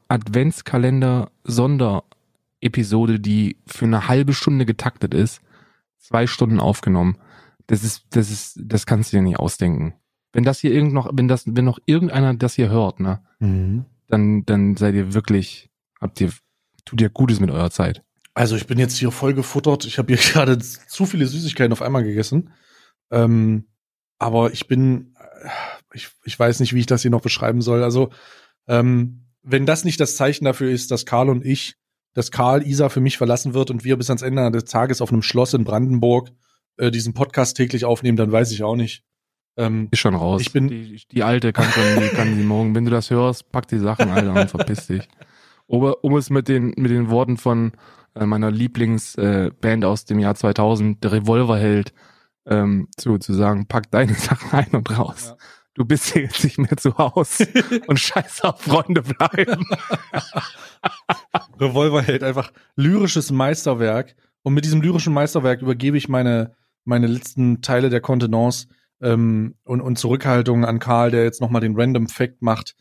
Adventskalender-Sonderepisode, die für eine halbe Stunde getaktet ist, 2 Stunden aufgenommen. Das kannst du dir nicht ausdenken. Wenn noch irgendeiner das hier hört, ne? Dann seid ihr wirklich, tut ihr Gutes mit eurer Zeit. Also ich bin jetzt hier voll gefuttert. Ich habe hier gerade zu viele Süßigkeiten auf einmal gegessen. Aber ich weiß nicht, wie ich das hier noch beschreiben soll. Also, wenn das nicht das Zeichen dafür ist, dass Karl Isa für mich verlassen wird und wir bis ans Ende des Tages auf einem Schloss in Brandenburg diesen Podcast täglich aufnehmen, dann weiß ich auch nicht. Ist schon raus. Die Alte kann sie morgen, wenn du das hörst, pack die Sachen, Alter, und verpiss dich. Um es mit den Worten von meiner Lieblingsband aus dem Jahr 2000, der Revolverheld, zu sagen, pack deine Sachen ein und raus. Ja. Du bist hier jetzt nicht mehr zu Hause und scheiß auf Freunde bleiben. Revolverheld, einfach lyrisches Meisterwerk. Und mit diesem lyrischen Meisterwerk übergebe ich meine letzten Teile der Kontenance und Zurückhaltung an Karl, der jetzt nochmal den Random Fact macht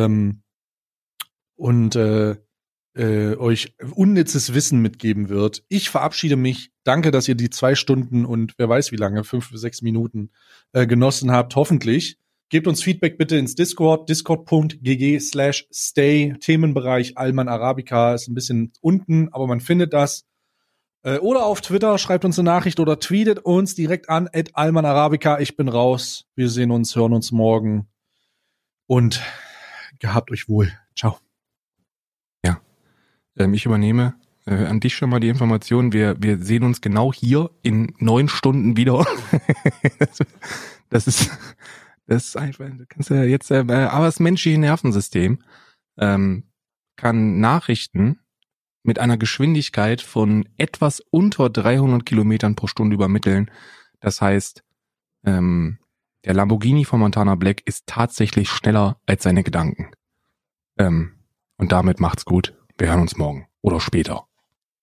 und euch unnützes Wissen mitgeben wird. Ich verabschiede mich. Danke, dass ihr die 2 Stunden und wer weiß wie lange, 5 bis 6 Minuten genossen habt. Hoffentlich. Gebt uns Feedback bitte ins Discord, discord.gg/stay. Themenbereich Alman Arabica ist ein bisschen unten, aber man findet das. Oder auf Twitter, schreibt uns eine Nachricht oder tweetet uns direkt an @almanarabica. Ich bin raus. Wir sehen uns, hören uns morgen. Und gehabt euch wohl. Ciao. Ja, ich übernehme an dich schon mal die Information. Wir sehen uns genau hier in 9 Stunden wieder. Das ist einfach, du kannst ja jetzt, aber das menschliche Nervensystem kann Nachrichten mit einer Geschwindigkeit von etwas unter 300 Kilometern pro Stunde übermitteln. Das heißt, der Lamborghini von Montana Black ist tatsächlich schneller als seine Gedanken. Und damit macht's gut. Wir hören uns morgen oder später.